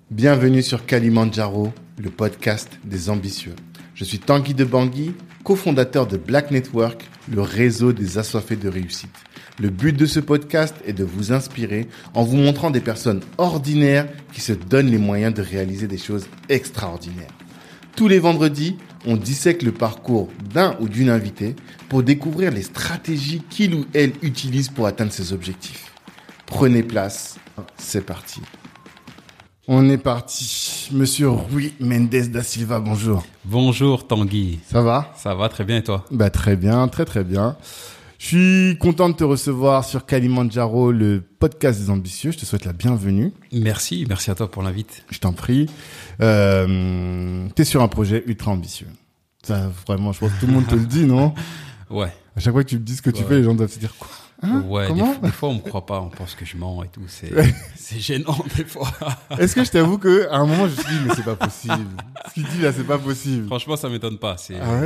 Bienvenue sur Kalimandjaro, le podcast des ambitieux. Je suis Tanguy de Bangui, cofondateur de Black Network, le réseau des assoiffés de réussite. Le but de ce podcast est de vous inspirer en vous montrant des personnes ordinaires qui se donnent les moyens de réaliser des choses extraordinaires. Tous les vendredis, on dissèque le parcours d'un ou d'une invitée pour découvrir les stratégies qu'il ou elle utilise pour atteindre ses objectifs. Prenez place, c'est parti. On est parti. Monsieur Rui Mendes da Silva, bonjour. Bonjour Tanguy. Ça va ? Ça va très bien et toi ? Très bien, très bien. Je suis content de te recevoir sur Kalimandjaro, le podcast des ambitieux. Je te souhaite la bienvenue. Merci à toi pour l'invite. Je t'en prie. T'es sur un projet ultra ambitieux. Ça, vraiment, je pense que tout le monde te le dit, non ? Ouais. À chaque fois que tu me dis ce que tu fais, les gens doivent se dire quoi ? Ouais, Comment ? des fois on me croit pas, on pense que je mens et tout, c'est gênant des fois. Est-ce que je t'avoue que à un moment je me suis dit mais c'est pas possible. Ce qu'il dit là c'est pas possible. Franchement, ça m'étonne pas,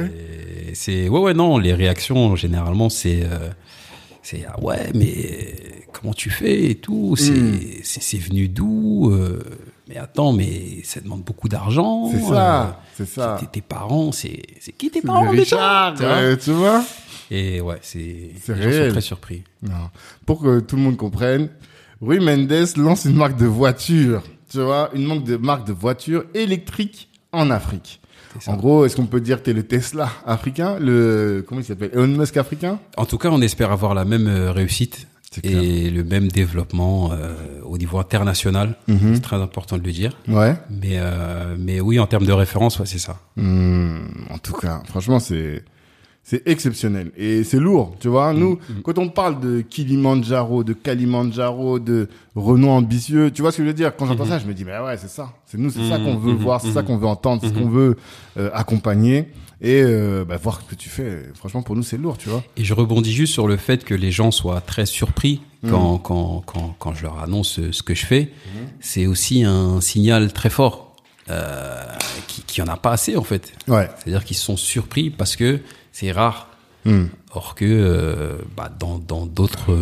Non, les réactions généralement c'est ah ouais, mais comment tu fais et tout, c'est venu d'où mais attends, mais ça demande beaucoup d'argent. C'est ça. Tes parents, c'est qui tes parents Richard, tu vois ? Et ouais, les gens réel. sont très surpris. Non. Pour que tout le monde comprenne, Rui Mendes lance une marque de voiture, tu vois, une marque de voiture électrique en Afrique. En gros, est-ce qu'on peut dire que t'es le Tesla africain, comment il s'appelle, Elon Musk africain ? En tout cas, on espère avoir la même réussite et le même développement au niveau international. C'est très important de le dire. Ouais. Mais oui, en termes de référence, ouais, c'est ça. En tout cas, franchement, c'est exceptionnel et c'est lourd, tu vois. Nous, quand on parle de Kalimandjaro, de Renault ambitieux, tu vois ce que je veux dire. Quand j'entends ça, je me dis, mais ouais, c'est ça. C'est nous, c'est ça qu'on veut voir, c'est ça qu'on veut entendre, c'est ce qu'on veut accompagner et voir ce que tu fais. Franchement, pour nous, c'est lourd, tu vois. Et je rebondis juste sur le fait que les gens soient très surpris quand je leur annonce ce que je fais. C'est aussi un signal très fort qui en a pas assez en fait. Ouais. C'est-à-dire qu'ils sont surpris parce que c'est rare. Or que dans d'autres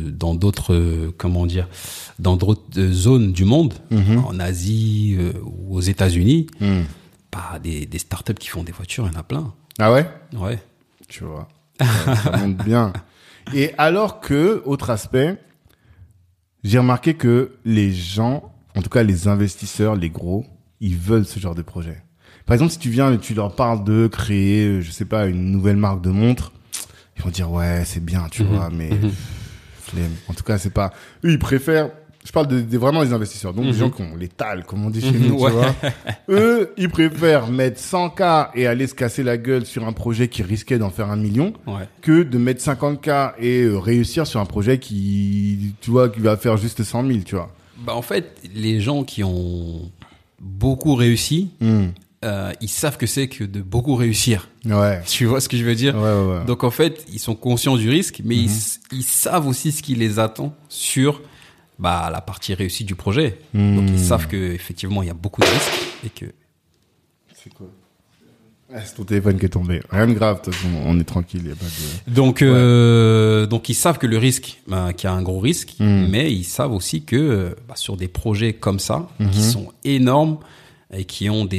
zones du monde, en Asie ou aux États-Unis, des startups qui font des voitures, il y en a plein. Ah ouais? Ouais. Tu vois. Ça monte bien. Et alors que, autre aspect, j'ai remarqué que les gens, en tout cas les investisseurs, les gros, ils veulent ce genre de projet. Par exemple, si tu viens et tu leur parles de créer, je sais pas, une nouvelle marque de montre, ils vont dire ouais, c'est bien, tu vois, mais flemme. En tout cas, c'est pas. Eux, ils préfèrent. Je parle de vraiment les investisseurs, donc des gens qui ont les tales, comme on dit chez nous, tu vois. Eux, ils préfèrent mettre 100K et aller se casser la gueule sur un projet qui risquait d'en faire 1 million, que de mettre 50K et réussir sur un projet qui, tu vois, qui va faire juste 100 000, tu vois. En fait, les gens qui ont beaucoup réussi. Ils savent que c'est que de beaucoup réussir. Ouais. Tu vois ce que je veux dire? Ouais. Donc en fait, ils sont conscients du risque, mais ils savent aussi ce qui les attend sur la partie réussie du projet. Donc ils savent que effectivement il y a beaucoup de risques et que. C'est quoi? C'est ton téléphone qui est tombé. Rien de grave, de toute façon, on est tranquille, y a pas de. Donc ils savent que le risque, qu'il y a un gros risque, mais ils savent aussi que sur des projets comme ça, qui sont énormes et qui ont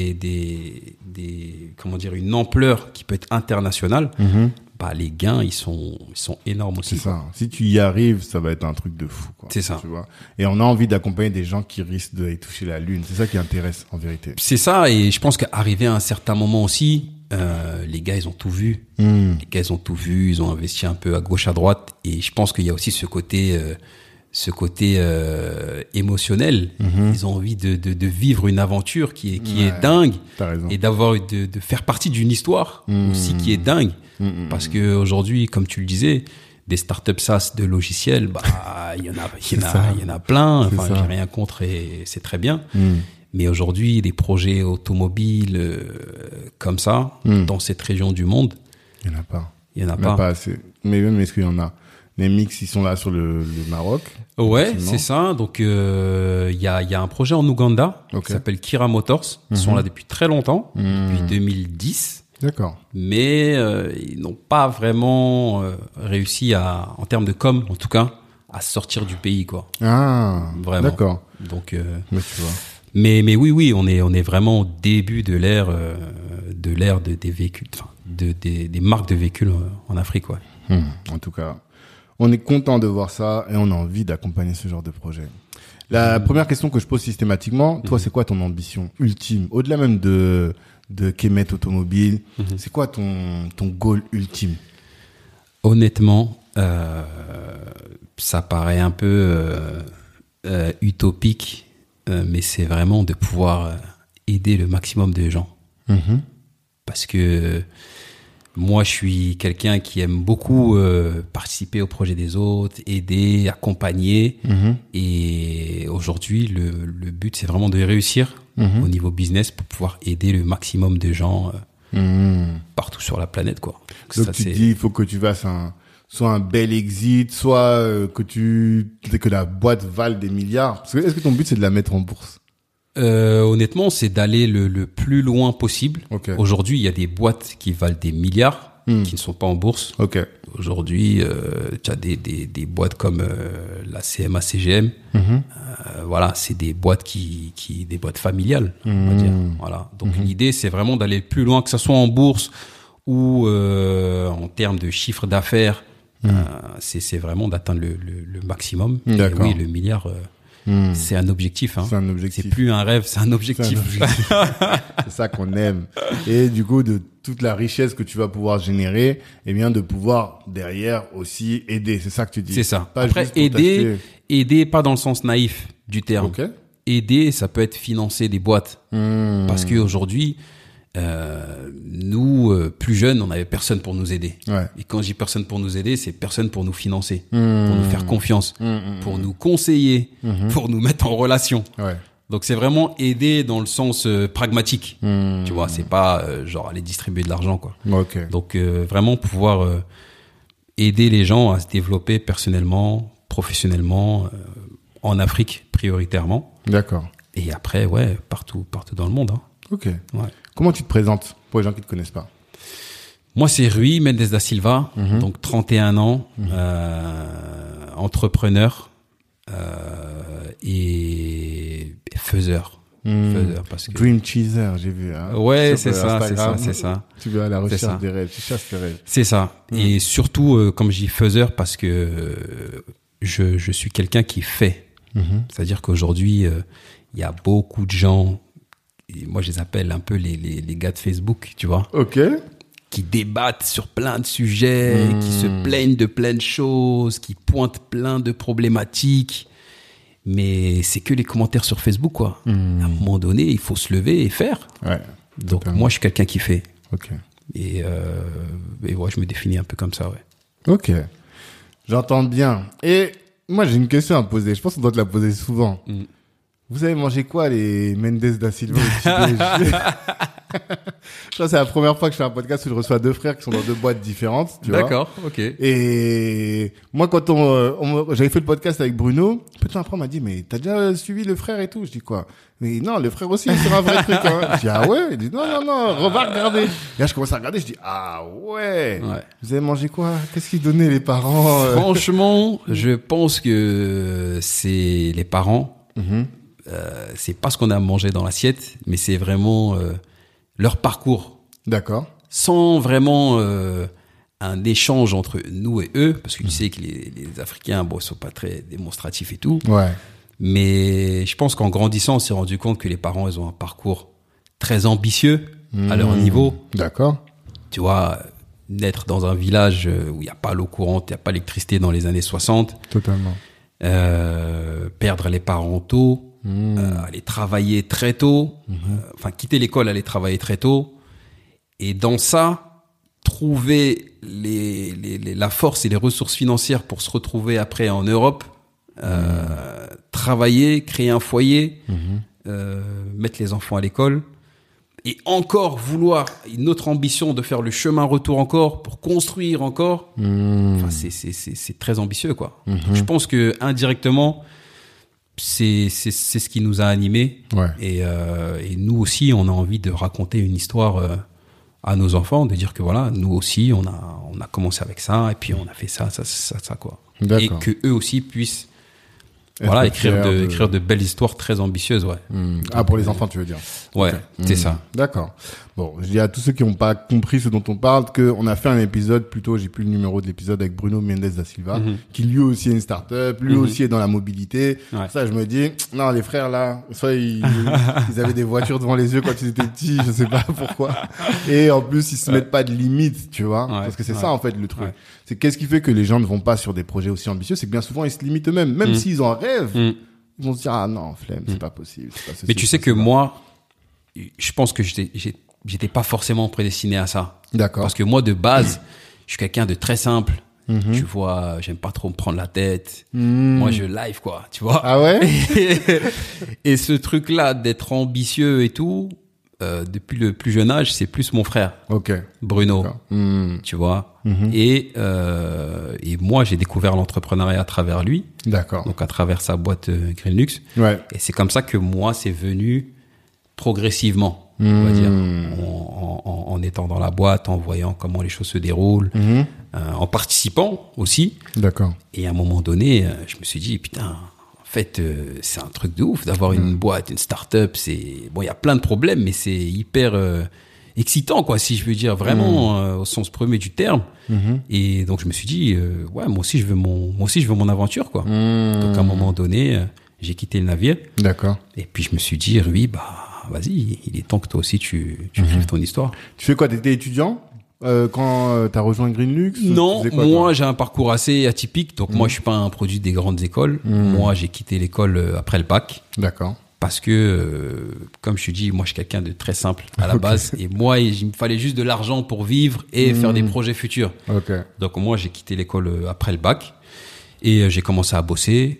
une ampleur qui peut être internationale, les gains ils sont énormes aussi. C'est ça. Si tu y arrives, ça va être un truc de fou, quoi. C'est ça. Tu vois. Et on a envie d'accompagner des gens qui risquent d'aller toucher la lune. C'est ça qui intéresse en vérité. C'est ça, et je pense qu'arrivé à un certain moment aussi, les gars ils ont tout vu. Les gars ils ont tout vu, ils ont investi un peu à gauche à droite, et je pense qu'il y a aussi ce côté émotionnel. Ils ont envie de vivre une aventure qui est dingue. T'as raison. Et de faire partie d'une histoire aussi qui est dingue. Parce que aujourd'hui, comme tu le disais, des startups SaaS de logiciels, il y en a plein. Enfin, j'ai rien contre et c'est très bien. Mais aujourd'hui, des projets automobiles comme ça, dans cette région du monde, il y en a pas. Il y en a pas assez. Mais même, est-ce qu'il y en a? Les mix, ils sont là sur le Maroc. Ouais, c'est ça. Donc, il y a un projet en Ouganda qui s'appelle Kira Motors. Ils sont là depuis très longtemps, depuis 2010. D'accord. Mais ils n'ont pas vraiment réussi en termes de com, en tout cas, à sortir du pays, quoi. Ah, vraiment. D'accord. Donc, mais tu vois. Mais oui, on est vraiment au début de l'ère des véhicules, enfin, des marques de véhicules en Afrique, ouais. En tout cas, on est content de voir ça et on a envie d'accompagner ce genre de projet. La première question que je pose systématiquement, toi, c'est quoi ton ambition ultime? Au-delà même de Kemet Automobile, c'est quoi ton goal ultime? Honnêtement, ça paraît un peu utopique, mais c'est vraiment de pouvoir aider le maximum de gens. Parce que moi, je suis quelqu'un qui aime beaucoup participer au projet des autres, aider, accompagner. Et aujourd'hui, le but, c'est vraiment de réussir au niveau business pour pouvoir aider le maximum de gens partout sur la planète, quoi. Donc ça, tu dis, il faut que tu fasses soit un bel exit, soit que la boîte vale des milliards. Parce que est-ce que ton but, c'est de la mettre en bourse? Honnêtement, c'est d'aller le plus loin possible. Okay. Aujourd'hui, il y a des boîtes qui valent des milliards, qui ne sont pas en bourse. Okay. Aujourd'hui, tu as des boîtes comme la CMA CGM. Voilà, c'est des boîtes des boîtes familiales, on va dire. Voilà. Donc l'idée, c'est vraiment d'aller plus loin, que ça soit en bourse ou en termes de chiffre d'affaires. C'est vraiment d'atteindre le maximum. D'accord. Et oui, le milliard. C'est un objectif, hein. C'est un objectif. C'est plus un rêve, c'est un objectif. C'est ça qu'on aime. Et du coup, de toute la richesse que tu vas pouvoir générer, eh bien, de pouvoir derrière aussi aider. C'est ça que tu dis. C'est ça. Pas après, aider pas dans le sens naïf du terme. Okay. Aider, ça peut être financer des boîtes. Parce qu'aujourd'hui, nous, plus jeunes, on n'avait personne pour nous aider. Ouais. Et quand je dis personne pour nous aider, c'est personne pour nous financer, pour nous faire confiance, pour nous conseiller, pour nous mettre en relation. Ouais. Donc c'est vraiment aider dans le sens pragmatique. Tu vois, c'est pas genre aller distribuer de l'argent, quoi. Okay. Donc vraiment pouvoir aider les gens à se développer personnellement, professionnellement, en Afrique prioritairement. D'accord. Et après, ouais, partout dans le monde, hein. Ok. Ouais. Comment tu te présentes pour les gens qui ne te connaissent pas? Moi, c'est Rui Mendes da Silva, donc 31 ans, entrepreneur et faiseur. Faiseur parce que... Dream Cheeser, j'ai vu. Hein, ouais, c'est ça. Tu vas à la recherche des rêves, tu chasses tes rêves. C'est ça. Et surtout, comme je dis faiseur, parce que je suis quelqu'un qui fait. C'est-à-dire qu'aujourd'hui, il y a beaucoup de gens... Et moi, je les appelle un peu les gars de Facebook, tu vois. Ok. Qui débattent sur plein de sujets, qui se plaignent de plein de choses, qui pointent plein de problématiques. Mais c'est que les commentaires sur Facebook, quoi. À un moment donné, il faut se lever et faire. Ouais. Donc, moi, je suis quelqu'un qui fait. Ok. Et ouais, je me définis un peu comme ça, ouais. Ok. J'entends bien. Et moi, j'ai une question à poser. Je pense qu'on doit te la poser souvent. Vous avez mangé quoi, les Mendes da Silva au petit-déj? Je crois que c'est la première fois que je fais un podcast où je reçois deux frères qui sont dans deux boîtes différentes, tu vois. D'accord, ok. Et moi, quand j'avais fait le podcast avec Bruno, peu de temps après, on m'a dit, mais t'as déjà suivi le frère et tout? Je dis quoi? Mais non, le frère aussi, c'est un vrai truc, hein. Je dis, ah ouais? Il dit, non, va regarder. Et là, je commence à regarder, je dis, ah ouais. Vous avez mangé quoi? Qu'est-ce qu'ils donnaient, les parents? Franchement, je pense que c'est les parents. C'est pas ce qu'on a mangé dans l'assiette, mais c'est vraiment leur parcours. D'accord. Sans vraiment un échange entre nous et eux, parce que tu sais que les Africains, bon, ils sont pas très démonstratifs et tout. Ouais. Mais je pense qu'en grandissant, on s'est rendu compte que les parents, ils ont un parcours très ambitieux à leur niveau. D'accord. Tu vois, naître dans un village où il n'y a pas l'eau courante, il n'y a pas l'électricité dans les années 60. Totalement. Perdre les parents tôt. Aller travailler très tôt, quitter l'école, aller travailler très tôt, et dans ça trouver la force et les ressources financières pour se retrouver après en Europe, travailler, créer un foyer, mettre les enfants à l'école, et encore vouloir une autre ambition de faire le chemin retour encore pour construire encore. C'est très ambitieux, quoi. Donc, je pense que indirectement c'est ce qui nous a animés. Ouais. Et nous aussi, on a envie de raconter une histoire à nos enfants, de dire que voilà, nous aussi, on a commencé avec ça, et puis on a fait ça, quoi. D'accord. Et que eux aussi puissent Voilà, écrire de belles histoires très ambitieuses, ouais. Ah, pour les enfants, tu veux dire. Ouais, c'est ça. D'accord. Bon, je dis à tous ceux qui n'ont pas compris ce dont on parle qu'on a fait un épisode, plutôt, j'ai plus le numéro de l'épisode, avec Bruno Mendes da Silva, qui lui aussi est une start-up, lui aussi est dans la mobilité. Ouais. Ça, je me dis, non, les frères là, soit ils avaient des voitures devant les yeux quand ils étaient petits, je sais pas pourquoi. Et en plus, ils se mettent pas de limites, tu vois. Parce que c'est ça, en fait, le truc. C'est qu'est-ce qui fait que les gens ne vont pas sur des projets aussi ambitieux, c'est que bien souvent, ils se limitent eux-mêmes. Même s'ils en rêvent, ils vont se dire, ah non, flemme, c'est pas possible. C'est pas ceci, Mais tu sais c'est que ça. moi, je pense que j'étais pas forcément prédestiné à ça. D'accord. Parce que moi, de base, je suis quelqu'un de très simple. Tu vois, j'aime pas trop me prendre la tête. Moi, je live, quoi, tu vois. Ah ouais? Et ce truc-là d'être ambitieux et tout, depuis le plus jeune âge, c'est plus mon frère, Ok. Bruno, D'accord. tu vois. Et moi, j'ai découvert l'entrepreneuriat à travers lui, D'accord. donc à travers sa boîte Greenlux. Ouais. Et c'est comme ça que moi, c'est venu progressivement, on va dire, en étant dans la boîte, en voyant comment les choses se déroulent, en participant aussi. D'accord. Et à un moment donné, je me suis dit, putain, en fait, c'est un truc de ouf d'avoir une boîte, une start-up. Bon, il y a plein de problèmes, mais c'est hyper excitant, quoi, si je veux dire, vraiment, au sens premier du terme. Et donc, je me suis dit, ouais, moi aussi, je veux mon aventure, quoi. Donc, à un moment donné, j'ai quitté le navire. D'accord. Et puis, je me suis dit, Rui, bah, vas-y, il est temps que toi aussi, tu écrives ton histoire. Tu fais quoi? T'étais étudiant quand t'as rejoint Greenlux? Non, Tu faisais quoi, moi toi j'ai un parcours assez atypique, donc moi je suis pas un produit des grandes écoles. Moi j'ai quitté l'école après le bac D'accord. parce que, comme je te dis, moi je suis quelqu'un de très simple à la base et moi il me fallait juste de l'argent pour vivre et faire des projets futurs. Ok. Donc moi j'ai quitté l'école après le bac et j'ai commencé à bosser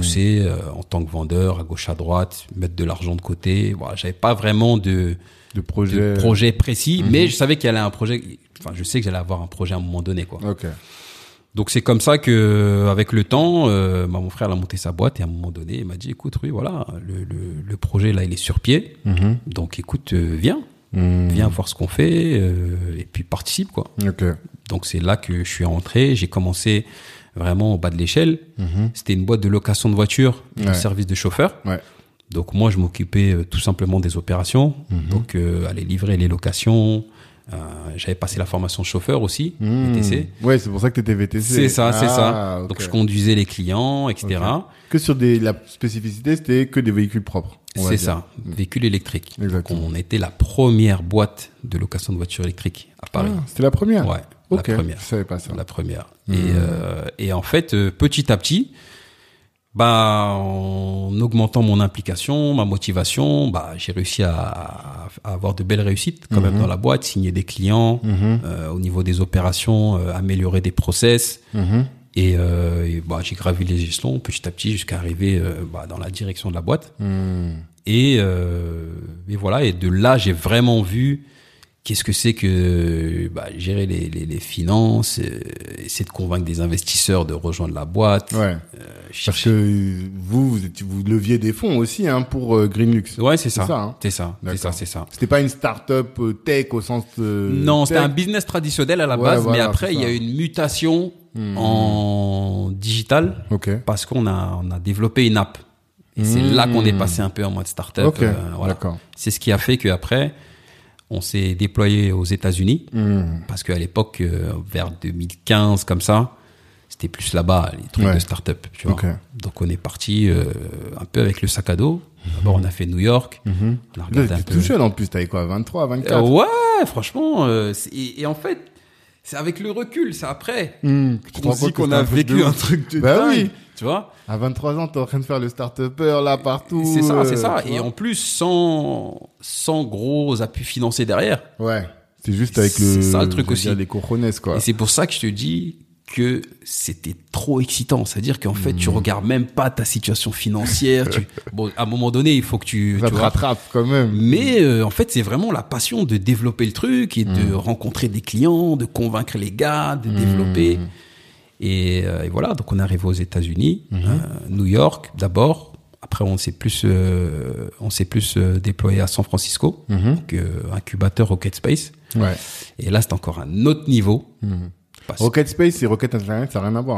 en tant que vendeur à gauche à droite, mettre de l'argent de côté. Voilà, j'avais pas vraiment de projet précis, mais je savais qu'il y allait un projet. Enfin, je sais que j'allais avoir un projet à un moment donné, quoi. Ok. Donc c'est comme ça que, avec le temps, mon frère a monté sa boîte et à un moment donné, il m'a dit, écoute, Rui, voilà, le projet là, il est sur pied. Donc écoute, viens voir ce qu'on fait et puis participe, quoi. Ok. Donc c'est là que je suis rentré. J'ai commencé vraiment au bas de l'échelle. C'était une boîte de location de voitures, de service de chauffeur. Ouais. Donc moi, je m'occupais tout simplement des opérations. Donc aller livrer les locations. J'avais passé la formation chauffeur aussi, VTC. Ouais, c'est pour ça que t'étais VTC. C'est ça, c'est ça. Ok. Donc je conduisais les clients, etc. Ok. Que sur la spécificité, c'était que des véhicules propres. C'est ça, véhicules électriques. Exactement. Donc on était la première boîte de location de voitures électriques à Paris. Ah, c'était la première. Ouais, Ok. la première. Je savais pas ça. La première. Et en fait, petit à petit, bah, en augmentant mon implication, ma motivation, bah, j'ai réussi à avoir de belles réussites quand même dans la boîte, signer des clients, au niveau des opérations, améliorer des process. Et bah, j'ai gravi les échelons petit à petit jusqu'à arriver dans la direction de la boîte. Et voilà. Et de là, j'ai vraiment vu qu'est-ce que c'est que gérer les finances, essayer de convaincre des investisseurs de rejoindre la boîte. Ouais. Parce que vous leviez des fonds aussi pour Greenlux. Ouais, c'est ça. Hein. C'est ça. D'accord. C'est ça. C'était pas une start-up tech au sens non, c'était tech. un business traditionnel à la base, voilà, mais après c'est il y a ça. eu une mutation en digital parce qu'on a développé une app. Et c'est là qu'on est passé un peu en mode start-up. Ok. Voilà. D'accord. C'est ce qui a fait qu'après on s'est déployé aux États-Unis parce qu'à l'époque, vers 2015 comme ça, c'était plus là-bas les trucs de start-up. Tu vois. Ok. Donc on est parti un peu avec le sac à dos. D'abord on a fait New York. On a regardé Là, un t'es peu. tout jeune en plus, t'avais quoi, 23, 24? Ouais, franchement. Et en fait, c'est avec le recul, c'est après qu'on se dit qu'on a vécu un truc de Bah dingue. oui. Tu vois? À 23 ans, t'es en train de faire le start-upper là partout. C'est ça, c'est ça. tu Et vois. en plus, sans gros appui financier derrière. Ouais. C'est juste avec C'est ça, le truc aussi. les cojones, quoi. Et c'est pour ça que je te dis que c'était trop excitant. C'est-à-dire qu'en fait, tu regardes même pas ta situation financière. Bon, à un moment donné, il faut que tu Ça te vois. rattrape quand même. Mais en fait, c'est vraiment la passion de développer le truc et de rencontrer des clients, de convaincre les gars, de développer. Et voilà, donc on est arrivé aux États-Unis, New York d'abord. Après, on s'est plus déployé à San Francisco, donc incubateur Rocket Space. Ouais. Et là, c'est encore un autre niveau. Parce- Rocket Space et Rocket Internet, ça n'a rien à voir. Hein.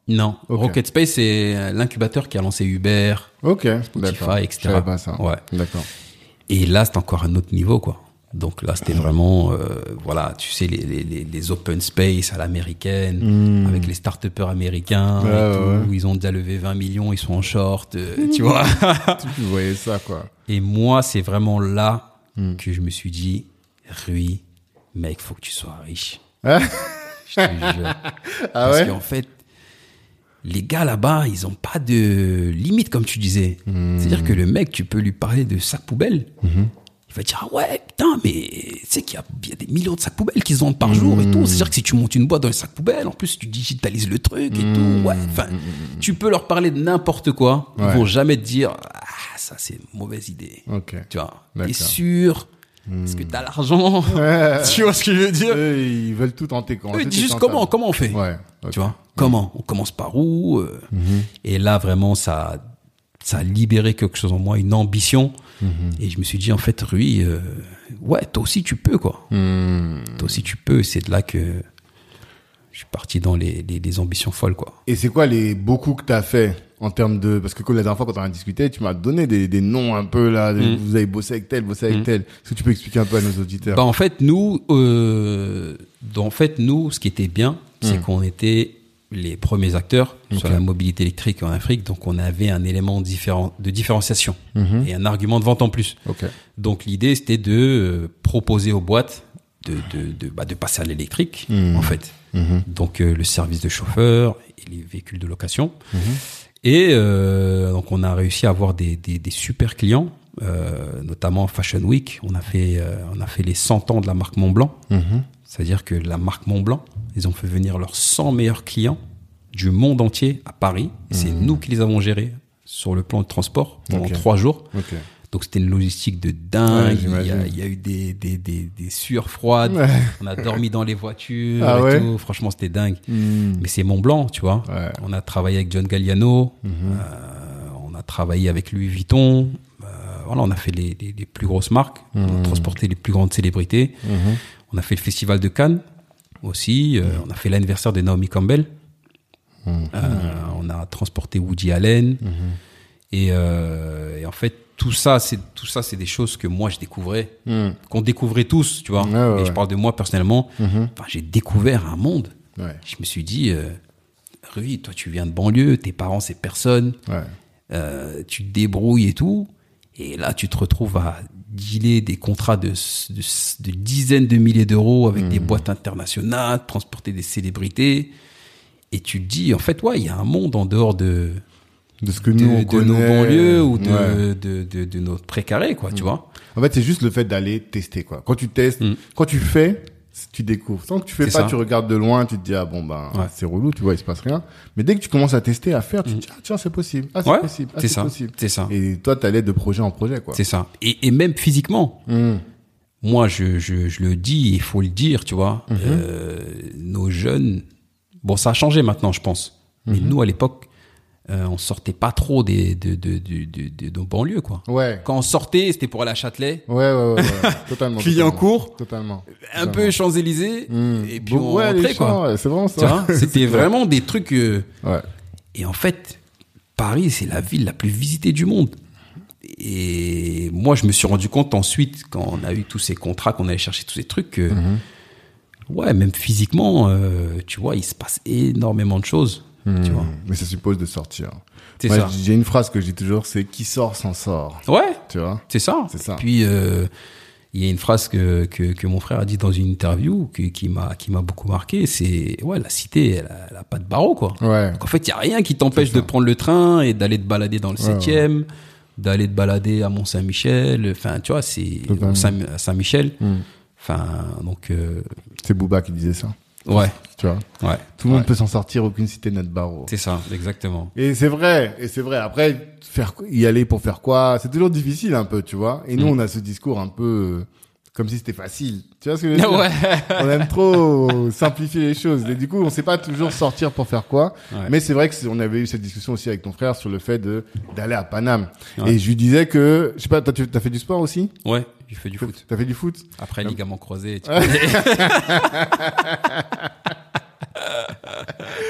Non. Ok. Rocket Space, c'est l'incubateur qui a lancé Uber, Ok, Spotify, d'accord. etc. Je savais pas ça. Ouais. D'accord. Et là, c'est encore un autre niveau, quoi. Donc là, c'était vraiment, voilà, tu sais, les open space à l'américaine, avec les start-upers américains, et tout, où ils ont déjà levé 20 millions, ils sont en short, tu vois. Tu voyais ça, quoi. Et moi, c'est vraiment là que je me suis dit, Rui, mec, faut que tu sois riche. Ah, Je te jure. Parce qu'en fait, les gars là-bas, ils ont pas de limite, comme tu disais. C'est-à-dire que le mec, tu peux lui parler de sac poubelle. Il va dire, ah ouais, putain, mais tu sais qu'il y a des millions de sacs poubelles qui se vendent par jour et tout. C'est-à-dire que si tu montes une boîte dans les sacs poubelles, en plus, tu digitalises le truc et tout. Ouais, enfin, tu peux leur parler de n'importe quoi. Ils vont jamais te dire, ah, ça, c'est une mauvaise idée. Ok. Tu vois, D'accord. t'es sûr? Est-ce que t'as l'argent? Tu vois ce que je veux dire? Eux, ils veulent tout tenter. Eux, ils disent juste comment on fait? Ouais. Ok. Tu vois, comment? On commence par où? Et là, vraiment, ça a libéré quelque chose en moi, une ambition. Et je me suis dit, en fait, Rui, ouais, toi aussi tu peux, quoi. Toi aussi tu peux. C'est de là que je suis parti dans les ambitions folles, quoi. Et c'est quoi les beaucoup que t'as fait en termes de, parce que la dernière fois quand on a discuté, tu m'as donné des noms un peu là, vous avez bossé avec tel, bossé avec tel. Est-ce que tu peux expliquer un peu à nos auditeurs? Bah, en fait, nous, ce qui était bien, c'est qu'on était les premiers acteurs sur la mobilité électrique en Afrique, donc on avait un élément de différenciation et un argument de vente en plus. Okay. Donc l'idée c'était de proposer aux boîtes de passer à l'électrique en fait. Donc le service de chauffeur et les véhicules de location. Et donc on a réussi à avoir des super clients, notamment Fashion Week. On a fait les 100 ans de la marque Montblanc. C'est-à-dire que la marque Montblanc, ils ont fait venir leurs 100 meilleurs clients du monde entier à Paris. C'est nous qui les avons gérés sur le plan de transport pendant 3 jours. Okay. Donc c'était une logistique de dingue. Il y a eu des sueurs froides. Ouais. On a dormi dans les voitures et tout. Franchement, c'était dingue. Mais c'est Montblanc, tu vois. Ouais. On a travaillé avec John Galliano. On a travaillé avec Louis Vuitton. Voilà, on a fait les plus grosses marques. On a transporté les plus grandes célébrités. On a fait le festival de Cannes aussi. On a fait l'anniversaire de Naomi Campbell. On a transporté Woody Allen. Et en fait, tout ça, c'est des choses que moi je découvrais, qu'on découvrait tous, tu vois. Et je parle de moi personnellement. J'ai découvert un monde. Je me suis dit, Rui, toi tu viens de banlieue, tes parents c'est personne. Tu te débrouilles et tout. Et là, tu te retrouves à dealer des contrats de dizaines de milliers d'euros avec des boîtes internationales, transporter des célébrités. Et tu te dis, en fait, ouais, il y a un monde en dehors de ce que nous on connaît, nos banlieues ou de notre précaré, quoi, tu vois. En fait, c'est juste le fait d'aller tester, quoi. Quand tu testes, quand tu fais, tu découvres. Tant que tu fais pas, tu regardes de loin, tu te dis, ah bon, c'est relou, tu vois, il se passe rien. Mais dès que tu commences à tester, à faire, tu te dis, ah, tiens, c'est possible. Ah, c'est possible. Ah, c'est possible. C'est ça. Et toi, t'allais de projet en projet, quoi. C'est ça. Et même physiquement. Moi, je le dis, il faut le dire, tu vois. Nos jeunes, bon, ça a changé maintenant, je pense. Mais nous, à l'époque, on sortait pas trop de nos banlieues, quoi. Ouais. Quand on sortait, c'était pour aller à Châtelet. Ouais. Totalement. Clignancourt. Totalement. Un peu Champs-Élysées. Et puis on rentrait, quoi. Ouais, c'est vraiment ça. C'était vraiment des trucs, Et en fait, Paris, c'est la ville la plus visitée du monde. Et moi, je me suis rendu compte ensuite, quand on a eu tous ces contrats, qu'on allait chercher tous ces trucs, que, ouais, même physiquement, tu vois, il se passe énormément de choses. Tu vois. Mais ça suppose de sortir. C'est ça. J'ai une phrase que je dis toujours, c'est qui sort s'en sort. Ouais. Tu vois. C'est ça. C'est ça. Puis il y a une phrase que mon frère a dit dans une interview qui m'a beaucoup marqué, c'est ouais, la cité elle a pas de barreau, quoi. Ouais. Donc en fait, il y a rien qui t'empêche de prendre le train et d'aller te balader dans le 7e, d'aller te balader à Mont-Saint-Michel, enfin tu vois, c'est Saint-Michel. Enfin donc c'est Booba qui disait ça. Ouais. Tu vois. Ouais. Tout le monde peut s'en sortir, aucune cité n'a de barreau. C'est ça, exactement. Et c'est vrai. Après, y aller pour faire quoi? C'est toujours difficile un peu, tu vois. Et nous, on a ce discours un peu, comme si c'était facile. Tu vois ce que je veux dire? Ouais. On aime trop simplifier les choses. Et du coup, on sait pas toujours sortir pour faire quoi. Ouais. Mais c'est vrai que on avait eu cette discussion aussi avec ton frère sur le fait d'aller à Paname. Ouais. Et je lui disais que, je sais pas, t'as fait du sport aussi? Ouais. J'ai fait du foot. T'as fait du foot? Après, ligament croisé.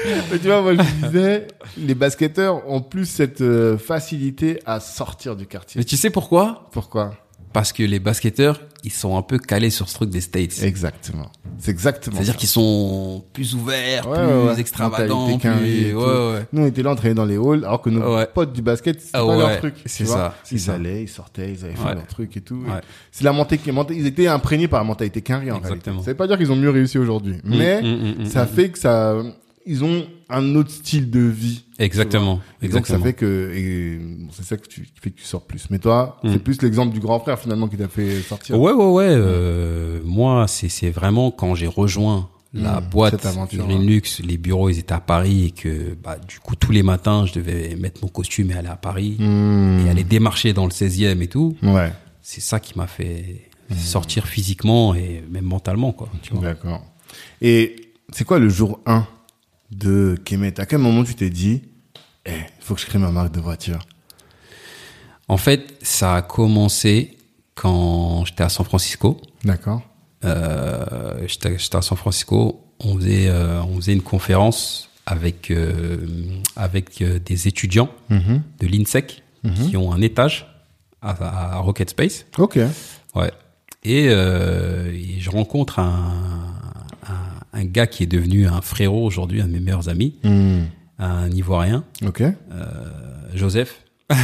Mais tu vois, moi, je disais, les basketteurs ont plus cette facilité à sortir du quartier. Mais tu sais pourquoi? Pourquoi? Parce que les basketteurs, ils sont un peu calés sur ce truc des States. Exactement. C'est exactement C'est-à-dire ça. qu'ils sont plus ouverts, Ouais, plus extravagants, mentalité carrée et tout. ouais. Nous, on était là, on traînait dans les halls, alors que nos potes du basket, c'était pas leur truc. C'est tu vois. ça. Ils allaient, ils sortaient, ils avaient fait leur truc et tout. Ouais. C'est la mentalité, ils étaient imprégnés par la mentalité carrée, en réalité. Ça veut pas dire qu'ils ont mieux réussi aujourd'hui. Mais, ça fait que ils ont un autre style de vie. Exactement. Et donc, ça fait que, c'est ça qui fait que tu sors plus. Mais toi, c'est plus l'exemple du grand frère, finalement, qui t'a fait sortir. Ouais. Moi, c'est vraiment quand j'ai rejoint la boîte Greenlux, les bureaux, ils étaient à Paris et que, du coup, tous les matins, je devais mettre mon costume et aller à Paris et aller démarcher dans le 16e et tout. Ouais. C'est ça qui m'a fait sortir physiquement et même mentalement, quoi. Tu vois. D'accord. Et c'est quoi le jour 1 de Kemet? À quel moment tu t'es dit, il faut que je crée ma marque de voiture? En fait, ça a commencé quand j'étais à San Francisco. D'accord. J'étais à San Francisco. On faisait une conférence avec des étudiants de l'INSEC qui ont un étage à Rocket Space. Ok. Ouais. Et je rencontre un gars qui est devenu un frérot aujourd'hui, un de mes meilleurs amis, un Ivoirien. Ok. Joseph.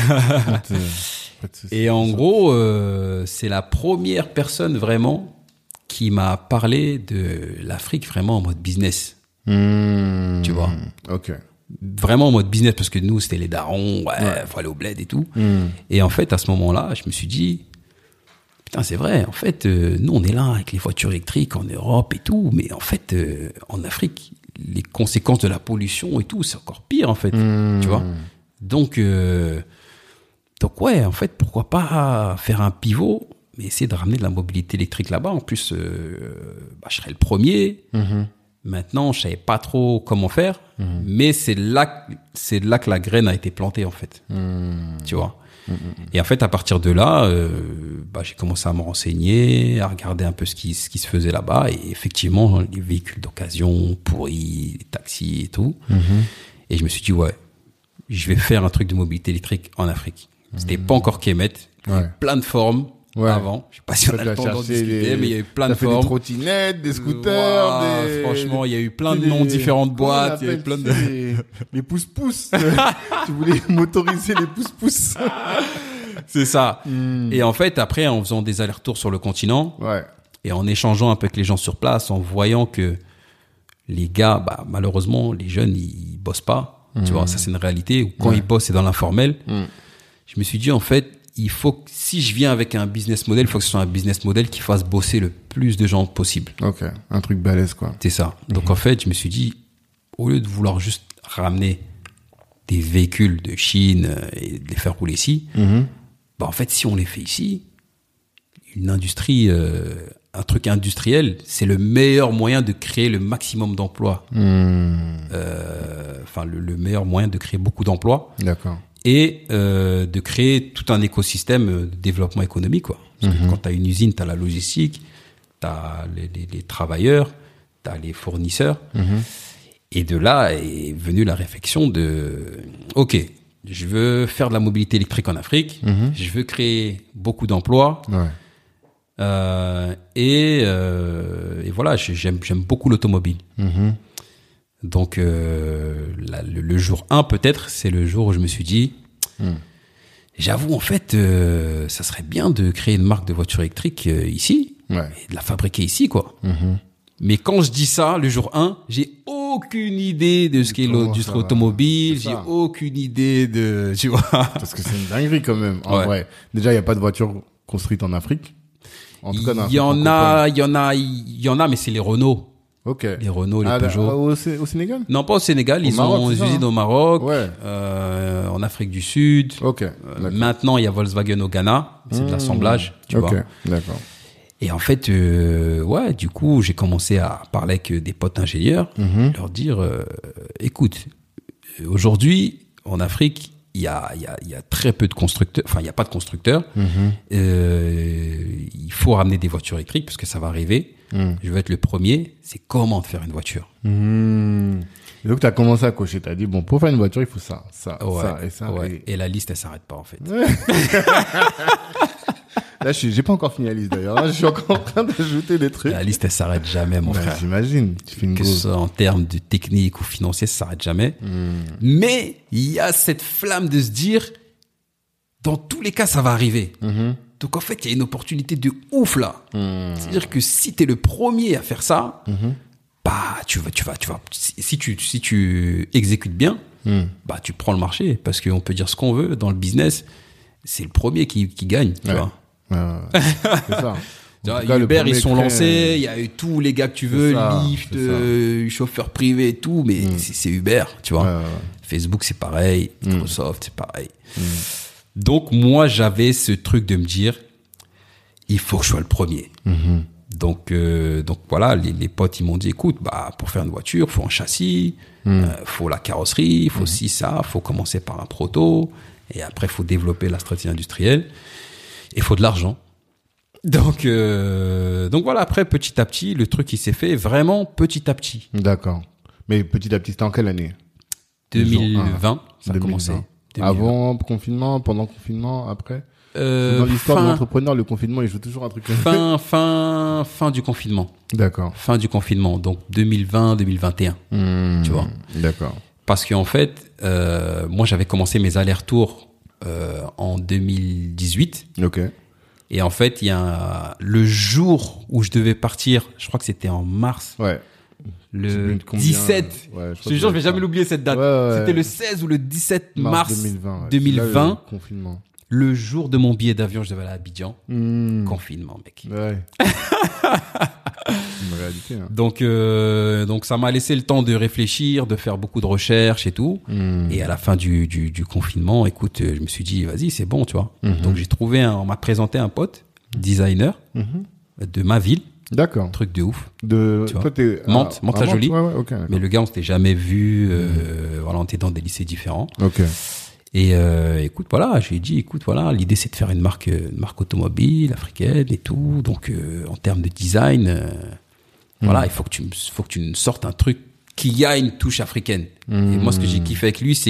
Et en gros, c'est la première personne vraiment qui m'a parlé de l'Afrique vraiment en mode business. Tu vois. Ok. Vraiment en mode business, parce que nous, c'était les darons, faut aller au bled et tout. Et en fait, à ce moment-là, je me suis dit, putain, c'est vrai, en fait, nous, on est là avec les voitures électriques en Europe et tout, mais en fait, en Afrique, les conséquences de la pollution et tout, c'est encore pire, en fait. Tu vois. Donc ouais, en fait, pourquoi pas faire un pivot, mais essayer de ramener de la mobilité électrique là-bas. En plus, je serais le premier. Maintenant, je savais pas trop comment faire, mais c'est là que la graine a été plantée, en fait. Tu vois. Et en fait, à partir de là, j'ai commencé à me renseigner, à regarder un peu ce qui se faisait là-bas. Et effectivement, les véhicules d'occasion pourris, les taxis et tout. Et je me suis dit, ouais, je vais faire un truc de mobilité électrique en Afrique. C'était pas encore Kemet. Il y avait plein de formes avant. Je sais pas si on a le temps d'en discuter, mais il y a eu plein de formes. Des trottinettes, des scooters, franchement, il y a eu plein de noms, différentes boîtes. Il y a eu plein de... Les pousse-pousse. Tu voulais motoriser les pousse-pousse. C'est ça. Et en fait, après, en faisant des allers-retours sur le continent, et en échangeant un peu avec les gens sur place, en voyant que les gars, malheureusement, les jeunes, ils bossent pas. Tu vois, ça c'est une réalité. Ou quand ils bossent, c'est dans l'informel. Je me suis dit, en fait, il faut que, si je viens avec un business model, il faut que ce soit un business model qui fasse bosser le plus de gens possible. Ok, un truc balèze, quoi. C'est ça. Donc en fait, je me suis dit, au lieu de vouloir juste ramener des véhicules de Chine et de les faire rouler ici, en fait, si on les fait ici, une industrie, un truc industriel, c'est le meilleur moyen de créer le maximum d'emplois. Le meilleur moyen de créer beaucoup d'emplois. D'accord. Et de créer tout un écosystème de développement économique, quoi. Parce que quand tu as une usine, tu as la logistique, tu as les travailleurs, tu as les fournisseurs. Et de là est venue la réflexion de OK, je veux faire de la mobilité électrique en Afrique, je veux créer beaucoup d'emplois. Et voilà, j'aime beaucoup l'automobile. Donc le jour 1 peut-être, c'est le jour où je me suis dit, j'avoue en fait, ça serait bien de créer une marque de voiture électrique ici et de la fabriquer ici, quoi. Mais quand je dis ça, le jour 1, j'ai aucune idée de ce qu'est l'industrie automobile, j'ai aucune idée de, tu vois. Parce que c'est une dinguerie quand même, en vrai. Déjà, il n'y a pas de voiture construite en Afrique. En tout cas, il y en a, mais c'est les Renault. Ok. Les Renault, les Peugeot. Au Sénégal? Non, pas au Sénégal. Ils ont des usines au Maroc, en Afrique du Sud. Ok. Maintenant, il y a Volkswagen au Ghana. C'est de l'assemblage, tu vois. D'accord. Et en fait, du coup, j'ai commencé à parler avec des potes ingénieurs, leur dire, écoute, aujourd'hui, en Afrique, il y a très peu de constructeurs, enfin, il n'y a pas de constructeurs. Il faut ramener des voitures électriques parce que ça va arriver. je veux être le premier, c'est comment faire une voiture. Et donc, tu as commencé à cocher. Tu as dit, bon, pour faire une voiture, il faut ça, ça, ça et ça. Ouais. Et la liste, elle s'arrête pas, en fait. Là, j'ai pas encore fini la liste, d'ailleurs. Là, je suis encore en train d'ajouter des trucs. La liste, elle s'arrête jamais, mon frère. J'imagine. Tu fais une que ce soit en termes de technique ou financier, ça s'arrête jamais. Mais il y a cette flamme de se dire, dans tous les cas, ça va arriver. Donc, en fait, il y a une opportunité de ouf, là. C'est-à-dire que si t'es le premier à faire ça, bah, tu vas, si tu exécutes bien, bah, tu prends le marché. Parce qu'on peut dire ce qu'on veut dans le business. C'est le premier qui gagne, tu vois. C'est ça. Uber, ils sont lancés, il y a eu tous les gars que tu veux, Lyft, chauffeur privé et tout, mais c'est Uber, tu vois. Facebook, c'est pareil, Microsoft, c'est pareil. Donc, moi, j'avais ce truc de me dire, il faut que je sois le premier. Donc voilà, les potes, ils m'ont dit, écoute, bah, pour faire une voiture, faut un châssis, faut la carrosserie, faut ci, ça, faut commencer par un proto, et après, faut développer la stratégie industrielle, et faut de l'argent. Donc voilà, après, petit à petit, le truc, il s'est fait vraiment petit à petit. D'accord. Mais petit à petit, c'était en quelle année? 2020, ça a commencé. 2020. Avant confinement, pendant confinement, après? Dans l'histoire de l'entrepreneur, le confinement, il joue toujours un truc. Fin du confinement. D'accord. Fin du confinement, donc 2020-2021. Tu vois. D'accord. Parce qu'en fait, moi, j'avais commencé mes allers-retours en 2018. Ok. Et en fait, il y a le jour où je devais partir, je crois que c'était en mars. Ouais. Le 17. Ouais, je te jure, je vais jamais l'oublier cette date. Ouais. C'était le 16 ou le 17 mars 2020. 2020. Là, le confinement. Le jour de mon billet d'avion, je devais aller à Abidjan. Confinement, mec. Ouais. Une réalité. Hein. Donc ça m'a laissé le temps de réfléchir, de faire beaucoup de recherches et tout. Et à la fin du confinement, écoute, je me suis dit, vas-y, c'est bon, tu vois. Donc on m'a présenté un pote, designer, de ma ville. D'accord. Truc de ouf. Toi, t'es Mantes-la-Jolie. Ouais, okay, mais le gars, on s'était jamais vu. Voilà, on était dans des lycées différents. Ok. Et écoute, voilà, j'ai dit, écoute, voilà, l'idée c'est de faire une marque automobile africaine et tout. Donc, en termes de design, voilà, il faut que tu me sortes un truc qui a une touche africaine. Et moi, ce que j'ai kiffé avec lui, c'est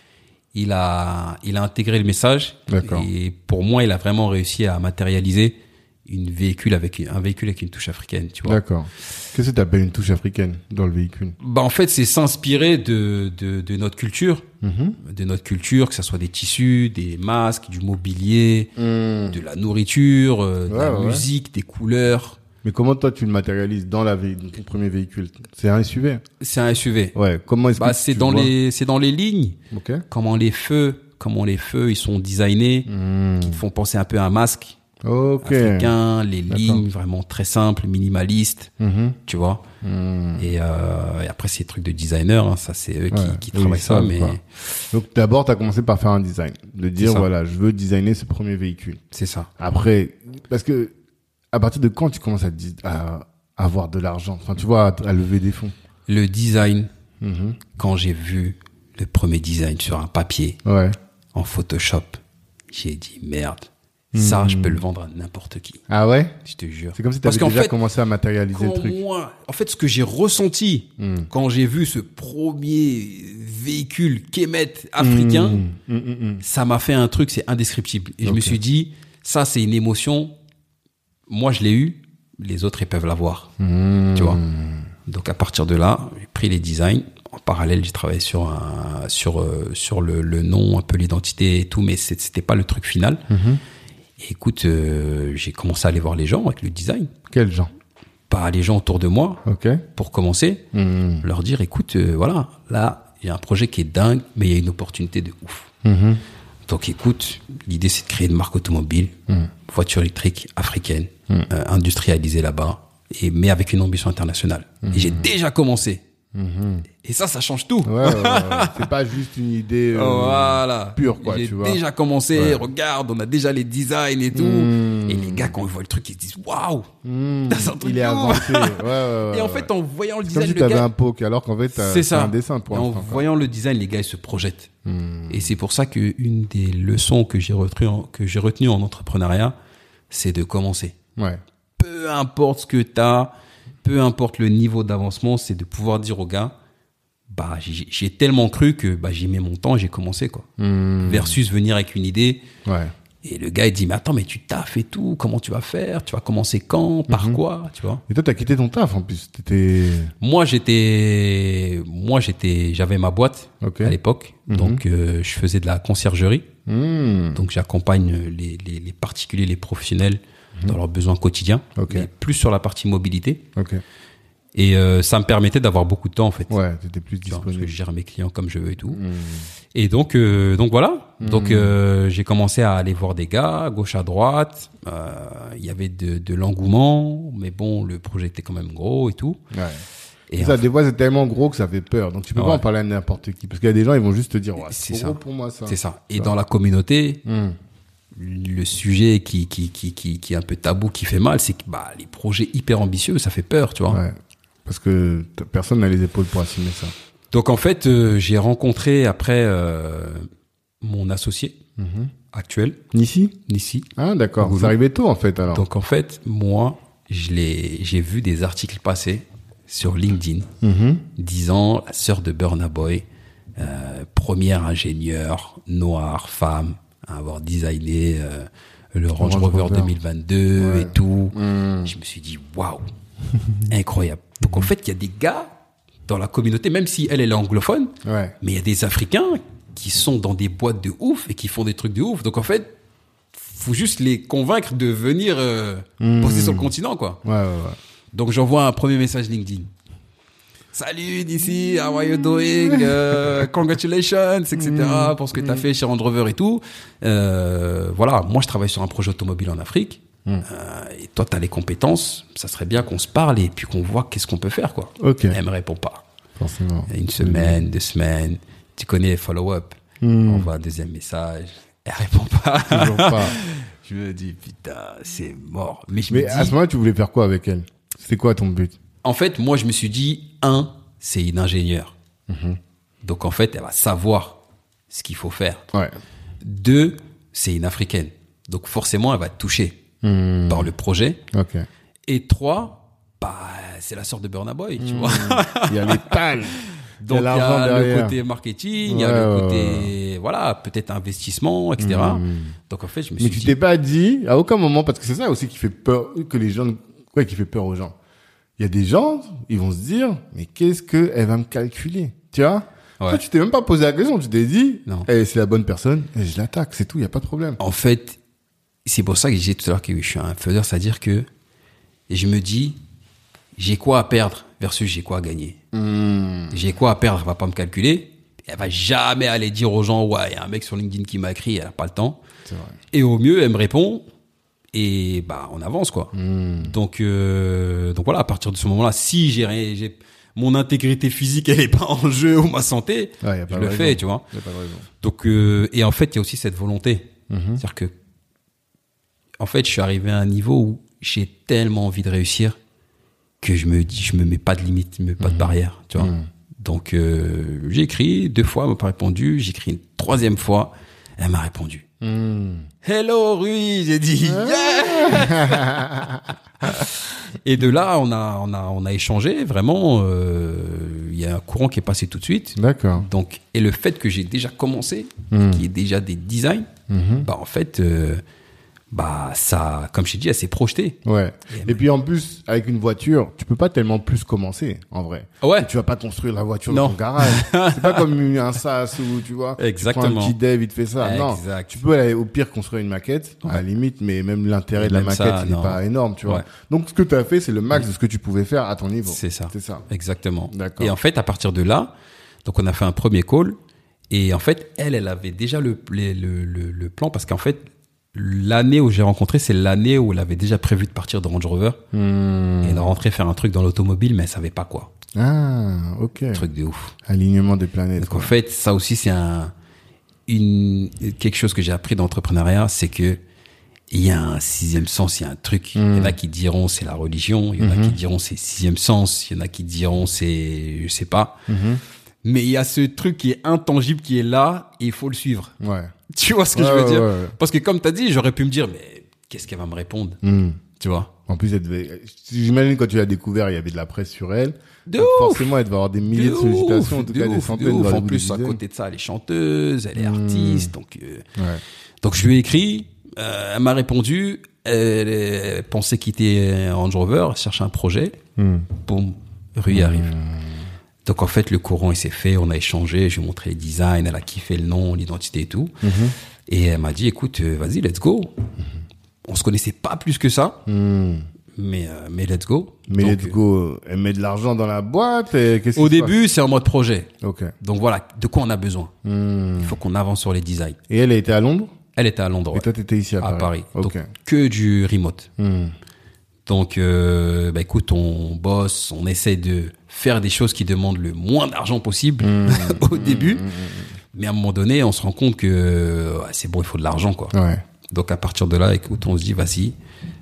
qu'il a intégré le message. D'accord. Et pour moi, il a vraiment réussi à matérialiser un véhicule avec une touche africaine, tu vois. D'accord. Qu'est-ce que tu appelles une touche africaine dans le véhicule? Bah, en fait, c'est s'inspirer de notre culture, de notre culture, que ça soit des tissus, des masques, du mobilier, de la nourriture, de la musique, des couleurs. Mais comment toi tu le matérialises dans ton premier véhicule? C'est un SUV? C'est un SUV. Ouais. Comment est-ce que c'est dans les lignes. Ok. Comment les feux, ils sont designés, qui te font penser un peu à un masque. Ok. Africain, les lignes vraiment très simples, minimalistes, tu vois. Et après, c'est des trucs de designer, hein, ça c'est eux qui travaillent ça. Mais donc d'abord, tu as commencé par faire un design, de dire voilà, je veux designer ce premier véhicule. C'est ça. Après, parce que à partir de quand tu commences à avoir de l'argent, enfin tu vois, à lever des fonds? Le design, quand j'ai vu le premier design sur un papier, en Photoshop, j'ai dit merde. Ça, je peux le vendre à n'importe qui. Ah ouais? Je te jure. C'est comme si tu avais déjà commencé à matérialiser le truc. En fait, ce que j'ai ressenti quand j'ai vu ce premier véhicule Kemet africain, ça m'a fait un truc, c'est indescriptible. Et je me suis dit, ça, c'est une émotion. Moi, je l'ai eu. Les autres, ils peuvent l'avoir. Tu vois? Donc, à partir de là, j'ai pris les designs. En parallèle, j'ai travaillé sur le nom, un peu l'identité et tout, mais c'était pas le truc final. Et écoute, j'ai commencé à aller voir les gens avec le design. Quels gens? Pas les gens autour de moi. Ok. Pour commencer, leur dire, écoute, voilà, là, il y a un projet qui est dingue, mais il y a une opportunité de ouf. Donc, écoute, l'idée, c'est de créer une marque automobile, voiture électrique africaine, industrialisée là-bas, mais avec une ambition internationale. Et j'ai déjà commencé. Et ça change tout. Ouais. C'est pas juste une idée pure, quoi, tu vois. J'ai déjà commencé, regarde, on a déjà les designs et tout. Et les gars, quand ils voient le truc, ils se disent, waouh! Il est avancé. Et en fait, en voyant le design, le gars. Comme si t'avais un poke, alors qu'en fait, c'est un dessin pour l'instant. En voyant le design, les gars, ils se projettent. Et c'est pour ça qu'une des leçons que j'ai retenues en entrepreneuriat, c'est de commencer. Ouais. Peu importe ce que t'as, peu importe le niveau d'avancement, c'est de pouvoir dire aux gars, bah, j'ai tellement cru que, bah, j'y mets mon temps et j'ai commencé, quoi. Versus venir avec une idée. Ouais. Et le gars, il dit, mais attends, mais tu taffes et tout, comment tu vas faire? Tu vas commencer quand? Par quoi? Tu vois? Et toi, t'as quitté ton taf, en plus. J'avais ma boîte à l'époque. Donc, je faisais de la conciergerie. Donc, j'accompagne les particuliers, les professionnels dans leurs besoins quotidiens. Mais plus sur la partie mobilité. Et ça me permettait d'avoir beaucoup de temps, en fait. Ouais, t'étais plus disponible. Parce que je gère mes clients comme je veux et tout. Et donc voilà. Donc j'ai commencé à aller voir des gars, à gauche à droite. Il y avait de l'engouement, mais bon, le projet était quand même gros et tout. Ouais. Et ça, des fois, c'est tellement gros que ça fait peur. Donc tu peux pas en parler à n'importe qui, parce qu'il y a des gens, ils vont juste te dire, ouais, c'est trop gros pour moi ça. C'est ça. Et dans la communauté. Le sujet qui est un peu tabou, qui fait mal, c'est que bah, les projets hyper ambitieux, ça fait peur, tu vois. Ouais. Parce que personne n'a les épaules pour assumer ça. Donc en fait, j'ai rencontré après mon associé actuel. Nissi. Ah d'accord, vous arrivez tôt en fait alors. Donc en fait, moi, j'ai vu des articles passer sur LinkedIn disant la sœur de Burna Boy, première ingénieure noire, femme, à avoir designé le Range Rover 2022 et tout. Je me suis dit, waouh, incroyable. Donc en fait, il y a des gars dans la communauté, même si elle est anglophone, mais il y a des Africains qui sont dans des boîtes de ouf et qui font des trucs de ouf. Donc en fait, faut juste les convaincre de venir bosser sur le continent, quoi. Donc j'envoie un premier message LinkedIn. Salut d'ici, how are you doing? Congratulations, etc. pour ce que tu as fait chez Range Rover et tout. Voilà, moi je travaille sur un projet automobile en Afrique. Et toi, tu as les compétences. Ça serait bien qu'on se parle et puis qu'on voit qu'est-ce qu'on peut faire, quoi. Elle me répond pas. Forcément. Une semaine, 2 semaines. Tu connais les follow-up. On voit un deuxième message. Elle répond pas. Toujours pas. Je me dis, putain, c'est mort. Mais à ce moment-là, tu voulais faire quoi avec elle? C'était quoi ton but? En fait, moi, je me suis dit, c'est une ingénieure. Donc, en fait, elle va savoir ce qu'il faut faire. 2, c'est une Africaine. Donc, forcément, elle va te toucher par le projet. Et 3, bah, c'est la sœur de Burna Boy, tu vois. Il y a les pales. Donc, il y a le côté marketing, il y a le côté, voilà, peut-être investissement, etc. Donc, en fait, je me suis dit... Mais tu t'es pas dit, à aucun moment, parce que c'est ça aussi qui fait peur, que les gens, qui fait peur aux gens. Il y a des gens, ils vont se dire, mais qu'est-ce qu'elle va me calculer? Tu vois? Toi, tu t'es même pas posé la question, tu t'es dit, c'est la bonne personne, et je l'attaque, c'est tout, il y a pas de problème. En fait, c'est pour ça que je disais tout à l'heure que je suis un faiseur, c'est-à-dire que je me dis, j'ai quoi à perdre versus j'ai quoi à gagner. J'ai quoi à perdre, elle va pas me calculer, elle va jamais aller dire aux gens, ouais, il y a un mec sur LinkedIn qui m'a écrit, elle a pas le temps. C'est vrai. Et au mieux, elle me répond, et bah, on avance, quoi. Donc voilà, à partir de ce moment-là, si j'ai mon intégrité physique, elle est pas en jeu, ou ma santé, je le fais, tu vois. Y a pas de raison. Donc, et en fait, il y a aussi cette volonté. C'est-à-dire que, en fait, je suis arrivé à un niveau où j'ai tellement envie de réussir que je me mets pas de limite, je me mets pas de barrière, tu vois. Donc, j'ai écrit 2 fois, elle m'a pas répondu. J'ai écrit une 3e fois, elle m'a répondu. Hello Rui, j'ai dit yeah. Et de là, on a échangé vraiment. Il y a un courant qui est passé tout de suite. D'accord. Donc, et le fait que j'ai déjà commencé, qu'il y ait déjà des designs, bah en fait, bah ça, comme je t'ai dit, elle s'est projetée. Et puis en plus, avec une voiture, tu peux pas tellement plus commencer, en vrai. Tu vas pas construire la voiture dans ton garage. C'est pas comme un SaaS où, tu vois, exactement. tu prends un petit dev, il te fait ça. Non, tu peux aller, au pire construire une maquette, à la limite, mais même l'intérêt de la maquette, il n'est pas énorme, tu vois. Donc ce que tu as fait, c'est le max de ce que tu pouvais faire à ton niveau. C'est ça. Exactement. D'accord. Et en fait, à partir de là, donc on a fait un premier call, et en fait, elle avait déjà le plan, parce qu'en fait, l'année où j'ai rencontré, c'est l'année où elle avait déjà prévu de partir de Range Rover et de rentrer faire un truc dans l'automobile, mais elle savait pas quoi. Ah, ok. Un truc de ouf. Alignement des planètes. Donc en fait, ça aussi, c'est quelque chose que j'ai appris dans l'entrepreneuriat, c'est que il y a un 6e sens, il y a un truc. Il y en a qui diront c'est la religion, il y en a qui diront c'est 6e sens, il y en a qui diront c'est, je sais pas. Mais il y a ce truc qui est intangible, qui est là, et il faut le suivre. Tu vois ce que je veux dire? Parce que comme t'as dit, j'aurais pu me dire, mais qu'est-ce qu'elle va me répondre, tu vois. En plus, j'imagine quand tu l'as découvert, il y avait de la presse sur elle. Forcément, elle devait avoir des milliers de sollicitations, en tout cas des centaines. En plus, à côté de ça, elle est chanteuse, elle est artiste, donc je lui ai écrit, elle m'a répondu, elle pensait quitter Range Rover, elle cherchait un projet, boum, Rui arrive. Donc en fait, le courant il s'est fait, on a échangé, je lui ai montré les designs, elle a kiffé le nom, l'identité et tout. Et elle m'a dit, écoute, vas-y, let's go. On se connaissait pas plus que ça, mais let's go. Mais donc, let's go, elle met de l'argent dans la boîte et qu'est-ce au début, c'est en mode projet. Ok. Donc voilà, de quoi on a besoin. Il faut qu'on avance sur les designs. Et elle a été à Londres? Elle était à Londres. Et toi, t'étais ici à Paris. Ok. Donc, que du remote. Donc, écoute, on bosse, on essaie de faire des choses qui demandent le moins d'argent possible au début. Mais à un moment donné, on se rend compte que c'est bon, il faut de l'argent, quoi. Ouais. Donc, à partir de là, écoute, on se dit, vas-y,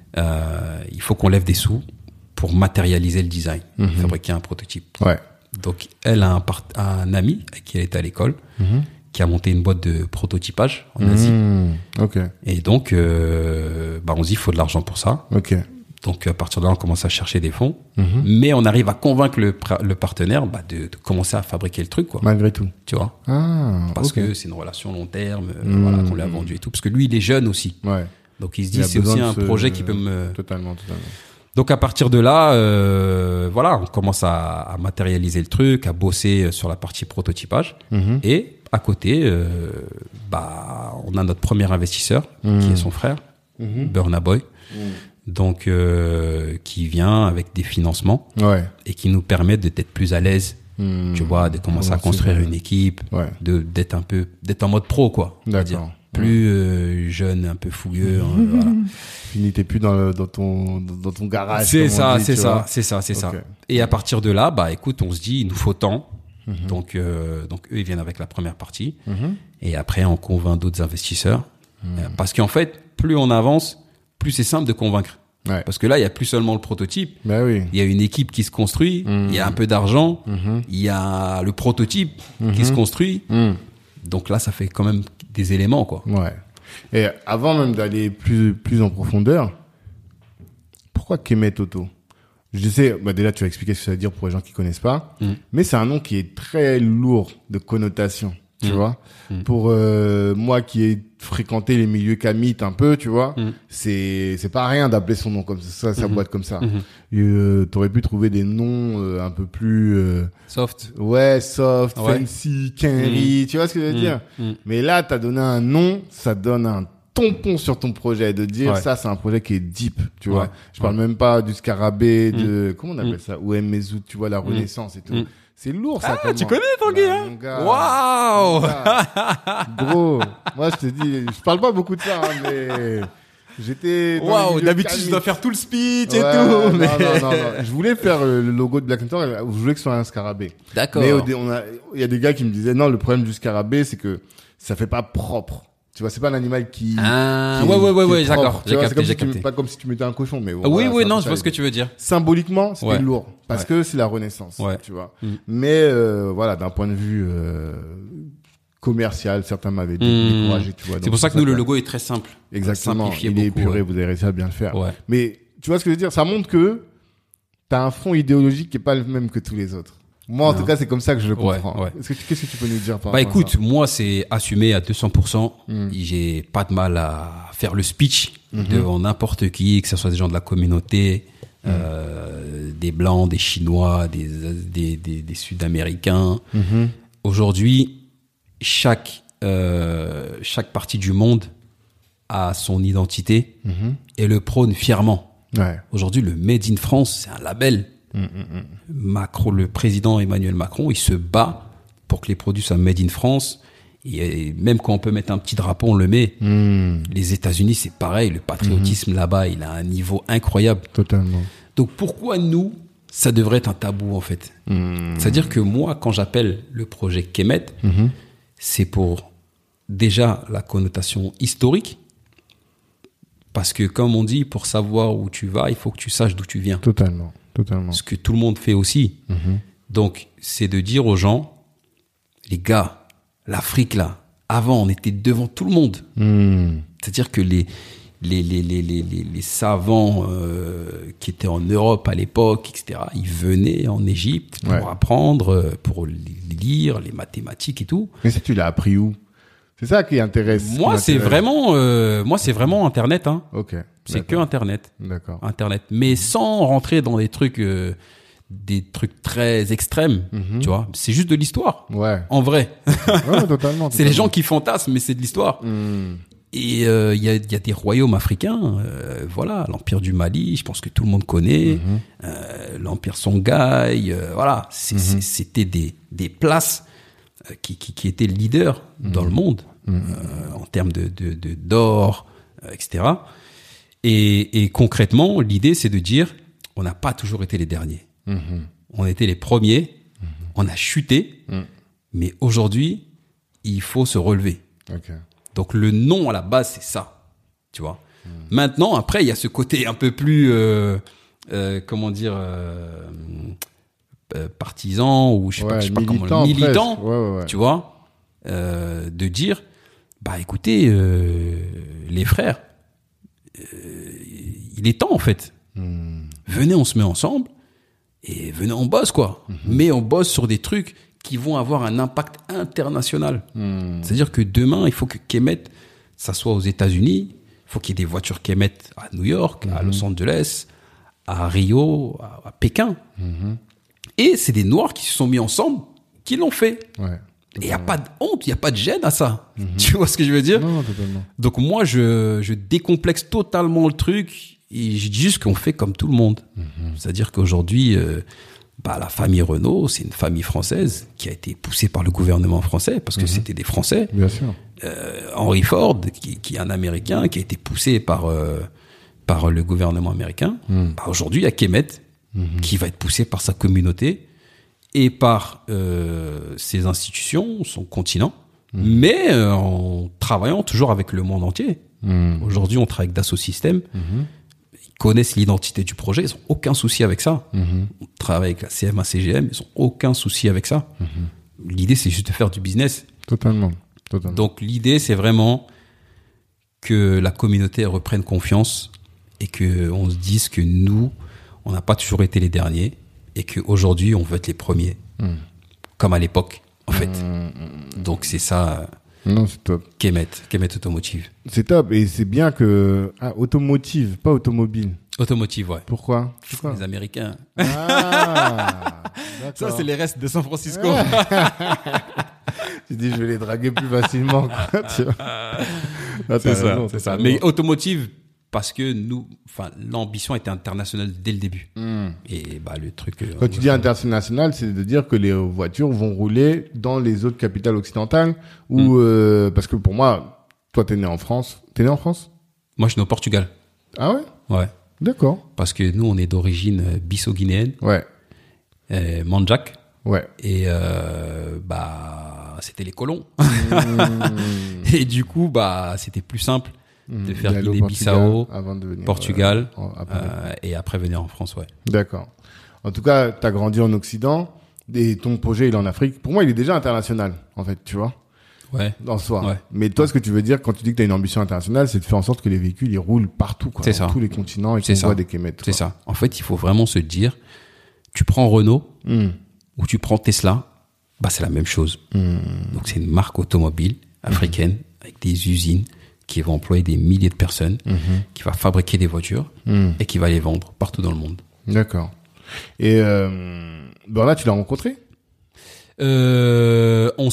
il faut qu'on lève des sous pour matérialiser le design, fabriquer un prototype. Ouais. Donc, elle a un ami avec qui elle était à l'école, qui a monté une boîte de prototypage en Asie. Ok. Et donc, on se dit, il faut de l'argent pour ça. Ok. Donc, à partir de là, on commence à chercher des fonds. Mais on arrive à convaincre le partenaire de commencer à fabriquer le truc, quoi. Malgré tout. Tu vois. Parce que c'est une relation long terme, qu'on lui a vendu et tout. Parce que lui, il est jeune aussi. Ouais. Donc, il se dit, c'est aussi un projet qui peut me... Totalement. Donc, à partir de là, on commence à matérialiser le truc, à bosser sur la partie prototypage. Et à côté, on a notre premier investisseur, qui est son frère, Burna Boy. Donc, qui vient avec des financements et qui nous permet d'être plus à l'aise, tu vois, de commencer à construire une équipe, d'être en mode pro, quoi. D'accord. Plus jeune, un peu fougueux. Voilà. Tu n'étais plus dans ton garage. C'est ça. Et à partir de là, écoute, on se dit, il nous faut tant. Donc eux, ils viennent avec la première partie. Et après, on convainc d'autres investisseurs. Parce qu'en fait, plus on avance, plus c'est simple de convaincre. Ouais. Parce que là, il y a plus seulement le prototype. Bah oui. Il y a une équipe qui se construit. Il y a un peu d'argent. Il y a le prototype qui se construit. Donc là, ça fait quand même des éléments, quoi. Ouais. Et avant même d'aller plus en profondeur, pourquoi Kemet Auto? Je sais, déjà tu vas expliquer ce que ça veut dire pour les gens qui connaissent pas, mais c'est un nom qui est très lourd de connotations, tu vois. Pour moi qui ai fréquenté les milieux kamites un peu, tu vois, c'est pas rien d'appeler son nom comme ça, sa boîte comme ça. T'aurais pu trouver des noms un peu plus soft. Ouais, soft, fancy, Kenry, tu vois ce que je veux dire. Mais là, t'as donné un nom, ça donne un tampon sur ton projet, de dire ça, c'est un projet qui est deep, tu vois. Je parle même pas du scarabée, de comment on appelle ça, Ouem Mezout, tu vois, la Renaissance et tout. C'est lourd, ça. Ah, tu connais, Tanguy, hein? Waouh! Gros. Moi, je te dis, je parle pas beaucoup de ça, hein, mais j'étais... Waouh, d'habitude, je dois faire tout le speech et tout. Non, mais... non. Je voulais faire le logo de Black Panther, je voulais que ce soit un scarabée. D'accord. Mais il y a des gars qui me disaient, non, le problème du scarabée, c'est que ça fait pas propre. Tu vois, c'est pas un animal qui ouais, d'accord. J'ai capté. Pas comme si tu mettais un cochon, mais bon, oui, non, je vois ce que tu veux dire. Symboliquement, c'était lourd. Parce que c'est la Renaissance, tu vois. Mais, d'un point de vue, commercial, certains m'avaient découragé, tu vois. C'est pour ça que nous, le logo est très simple. Exactement. Il est épuré, vous avez réussi à bien le faire. Ouais. Mais, tu vois ce que je veux dire? Ça montre que t'as un fond idéologique qui est pas le même que tous les autres. Moi, en tout cas, c'est comme ça que je le comprends. Ouais. Qu'est-ce que tu peux nous dire par rapport écoute, à ça? moi, c'est assumé à 200%. J'ai pas de mal à faire le speech devant n'importe qui, que ce soit des gens de la communauté, des Blancs, des Chinois, des Sud-Américains. Aujourd'hui, chaque partie du monde a son identité et le prône fièrement. Ouais. Aujourd'hui, le Made in France, c'est un label. Macron, le président Emmanuel Macron, il se bat pour que les produits soient made in France. Et même quand on peut mettre un petit drapeau, on le met. Les États-Unis, c'est pareil. Le patriotisme là-bas, il a un niveau incroyable. Totalement. Donc pourquoi nous, ça devrait être un tabou en fait? C'est-à-dire que moi, quand j'appelle le projet Kemet, c'est pour déjà la connotation historique. Parce que comme on dit, pour savoir où tu vas, il faut que tu saches d'où tu viens. Totalement. Ce que tout le monde fait aussi. Donc, c'est de dire aux gens, les gars, l'Afrique là, avant, on était devant tout le monde. C'est-à-dire que les savants qui étaient en Europe à l'époque, etc., ils venaient en Égypte pour apprendre, pour lire les mathématiques et tout. Mais ça, tu l'as appris où? C'est ça qui intéresse. Moi, c'est vraiment Internet. Hein. Ok. C'est que Internet. D'accord. Internet, mais sans rentrer dans des trucs très extrêmes, tu vois. C'est juste de l'histoire. Ouais. En vrai. Ouais, totalement. C'est les gens qui fantasment, mais c'est de l'histoire. Et il y a des royaumes africains, voilà, l'empire du Mali, je pense que tout le monde connaît, l'empire Songhai, voilà, c'était des places qui étaient leaders dans le monde en termes d'or, etc. Et concrètement, l'idée c'est de dire, on n'a pas toujours été les derniers, on était les premiers, on a chuté, mais aujourd'hui il faut se relever. Ok. Donc le nom à la base c'est ça, tu vois. Maintenant après il y a ce côté un peu plus comment dire partisan ou je sais pas comment militant, tu vois, de dire bah écoutez les frères, il est temps en fait. Venez, on se met ensemble et venez on bosse quoi. Mais on bosse sur des trucs qui vont avoir un impact international. C'est-à-dire que demain, il faut que Kemet, ça soit aux États-Unis, il faut qu'il y ait des voitures Kemet à New York, à Los Angeles, à Rio, à Pékin. Et c'est des Noirs qui se sont mis ensemble, qui l'ont fait. Ouais. Et il n'y a pas de honte, il n'y a pas de gêne à ça. Tu vois ce que je veux dire? Non, totalement. Donc moi, je décomplexe totalement le truc et je dis juste qu'on fait comme tout le monde. C'est-à-dire qu'aujourd'hui... la famille Renault, c'est une famille française qui a été poussée par le gouvernement français parce que c'était des Français. Bien sûr. Henry Ford, qui est un Américain, qui a été poussé par le gouvernement américain. Aujourd'hui, il y a Kemet qui va être poussé par sa communauté et par ses institutions, son continent, mais en travaillant toujours avec le monde entier. Aujourd'hui, on travaille avec Dassault Systèmes. Connaissent l'identité du projet, ils n'ont aucun souci avec ça. On travaille avec la CMA CGM, ils n'ont aucun souci avec ça. L'idée, c'est juste de faire du business. Totalement. Donc, l'idée, c'est vraiment que la communauté reprenne confiance et qu'on se dise que nous, on n'a pas toujours été les derniers et qu'aujourd'hui, on veut être les premiers. Comme à l'époque, en fait. Donc, c'est ça... Non, c'est top. Kemet Automotive. C'est top. Et c'est bien que... Ah, automotive, pas automobile. Automotive, ouais. Pourquoi Les Américains. Ah, ça, c'est les restes de San Francisco. Tu dis, je vais les draguer plus facilement. Quoi, tu vois. Ah, c'est ça. Mais automotive, parce que l'ambition était internationale dès le début. Et le truc. Quand tu dis international, c'est de dire que les voitures vont rouler dans les autres capitales occidentales ou parce que pour moi, toi, t'es né en France. T'es né en France? Moi, je suis né au Portugal. Ah ouais? Ouais. D'accord. Parce que nous, on est d'origine bissau-guinéenne. Ouais. Mandjak. Ouais. Et c'était les colons. Et du coup, c'était plus simple de faire Guinée-Bissau, Portugal, et après venir en France, ouais. D'accord. En tout cas, t'as grandi en Occident et ton projet il est en Afrique. Pour moi, il est déjà international, en fait, tu vois. Ouais. En soi. Ouais. Mais toi, ce que tu veux dire quand tu dis que t'as une ambition internationale, c'est de faire en sorte que les véhicules ils roulent partout, quoi. C'est ça. Dans tous les continents et qu'on voit des Kemet. C'est ça. En fait, il faut vraiment se dire, tu prends Renault ou tu prends Tesla, c'est la même chose. Donc c'est une marque automobile africaine avec des usines qui vont employer des milliers de personnes, qui va fabriquer des voitures et qui va les vendre partout dans le monde. D'accord. Et là, tu l'as rencontré? On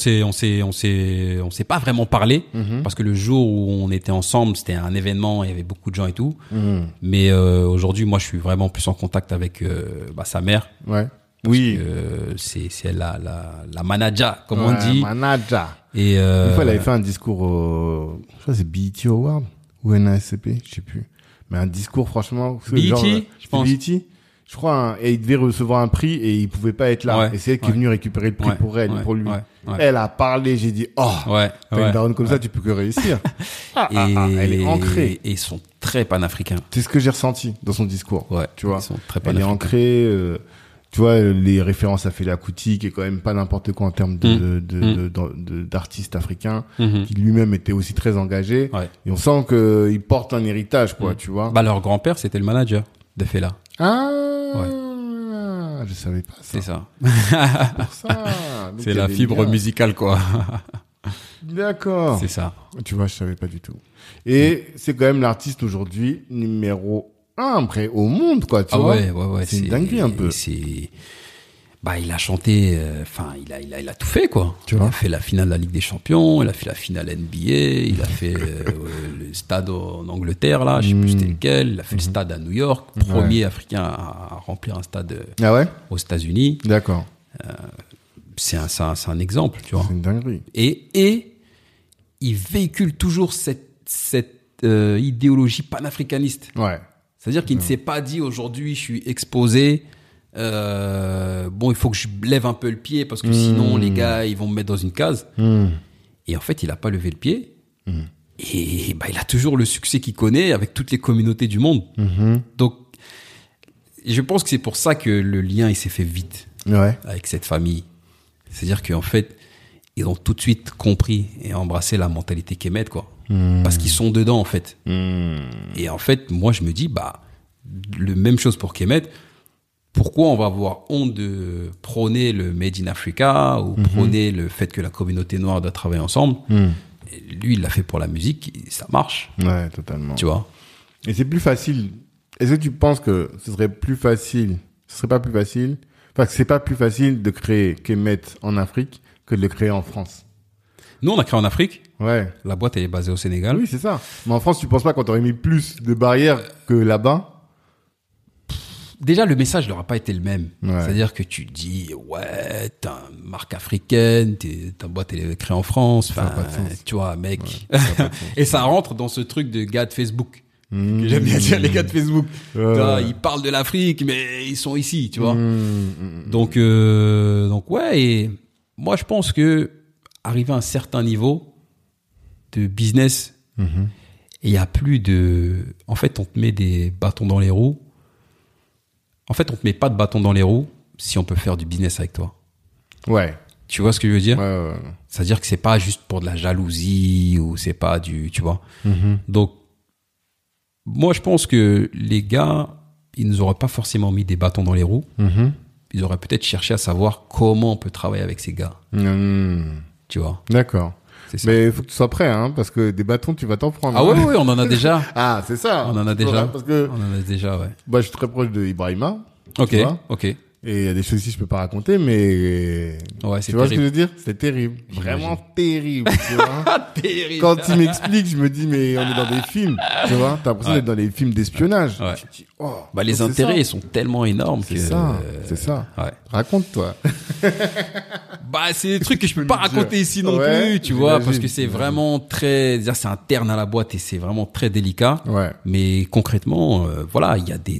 s'est pas vraiment parlé parce que le jour où on était ensemble, c'était un événement, il y avait beaucoup de gens et tout. Mais aujourd'hui, moi, je suis vraiment plus en contact avec sa mère. Ouais. Oui. C'est la manager, comme on dit. Manager. Et une fois, elle avait fait un discours au, je crois que c'est BET Award ou NASCP, je sais plus. Mais un discours, franchement. BET, je pense. BET. Je crois, et il devait recevoir un prix et il pouvait pas être là. Ouais, et c'est elle qui est venue récupérer le prix pour elle, pour lui. Elle a parlé, j'ai dit, t'as une daronne comme ça, tu peux que réussir. Elle est ancrée. Et ils sont très panafricains. C'est ce que j'ai ressenti dans son discours. Ouais. Tu vois. Ils sont très elle est panafricains. ancrée, tu vois, les références à Fela Kuti, qui est quand même pas n'importe quoi en termes d'artiste africain, qui lui-même était aussi très engagé. Ouais. Et on sent que il porte un héritage, quoi, tu vois. Bah, leur grand-père, c'était le manager de Fela. Ah, ouais. Je savais pas ça. C'est ça. Pour ça. Donc, C'est la fibre musicale, quoi. D'accord. C'est ça. Tu vois, je savais pas du tout. Et c'est quand même l'artiste aujourd'hui numéro 1 après au monde, quoi, tu vois. Ouais. C'est une dinguerie un peu. Bah, il a chanté, il a tout fait, quoi. Tu il vois. a fait la finale de la Ligue des Champions, il a fait la finale NBA, il a fait le stade en Angleterre, là, je sais plus c'était lequel, il a fait le stade à New York, premier Africain à remplir un stade Ah ouais? aux États-Unis. D'accord. C'est un exemple, tu vois. C'est une dinguerie. Et il véhicule toujours cette idéologie panafricaniste. Ouais. C'est-à-dire qu'il ne s'est pas dit aujourd'hui je suis exposé, il faut que je lève un peu le pied parce que sinon les gars ils vont me mettre dans une case. Et en fait il a pas levé le pied. Et bah il a toujours le succès qu'il connaît avec toutes les communautés du monde. Donc je pense que c'est pour ça que le lien il s'est fait vite avec cette famille. C'est-à-dire qu'en fait ils ont tout de suite compris et embrassé la mentalité Kemet, quoi. Parce qu'ils sont dedans, en fait. Et en fait, moi, je me dis, le même chose pour Kemet. Pourquoi on va avoir honte de prôner le Made in Africa ou prôner le fait que la communauté noire doit travailler ensemble? Et lui, il l'a fait pour la musique, et ça marche. Ouais, totalement. Tu vois? Et c'est plus facile. Est-ce que tu penses que ce serait pas plus facile, que c'est pas plus facile de créer Kemet en Afrique que de le créer en France? Nous, on a créé en Afrique. Ouais. La boîte, elle est basée au Sénégal. Oui, c'est ça. Mais en France, tu penses pas qu'on aurait mis plus de barrières que là-bas? Déjà, le message n'aura pas été le même. Ouais. C'est-à-dire que tu dis, ouais, t'as une marque africaine, ta boîte, elle est créée en France. Enfin, tu vois, mec. Ouais, ça et ça rentre dans ce truc de gars de Facebook. Que j'aime bien dire les gars de Facebook. Ils parlent de l'Afrique, mais ils sont ici, tu vois. Donc ouais, et moi, je pense que arrivé à un certain niveau de business, et il y a plus de... En fait, on te met des bâtons dans les roues. En fait, on te met pas de bâtons dans les roues si on peut faire du business avec toi. Ouais. Tu vois ce que je veux dire? Ouais. C'est-à-dire que c'est pas juste pour de la jalousie ou c'est pas du... Tu vois? Donc, moi, je pense que les gars, ils nous auraient pas forcément mis des bâtons dans les roues. Ils auraient peut-être cherché à savoir comment on peut travailler avec ces gars. Tu vois? D'accord. Mais il faut que tu sois prêt, hein, parce que des bâtons, tu vas t'en prendre. Ah ouais, on en a déjà. Ah, c'est ça. On en a déjà. Parce que on en a déjà, ouais. Moi, je suis très proche de Ibrahima. Ok. Tu vois. Ok. Et il y a des choses ici que je peux pas raconter, mais ouais, c'est tu vois terrible. ce que je veux dire? C'est terrible. Vraiment terrible, tu vois. Terrible. Quand il m'explique, je me dis, mais on est dans des films, tu vois. T'as l'impression d'être dans des films d'espionnage. Ouais. Tu te dis, oh. Bah, les intérêts, ils sont tellement énormes C'est que... ça. C'est ça. Ouais. Raconte-toi. Bah, c'est des trucs que je peux pas le dire. raconter ici non Ouais, plus, tu vois, parce j'imagine, que c'est vraiment très, c'est interne à la boîte et c'est vraiment très délicat. Ouais. Mais concrètement, voilà, il y a des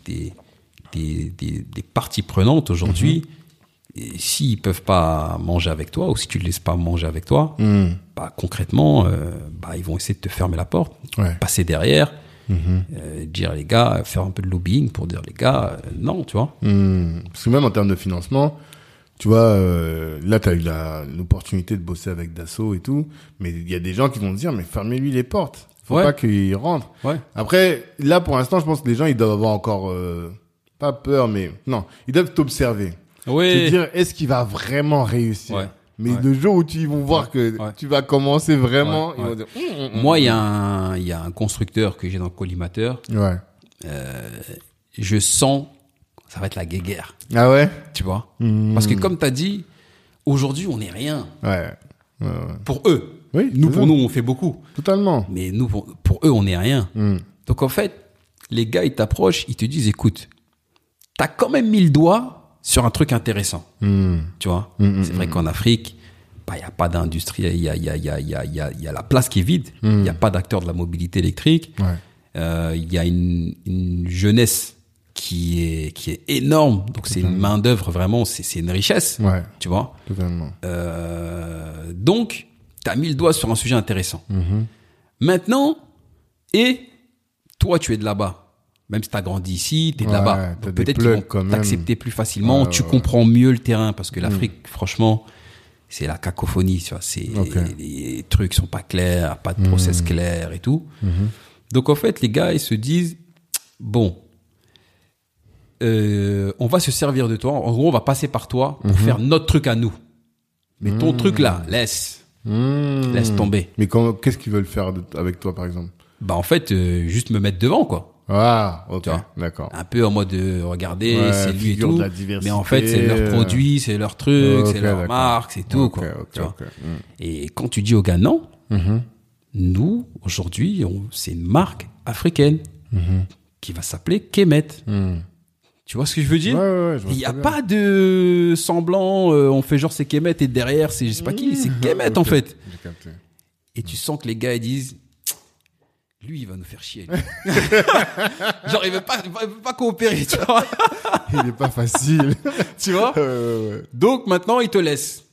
parties prenantes aujourd'hui. Et s'ils peuvent pas manger avec toi ou si tu les laisses pas manger avec toi, bah concrètement, ils vont essayer de te fermer la porte, passer derrière, dire les gars, faire un peu de lobbying pour dire les gars, non, tu vois. Parce que même en termes de financement, tu vois, là, tu as eu l'opportunité de bosser avec Dassault et tout, mais il y a des gens qui vont te dire, mais fermez-lui les portes. Faut pas qu'il rentre. Ouais. Après, là, pour l'instant, je pense que les gens, ils doivent avoir encore, pas peur, mais non, ils doivent t'observer. Oui. Te dire, est-ce qu'il va vraiment réussir? Mais le jour où ils vont voir que tu vas commencer vraiment, ils vont dire, Moi, il y a un constructeur que j'ai dans le collimateur. Ouais. Je sens, ça va être la guéguerre. Ah ouais? Tu vois? Parce que comme t'as dit, aujourd'hui, on n'est rien. Ouais. Pour eux. Oui. Nous, pour nous, on fait beaucoup. Totalement. Mais nous, pour eux, on n'est rien. Donc, en fait, les gars, ils t'approchent, ils te disent, écoute, t'as quand même mis le doigt sur un truc intéressant. Tu vois? C'est vrai qu'en Afrique, il y a pas d'industrie, il y a la place qui est vide. Il y a pas d'acteurs de la mobilité électrique. Il y a une jeunesse qui est énorme. Donc, c'est une main d'œuvre vraiment, c'est une richesse. Tu vois? Totalement. Donc, t'as mis le doigt sur un sujet intéressant. Maintenant, et toi, tu es de là-bas. Même si t'as grandi ici, t'es de Ouais, là-bas. t'as Donc des peut-être qu'ils vont plugs quand même. t'accepter plus facilement. Tu comprends mieux le terrain parce que l'Afrique, franchement, c'est la cacophonie, tu vois. Les trucs sont pas clairs, pas de process clair et tout. Donc en fait, les gars, ils se disent, bon, on va se servir de toi. En gros, on va passer par toi pour faire notre truc à nous. Mais ton truc là, laisse tomber. Mais qu'est-ce qu'ils veulent faire avec toi, par exemple? Bah en fait, juste me mettre devant, quoi. Ah, ok, Tu vois. d'accord. Un peu en mode de regarder, Ouais, c'est lui et figure tout. de la diversité. Mais en fait, c'est leur produit, c'est leur truc, Ok, c'est leur d'accord. marque, c'est tout, Ok, quoi. ok, Tu vois. ok. Et quand tu dis aux gars non, nous, aujourd'hui, c'est une marque africaine qui va s'appeler Kemet. Tu vois ce que je veux dire? Ouais, je vois Il n'y a très bien. pas de semblant, on fait genre c'est Kemet et derrière c'est je sais pas qui, c'est Kemet en Ok, fait. J'ai capté. Et tu sens que les gars ils disent, lui il va nous faire chier. Lui. Genre il veut pas coopérer, tu vois. Il est pas facile. Tu vois? Ouais. Donc maintenant ils te laissent.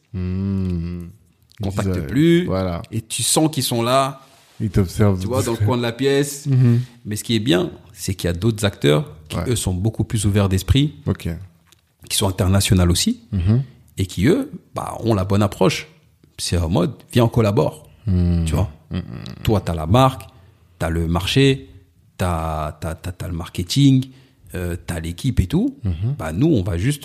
Contacte plus. Voilà. Et tu sens qu'ils sont là, Ils t'observent. tu vois, dans le coin de la pièce. Mais ce qui est bien, c'est qu'il y a d'autres acteurs qui, eux, sont beaucoup plus ouverts d'esprit, Ok. qui sont internationaux aussi, et qui, eux, ont la bonne approche. C'est en mode, viens, on collabore. Tu vois. Toi, t'as la marque, t'as le marché, t'as le marketing, t'as l'équipe et tout. Nous, on va juste,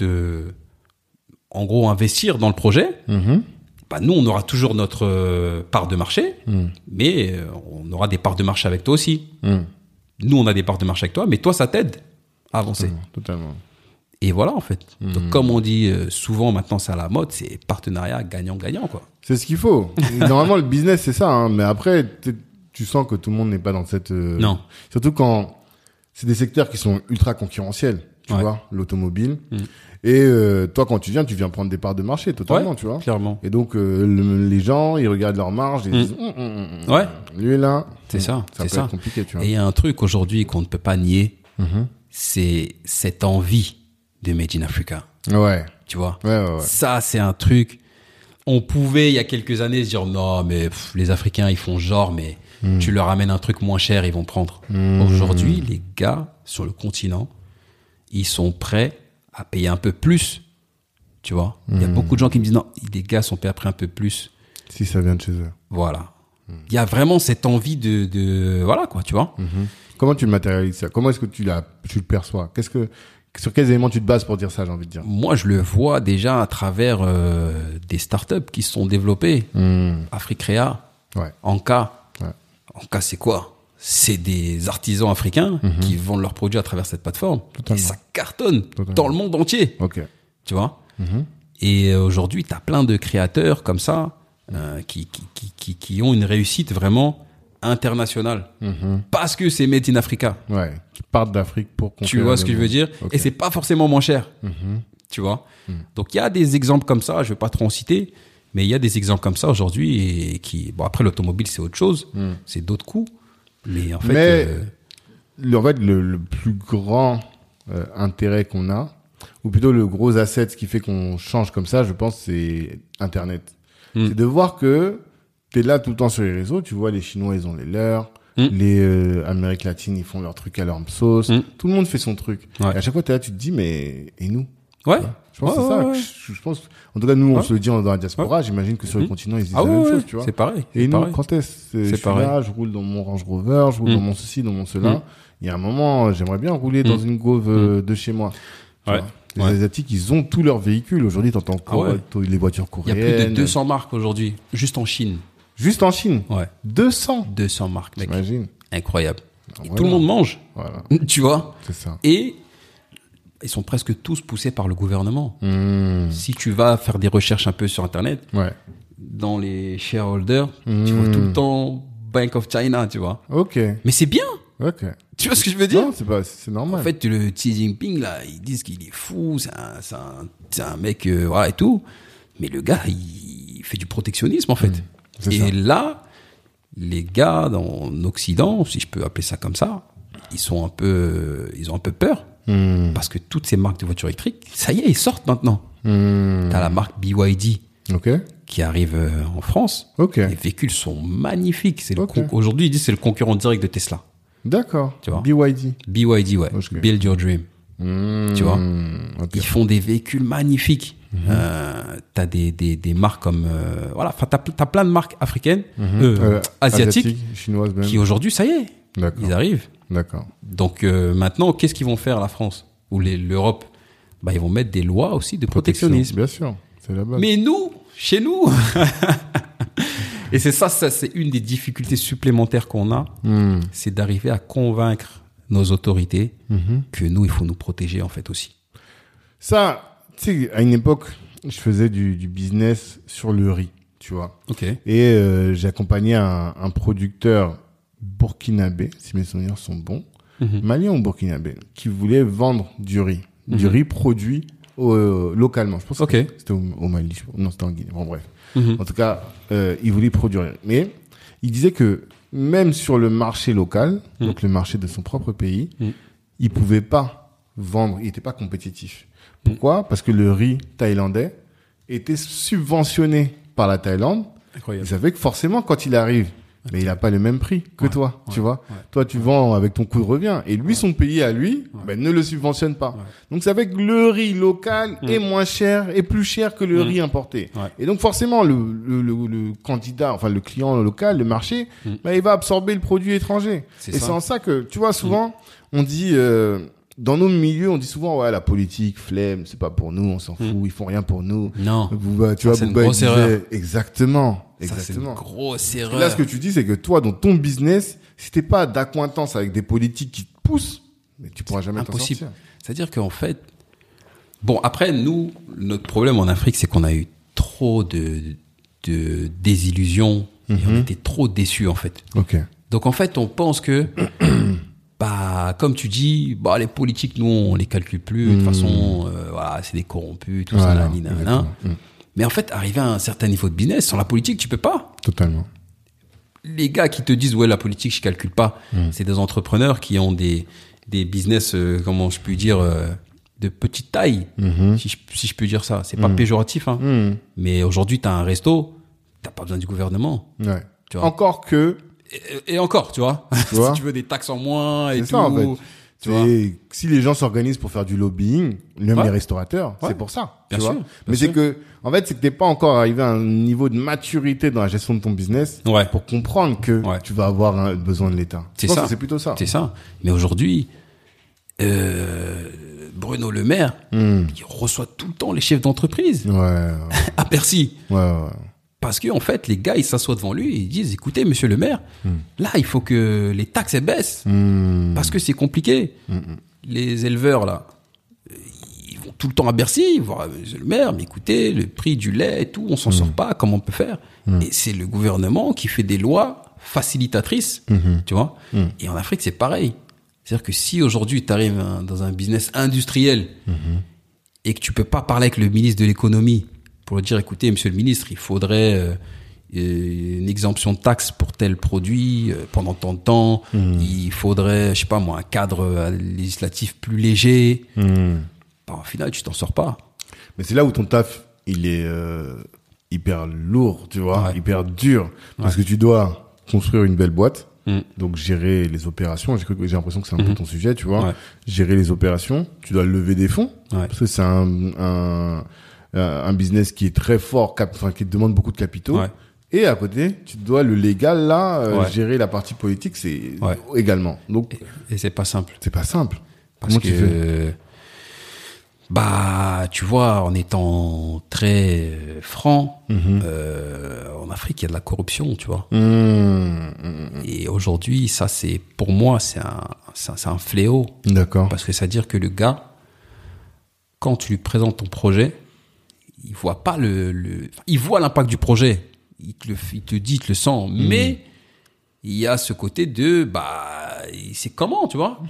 en gros, investir dans le projet. Nous, on aura toujours notre part de marché, mais on aura des parts de marché avec toi aussi. Nous, on a des parts de marché avec toi, mais toi, ça t'aide à avancer. Totalement. Et voilà, en fait. Donc, comme on dit souvent, maintenant, c'est à la mode, c'est partenariat gagnant-gagnant, quoi. C'est ce qu'il faut. Normalement, le business, c'est ça. Hein. Mais après, tu sens que tout le monde n'est pas dans cette... Non. Surtout quand c'est des secteurs qui sont ultra concurrentiels. Tu Ouais. vois, l'automobile. Et toi, quand tu viens prendre des parts de marché totalement, Ouais, tu vois. clairement. Et donc, les gens, ils regardent leur marge et ils disent, Ouais. lui là, C'est ça, ça c'est peut ça. être compliqué, tu vois. Et il y a un truc aujourd'hui qu'on ne peut pas nier, c'est cette envie de Made in Africa. Ouais. Tu vois. Ouais. Ça, c'est un truc. On pouvait, il y a quelques années, se dire non, mais les Africains, ils font genre, mais tu leur amènes un truc moins cher, ils vont prendre. Aujourd'hui, les gars sur le continent, ils sont prêts à payer un peu plus. Tu vois. Il y a beaucoup de gens qui me disent non, les gars sont prêts à payer un peu plus. Si ça vient de chez eux. Voilà. Il y a vraiment cette envie de voilà, quoi, tu vois. Comment tu le matérialises ça? Comment est-ce que tu le perçois? Sur quels éléments tu te bases pour dire ça, j'ai envie de dire? Moi, je le vois déjà à travers des startups qui se sont développées. Africrea, Ouais. Anka. Ouais. Anka, c'est quoi? C'est des artisans africains qui vendent leurs produits à travers cette plateforme. Totalement. Et ça cartonne dans le monde entier. Ok. Tu vois? Et aujourd'hui, tu as plein de créateurs comme ça qui ont une réussite vraiment internationale. Parce que c'est Made in Africa. Ouais. Qui partent d'Afrique pour Tu conquérir vois le ce que je veux monde. dire? Ok. Et c'est pas forcément moins cher. Tu vois? Donc il y a des exemples comme ça, je vais pas trop en citer, mais il y a des exemples comme ça aujourd'hui et qui, bon, après l'automobile c'est autre chose, c'est d'autres coûts. Mais en fait, En fait, le plus grand intérêt qu'on a, ou plutôt le gros asset qui fait qu'on change comme ça, je pense, c'est Internet. C'est de voir que t'es là tout le temps sur les réseaux, tu vois, les Chinois, ils ont les leurs, les Amériques latines, ils font leur truc à leur sauce, tout le monde fait son truc. Ouais. Et à chaque fois, t'es là, tu te dis, mais, et nous? ouais. Je pense que c'est ça. Je pense, en tout cas, nous, on se le dit dans la diaspora, j'imagine que sur le continent, ils disent la même chose, tu vois. C'est pareil. Et c'est nous, pareil. quand je suis pareil. là, je roule dans mon Range Rover, je roule dans mon ceci, dans mon cela. Il y a un moment, j'aimerais bien rouler dans une Gove de chez moi. Tu Ouais. vois. Les Asiatiques, ils ont tous leurs véhicules. Aujourd'hui, t'entends les voitures Il y a coréennes. plus de 200 marques aujourd'hui, juste en Chine. Juste en Chine. Ouais. 200. 200 marques, mec. T'imagines? Incroyable. Et Voilà. tout le monde mange. Voilà. Tu vois? C'est ça. Et ils sont presque tous poussés par le gouvernement. Si tu vas faire des recherches un peu sur Internet, Ouais. dans les shareholders, tu vois tout le temps Bank of China, tu vois. Ok. Mais c'est bien. Ok. Tu vois ce que je veux dire? Non, c'est normal. En fait, le Xi Jinping, là, ils disent qu'il est fou, c'est un mec, voilà, et tout. Mais le gars, il fait du protectionnisme, en fait. C'est Et ça. là, les gars dans l'Occident, si je peux appeler ça comme ça, ils ont un peu peur. Parce que toutes ces marques de voitures électriques, ça y est, ils sortent maintenant. T'as la marque BYD Ok. qui arrive en France. Ok. Les véhicules sont magnifiques. Ok. Aujourd'hui, ils disent que c'est le concurrent direct de Tesla. D'accord. Tu vois. BYD. BYD, ouais. Okay. Build Your Dream. Tu vois. Okay. Ils font des véhicules magnifiques. T'as des marques comme voilà, enfin t'as plein de marques africaines, asiatiques, chinoises même, qui aujourd'hui ça y est, ils arrivent. D'accord. Donc maintenant, qu'est-ce qu'ils vont faire la France ou l'Europe? Bah ils vont mettre des lois aussi de protectionnisme. Bien sûr, c'est la base. Mais nous, chez nous, et c'est ça c'est une des difficultés supplémentaires qu'on a, c'est d'arriver à convaincre nos autorités que nous, il faut nous protéger en fait aussi. Ça. Tu sais, à une époque, je faisais du business sur le riz, tu vois. Ok. Et j'accompagnais un producteur burkinabé, si mes souvenirs sont bons, malien ou burkinabé, qui voulait vendre du riz produit localement. Je pense que c'était au Mali, non, c'était en Guinée. Bon, bref. En tout cas, il voulait produire. Mais il disait que même sur le marché local, donc le marché de son propre pays, il pouvait pas vendre, il était pas compétitif. Pourquoi? Parce que le riz thaïlandais était subventionné par la Thaïlande. Incroyable. Ça fait que forcément, quand il arrive, mais il a pas le même prix que toi, tu vois. Toi, tu vends avec ton coût de revient. Et lui, son pays à lui, ne le subventionne pas. Donc, ça fait que le riz local est moins cher et plus cher que le riz importé. Et donc, forcément, le candidat, enfin, le client local, le marché, il va absorber le produit étranger. C'est en ça que, tu vois, souvent, on dit, dans nos milieux, on dit souvent, ouais, la politique, flemme, c'est pas pour nous, on s'en fout, ils font rien pour nous. Non. Tu vois, c'est une grosse erreur. Exactement. Ça, c'est une grosse erreur. Là, ce que tu dis, c'est que toi, dans ton business, si t'es pas d'accointance avec des politiques qui te poussent, mais tu pourras jamais t'en sortir. C'est-à-dire qu'en fait, bon, après, nous, notre problème en Afrique, c'est qu'on a eu trop de désillusions et on était trop déçus, en fait. Ok. Donc, en fait, on pense que, bah, comme tu dis, bah, les politiques, nous, on les calcule plus. De toute façon, voilà, c'est des corrompus, tout ça, nanana. Mais en fait, arriver à un certain niveau de business, sans la politique, tu peux pas. Totalement. Les gars qui te disent, ouais, la politique, je calcule pas. C'est des entrepreneurs qui ont des business, comment je peux dire, de petite taille. Si je peux dire ça. C'est pas péjoratif, hein. Mais aujourd'hui, t'as un resto, t'as pas besoin du gouvernement. Ouais. Tu vois. Encore que. Et encore, tu vois. Si tu veux des taxes en moins et tout. Ça, en fait. Si les gens s'organisent pour faire du lobbying, même les restaurateurs, c'est pour ça. Bien tu sûr, vois. Mais c'est que, en fait, c'est que t'es pas encore arrivé à un niveau de maturité dans la gestion de ton business pour comprendre que tu vas avoir besoin de l'État. C'est ça. C'est plutôt ça. C'est ça. Mais aujourd'hui, Bruno Le Maire, il reçoit tout le temps les chefs d'entreprise. À Bercy. Parce que, en fait, les gars, ils s'assoient devant lui et ils disent, écoutez, monsieur le maire, là, il faut que les taxes, elles baissent. Parce que c'est compliqué. Les éleveurs, là, ils vont tout le temps à Bercy, voir monsieur le maire, mais écoutez, le prix du lait et tout, on s'en sort pas, comment on peut faire? Et c'est le gouvernement qui fait des lois facilitatrices, tu vois. Et en Afrique, c'est pareil. C'est-à-dire que si aujourd'hui, tu arrives dans un business industriel et que tu peux pas parler avec le ministre de l'économie pour dire, écoutez, monsieur le ministre, il faudrait une exemption de taxes pour tel produit pendant tant de temps. Il faudrait, je sais pas moi, un cadre législatif plus léger. Bah, au final, tu t'en sors pas. Mais c'est là où ton taf, il est hyper lourd, tu vois, hyper dur. Parce que tu dois construire une belle boîte. Donc, gérer les opérations. J'ai l'impression que c'est un peu ton sujet, tu vois. Gérer les opérations. Tu dois lever des fonds. Parce que c'est un business qui est très fort, qui te demande beaucoup de capitaux. Et à côté, tu dois le légal, là, gérer la partie politique, c'est également. Donc, et c'est pas simple. C'est pas simple. Comment tu fais? Bah, tu vois, en étant très franc, en Afrique, il y a de la corruption, tu vois. Et aujourd'hui, ça, c'est, pour moi, c'est un fléau. D'accord. Parce que ça veut dire que le gars, quand tu lui présentes ton projet, il voit pas il voit l'impact du projet. Il te dit, il te le sent. Mais, il y a ce côté de, bah, c'est comment, tu vois?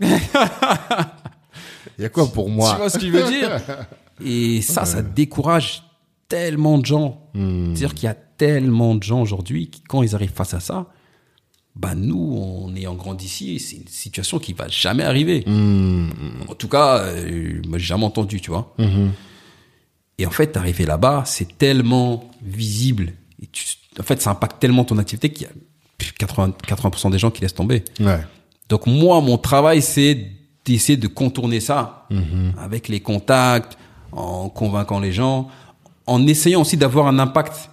Il y a quoi pour moi? Tu vois ce qu'il veut dire? Et ça décourage tellement de gens. C'est-à-dire qu'il y a tellement de gens aujourd'hui qui, quand ils arrivent face à ça, bah nous, on est en grandi ici, c'est une situation qui va jamais arriver. En tout cas, moi, j'ai jamais entendu, tu vois. Et en fait, arrivé là-bas, c'est tellement visible. Et en fait, ça impacte tellement ton activité qu'il y a 80% des gens qui laissent tomber. Donc moi, mon travail, c'est d'essayer de contourner ça avec les contacts, en convainquant les gens, en essayant aussi d'avoir un impact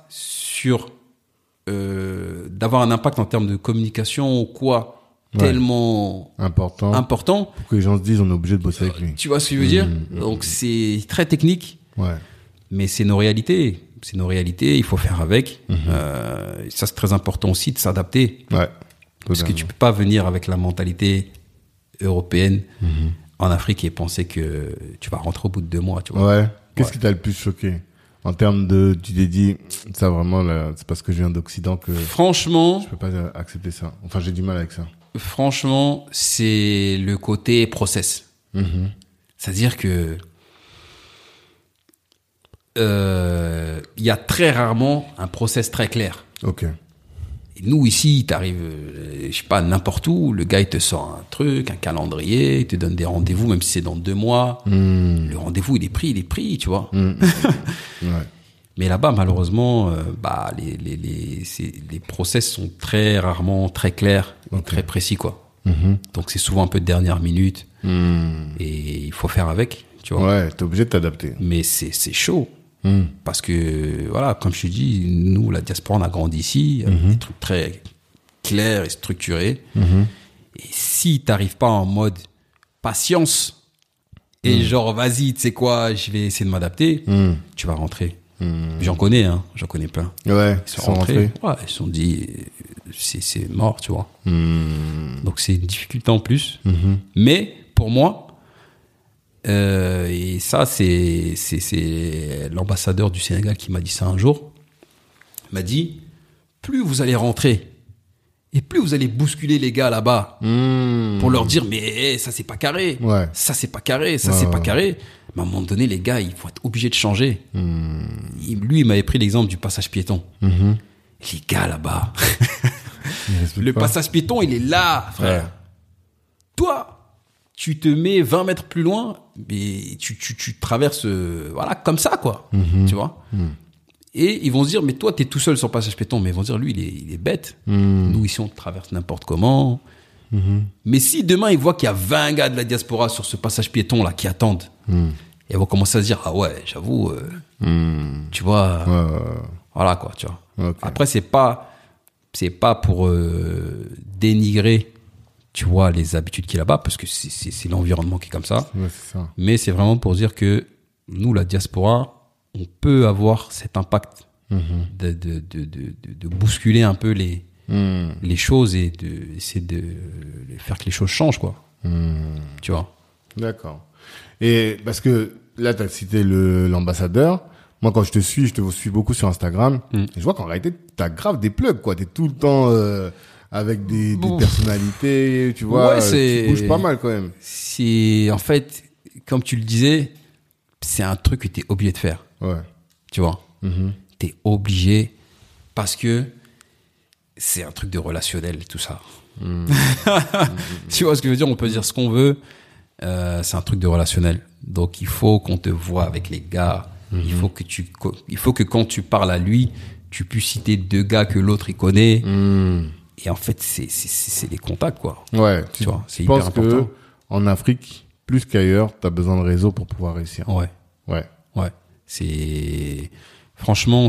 d'avoir un impact en termes de communication ou quoi, tellement important pour que les gens se disent on est obligé de bosser avec lui. Tu vois ce que je veux dire? Donc c'est très technique, mais c'est nos réalités. C'est nos réalités, il faut faire avec. Ça, c'est très important aussi de s'adapter. Parce que tu peux pas venir avec la mentalité européenne en Afrique et penser que tu vas rentrer au bout de 2 mois. Tu vois. Qu'est-ce qui t'a le plus choqué en termes de, tu t'es dit, ça vraiment, là, c'est parce que je viens d'Occident que franchement, je peux pas accepter ça. Enfin, j'ai du mal avec ça. Franchement, c'est le côté process. C'est-à-dire que il y a très rarement un process très clair. Et nous, ici, t'arrives, je sais pas, n'importe où, le gars, il te sort un truc, un calendrier, il te donne des rendez-vous, même si c'est dans 2 mois. Le rendez-vous, il est pris, tu vois. Mais là-bas, malheureusement, les process sont très rarement très clairs, et très précis, quoi. Donc, c'est souvent un peu de dernière minute. Et il faut faire avec, tu vois. T'es obligé de t'adapter. Mais c'est chaud. Parce que, voilà, comme je te dis, nous, la diaspora, on a grandi ici, avec des trucs très clairs et structurés. Et si t'arrives pas en mode patience, et genre, vas-y, tu sais quoi, je vais essayer de m'adapter, tu vas rentrer. J'en connais plein. Ils sont rentrés. Ils se sont dit, c'est mort, tu vois. Donc, c'est une difficulté en plus. Mais, pour moi, et ça, c'est l'ambassadeur du Sénégal qui m'a dit ça un jour. Il m'a dit, plus vous allez rentrer et plus vous allez bousculer les gars là-bas pour leur dire, mais ça, c'est pas carré. Ça, c'est pas carré. Ça, c'est pas carré. Mais à un moment donné, les gars, ils vont être obligés de changer. Lui, il m'avait pris l'exemple du passage piéton. Les gars là-bas, le passage piéton, il est là, frère. Toi, tu te mets 20 mètres plus loin, mais tu traverses, voilà, comme ça, quoi. Tu vois? Et ils vont se dire, mais toi, t'es tout seul sur le passage piéton. Mais ils vont se dire, lui, il est bête. Nous, ici, on traverse n'importe comment. Mais si demain, ils voient qu'il y a 20 gars de la diaspora sur ce passage piéton-là qui attendent, et ils vont commencer à se dire, ah ouais, j'avoue, tu vois, voilà, quoi, tu vois. Après, c'est pas pour dénigrer, tu vois, les habitudes qu'il y a là-bas, parce que c'est l'environnement qui est comme ça. C'est ça. Mais c'est vraiment pour dire que nous, la diaspora, on peut avoir cet impact de bousculer un peu les choses et d'essayer de faire que les choses changent, quoi. Tu vois. D'accord. Et parce que là, tu as cité l'ambassadeur. Moi, quand je te suis beaucoup sur Instagram. Et je vois qu'en réalité, tu as grave des plugs, quoi. Tu es tout le temps avec des personnalités, tu vois. Tu bouges pas mal quand même. En fait, comme tu le disais, c'est un truc que tu es obligé de faire. Tu vois. Tu es obligé parce que c'est un truc de relationnel, tout ça. Tu vois ce que je veux dire? On peut dire ce qu'on veut. C'est un truc de relationnel. Donc, il faut qu'on te voit avec les gars. Il faut que quand tu parles à lui, tu puisses citer 2 gars que l'autre il connaît. Et en fait, c'est les contacts, quoi. Tu vois, c'est hyper important. Je pense qu'en Afrique, plus qu'ailleurs, tu as besoin de réseau pour pouvoir réussir. Ouais. Franchement,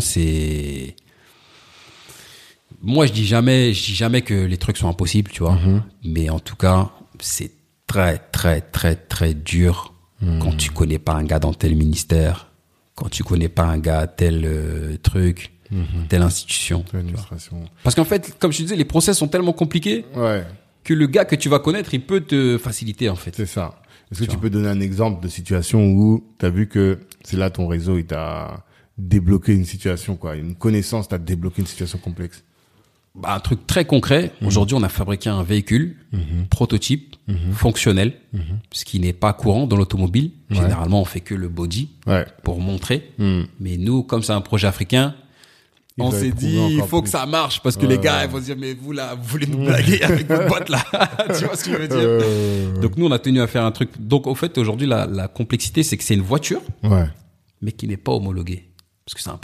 moi, je dis jamais que les trucs sont impossibles, tu vois. Mais en tout cas, c'est très, très, très, très dur quand tu connais pas un gars dans tel ministère, quand tu connais pas un gars à tel truc, telle institution. Parce qu'en fait, comme je te disais, les process sont tellement compliqués que le gars que tu vas connaître, il peut te faciliter, en fait. C'est ça. Est-ce que tu peux donner un exemple de situation où tu as vu que c'est là ton réseau, il t'a débloqué une situation, quoi. Une connaissance t'a débloqué une situation complexe? Un truc très concret. Aujourd'hui, on a fabriqué un véhicule prototype, fonctionnel, ce qui n'est pas courant dans l'automobile. Généralement, on fait que le body pour montrer. Mais nous, comme c'est un projet africain, on s'est dit, il faut que ça marche parce que les gars, ils vont se dire, mais vous là, vous voulez nous blaguer avec votre boîte là. Tu vois ce que je veux dire? Donc nous, on a tenu à faire un truc. Donc au fait, aujourd'hui, la complexité, c'est que c'est une voiture, mais qui n'est pas homologuée parce que c'est un proto.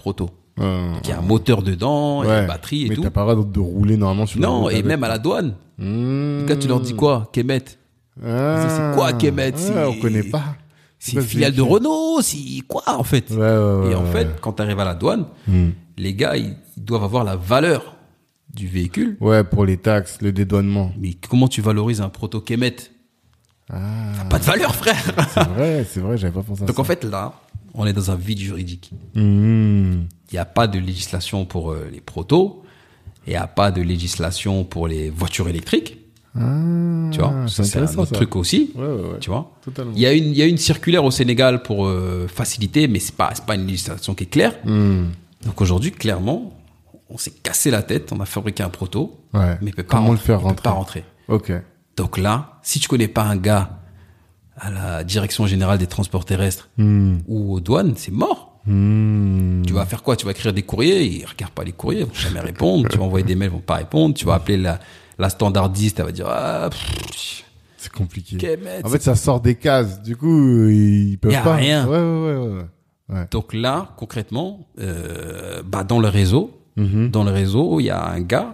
Donc, il y a un moteur dedans, il y a une batterie et mais tout. Mais t'as pas le droit de rouler normalement sur Non, et même à la douane. Les gars, tu leur dis quoi? Kemet. C'est quoi Kemet? On connaît pas. C'est une filiale de Renault, c'est quoi en fait? Et en fait, quand tu arrives à la douane, les gars, ils doivent avoir la valeur du véhicule. Ouais, pour les taxes, le dédouanement. Mais comment tu valorises un proto Kemet? Ça n'a pas de valeur, frère. C'est vrai, j'avais pas pensé à ça. Donc en fait, là, on est dans un vide juridique. Il n'y a pas de législation pour les protos. Il n'y a pas de législation pour les voitures électriques. Tu vois, c'est un autre truc aussi. Ouais. Tu vois. Totalement. Il y a une circulaire au Sénégal pour faciliter, mais c'est pas une législation qui est claire. Donc aujourd'hui, clairement, on s'est cassé la tête, on a fabriqué un proto, mais il peut pas rentrer. Ok. Donc là, si tu connais pas un gars à la direction générale des transports terrestres ou aux douanes, c'est mort. Tu vas faire quoi? Tu vas écrire des courriers, ils regardent pas les courriers, ils vont jamais répondre. Tu vas envoyer des mails, ils vont pas répondre. Tu vas appeler la standardiste, elle va dire c'est compliqué. Kemet, en fait, ça sort des cases. Du coup, ils peuvent pas. Y a rien. Ouais. Donc là, concrètement, dans le réseau, il y a un gars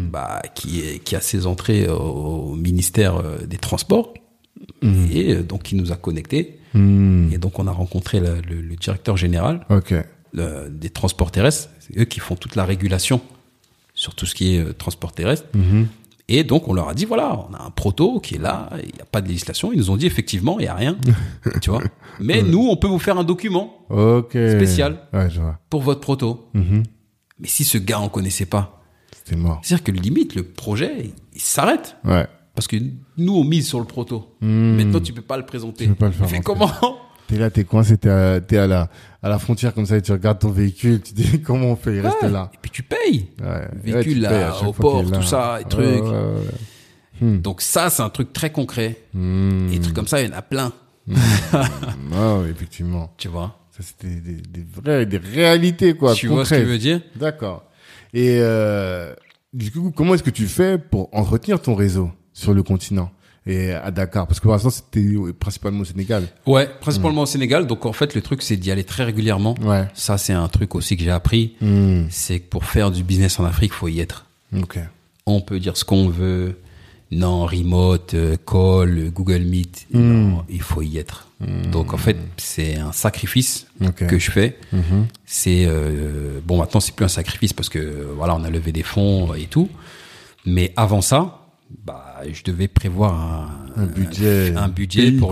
qui a ses entrées au ministère des Transports et donc qui nous a connectés. Et donc on a rencontré le directeur général des transports terrestres. C'est eux qui font toute la régulation sur tout ce qui est transport terrestre. Et donc on leur a dit voilà, on a un proto qui est là, il n'y a pas de législation. Ils nous ont dit effectivement il n'y a rien, tu vois. Mais nous on peut vous faire un document spécial pour votre proto. Mais si ce gars on connaissait pas, c'était mort. C'est-à-dire que limite le projet il s'arrête. Ouais. Parce que nous on mise sur le proto. Maintenant tu peux pas le présenter. Tu peux pas le faire. Tu fais comment? T'es là, t'es coincé, t'es à la frontière comme ça et tu regardes ton véhicule, tu dis comment on fait, il reste là. Et puis tu payes. Le véhicule là, au port, tout ça, les trucs. Donc ça, c'est un truc très concret. Et des trucs comme ça, il y en a plein. Effectivement. Tu vois. Ça, c'était des réalités, quoi. Tu vois ce que je veux dire? D'accord. Et, du coup, comment est-ce que tu fais pour entretenir ton réseau sur le continent? Et à Dakar, parce que pour l'instant c'était principalement au Sénégal. Ouais, principalement au Sénégal. Donc en fait le truc c'est d'y aller très régulièrement. Ouais. Ça c'est un truc aussi que j'ai appris. C'est que pour faire du business en Afrique, faut y être. Ok. On peut dire ce qu'on veut. Non, remote, call, Google Meet. Non, il faut y être. Donc en fait c'est un sacrifice que je fais. C'est maintenant c'est plus un sacrifice parce que voilà on a levé des fonds et tout. Mais avant ça. Je devais prévoir un budget pour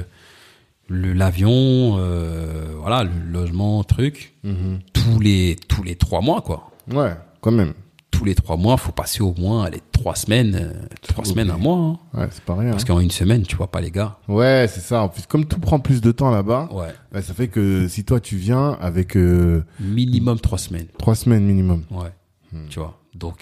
l'avion, le logement, truc. Tous les 3 mois, quoi. Ouais, quand même. Tous les 3 mois, faut passer au moins 3 semaines, 3 semaines, un mois. Hein. Ouais, c'est pas rien. Parce qu'en une semaine, tu vois pas les gars. Ouais, c'est ça. En plus, comme tout prend plus de temps là-bas, ça fait que si toi tu viens avec minimum 3 semaines. 3 semaines minimum. Ouais. Tu vois. Donc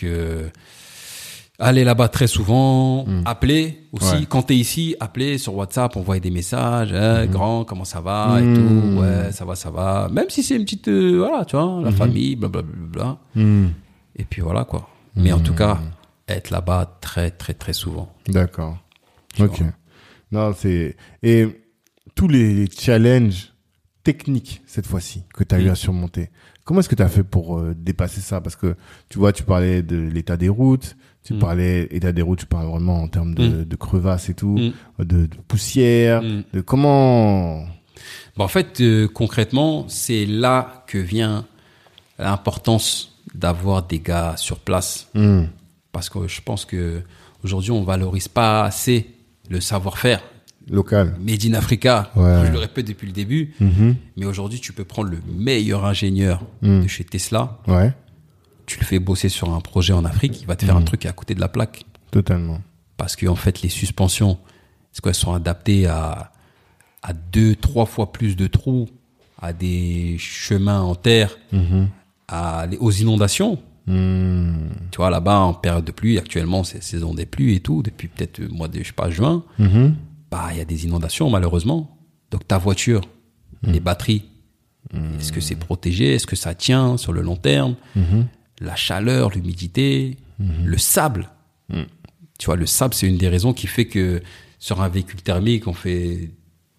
aller là-bas très souvent, appeler aussi. Quand t'es ici, appeler sur WhatsApp, envoyer des messages. Grand, comment ça va et tout. Ouais, ça va. Même si c'est une petite, tu vois, la famille, blablabla. Et puis voilà, quoi. Mais en tout cas, être là-bas très, très, très souvent. D'accord. Ok. Non, et tous les challenges techniques, cette fois-ci, que tu as eu à surmonter, comment est-ce que tu as fait pour dépasser ça? Parce que, tu vois, tu parlais de l'état des routes, tu parlais vraiment en termes de crevasses et tout, de poussière, de comment... En fait, concrètement, c'est là que vient l'importance d'avoir des gars sur place. Parce que je pense que aujourd'hui, on valorise pas assez le savoir-faire local. Made in Africa. Ouais. Je le répète depuis le début. Mais aujourd'hui, tu peux prendre le meilleur ingénieur de chez Tesla. Ouais. Tu le fais bosser sur un projet en Afrique, il va te faire un truc à côté de la plaque. Totalement. Parce que en fait, les suspensions, elles sont adaptées à 2-3 fois plus de trous, à des chemins en terre, aux inondations. Tu vois, là-bas, en période de pluie, actuellement, c'est saison des pluies et tout, depuis peut-être le mois de, juin, il y a des inondations, malheureusement. Donc, ta voiture, les batteries, est-ce que c'est protégé? Est-ce que ça tient sur le long terme? La chaleur, l'humidité, le sable. Tu vois, le sable, c'est une des raisons qui fait que sur un véhicule thermique, on fait 4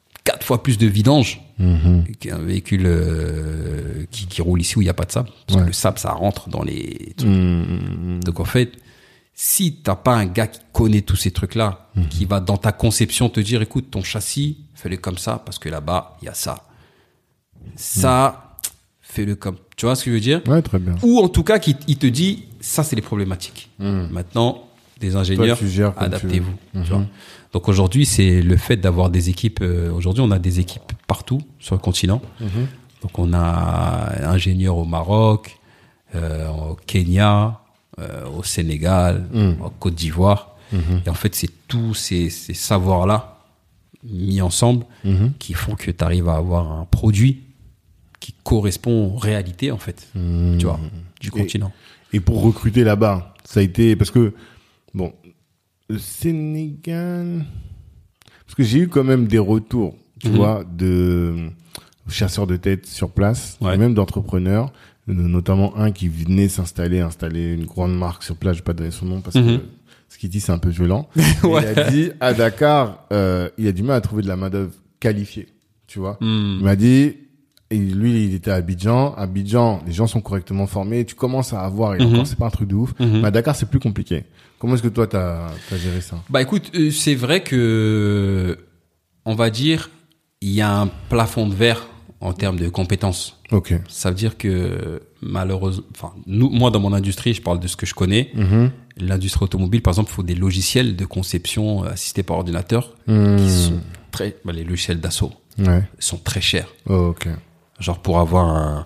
fois plus de vidange qu'un véhicule qui roule ici où il n'y a pas de sable. Parce que le sable, ça rentre dans les trucs. Donc en fait, si t'as pas un gars qui connaît tous ces trucs-là, qui va dans ta conception te dire, écoute, ton châssis, fais-le comme ça, parce que là-bas, il y a ça. Ça, fais-le comme... Tu vois ce que je veux dire? Ouais, très bien. Ou en tout cas, il te dit, ça, c'est les problématiques. Maintenant, des ingénieurs, adaptez-vous. Tu vois. Donc aujourd'hui, c'est le fait d'avoir des équipes. Aujourd'hui, on a des équipes partout sur le continent. Donc on a ingénieurs au Maroc, au Kenya, au Sénégal, en Côte d'Ivoire. Et en fait, c'est tous ces savoirs-là mis ensemble qui font que tu arrives à avoir un produit qui correspond aux réalités, en fait, tu vois, du continent. Et pour recruter là-bas, ça a été... Parce que, bon, le Sénégal... Parce que j'ai eu quand même des retours, tu vois, de chasseurs de tête sur place, et même d'entrepreneurs, notamment un qui venait installer une grande marque sur place, je vais pas donner son nom parce que ce qu'il dit c'est un peu violent. Il a dit à Dakar, il a du mal à trouver de la main-d'œuvre qualifiée, tu vois. Il m'a dit, et lui il était à Abidjan, les gens sont correctement formés, tu commences à avoir, et encore c'est pas un truc de ouf, mais à Dakar c'est plus compliqué. Comment est-ce que toi t'as géré ça? Bah écoute, c'est vrai que on va dire il y a un plafond de verre en termes de compétences. Ok. Ça veut dire que malheureusement, enfin moi dans mon industrie, je parle de ce que je connais. L'industrie automobile, par exemple, il faut des logiciels de conception assistés par ordinateur qui sont les logiciels Dassault sont très chers. Oh, ok. Genre pour avoir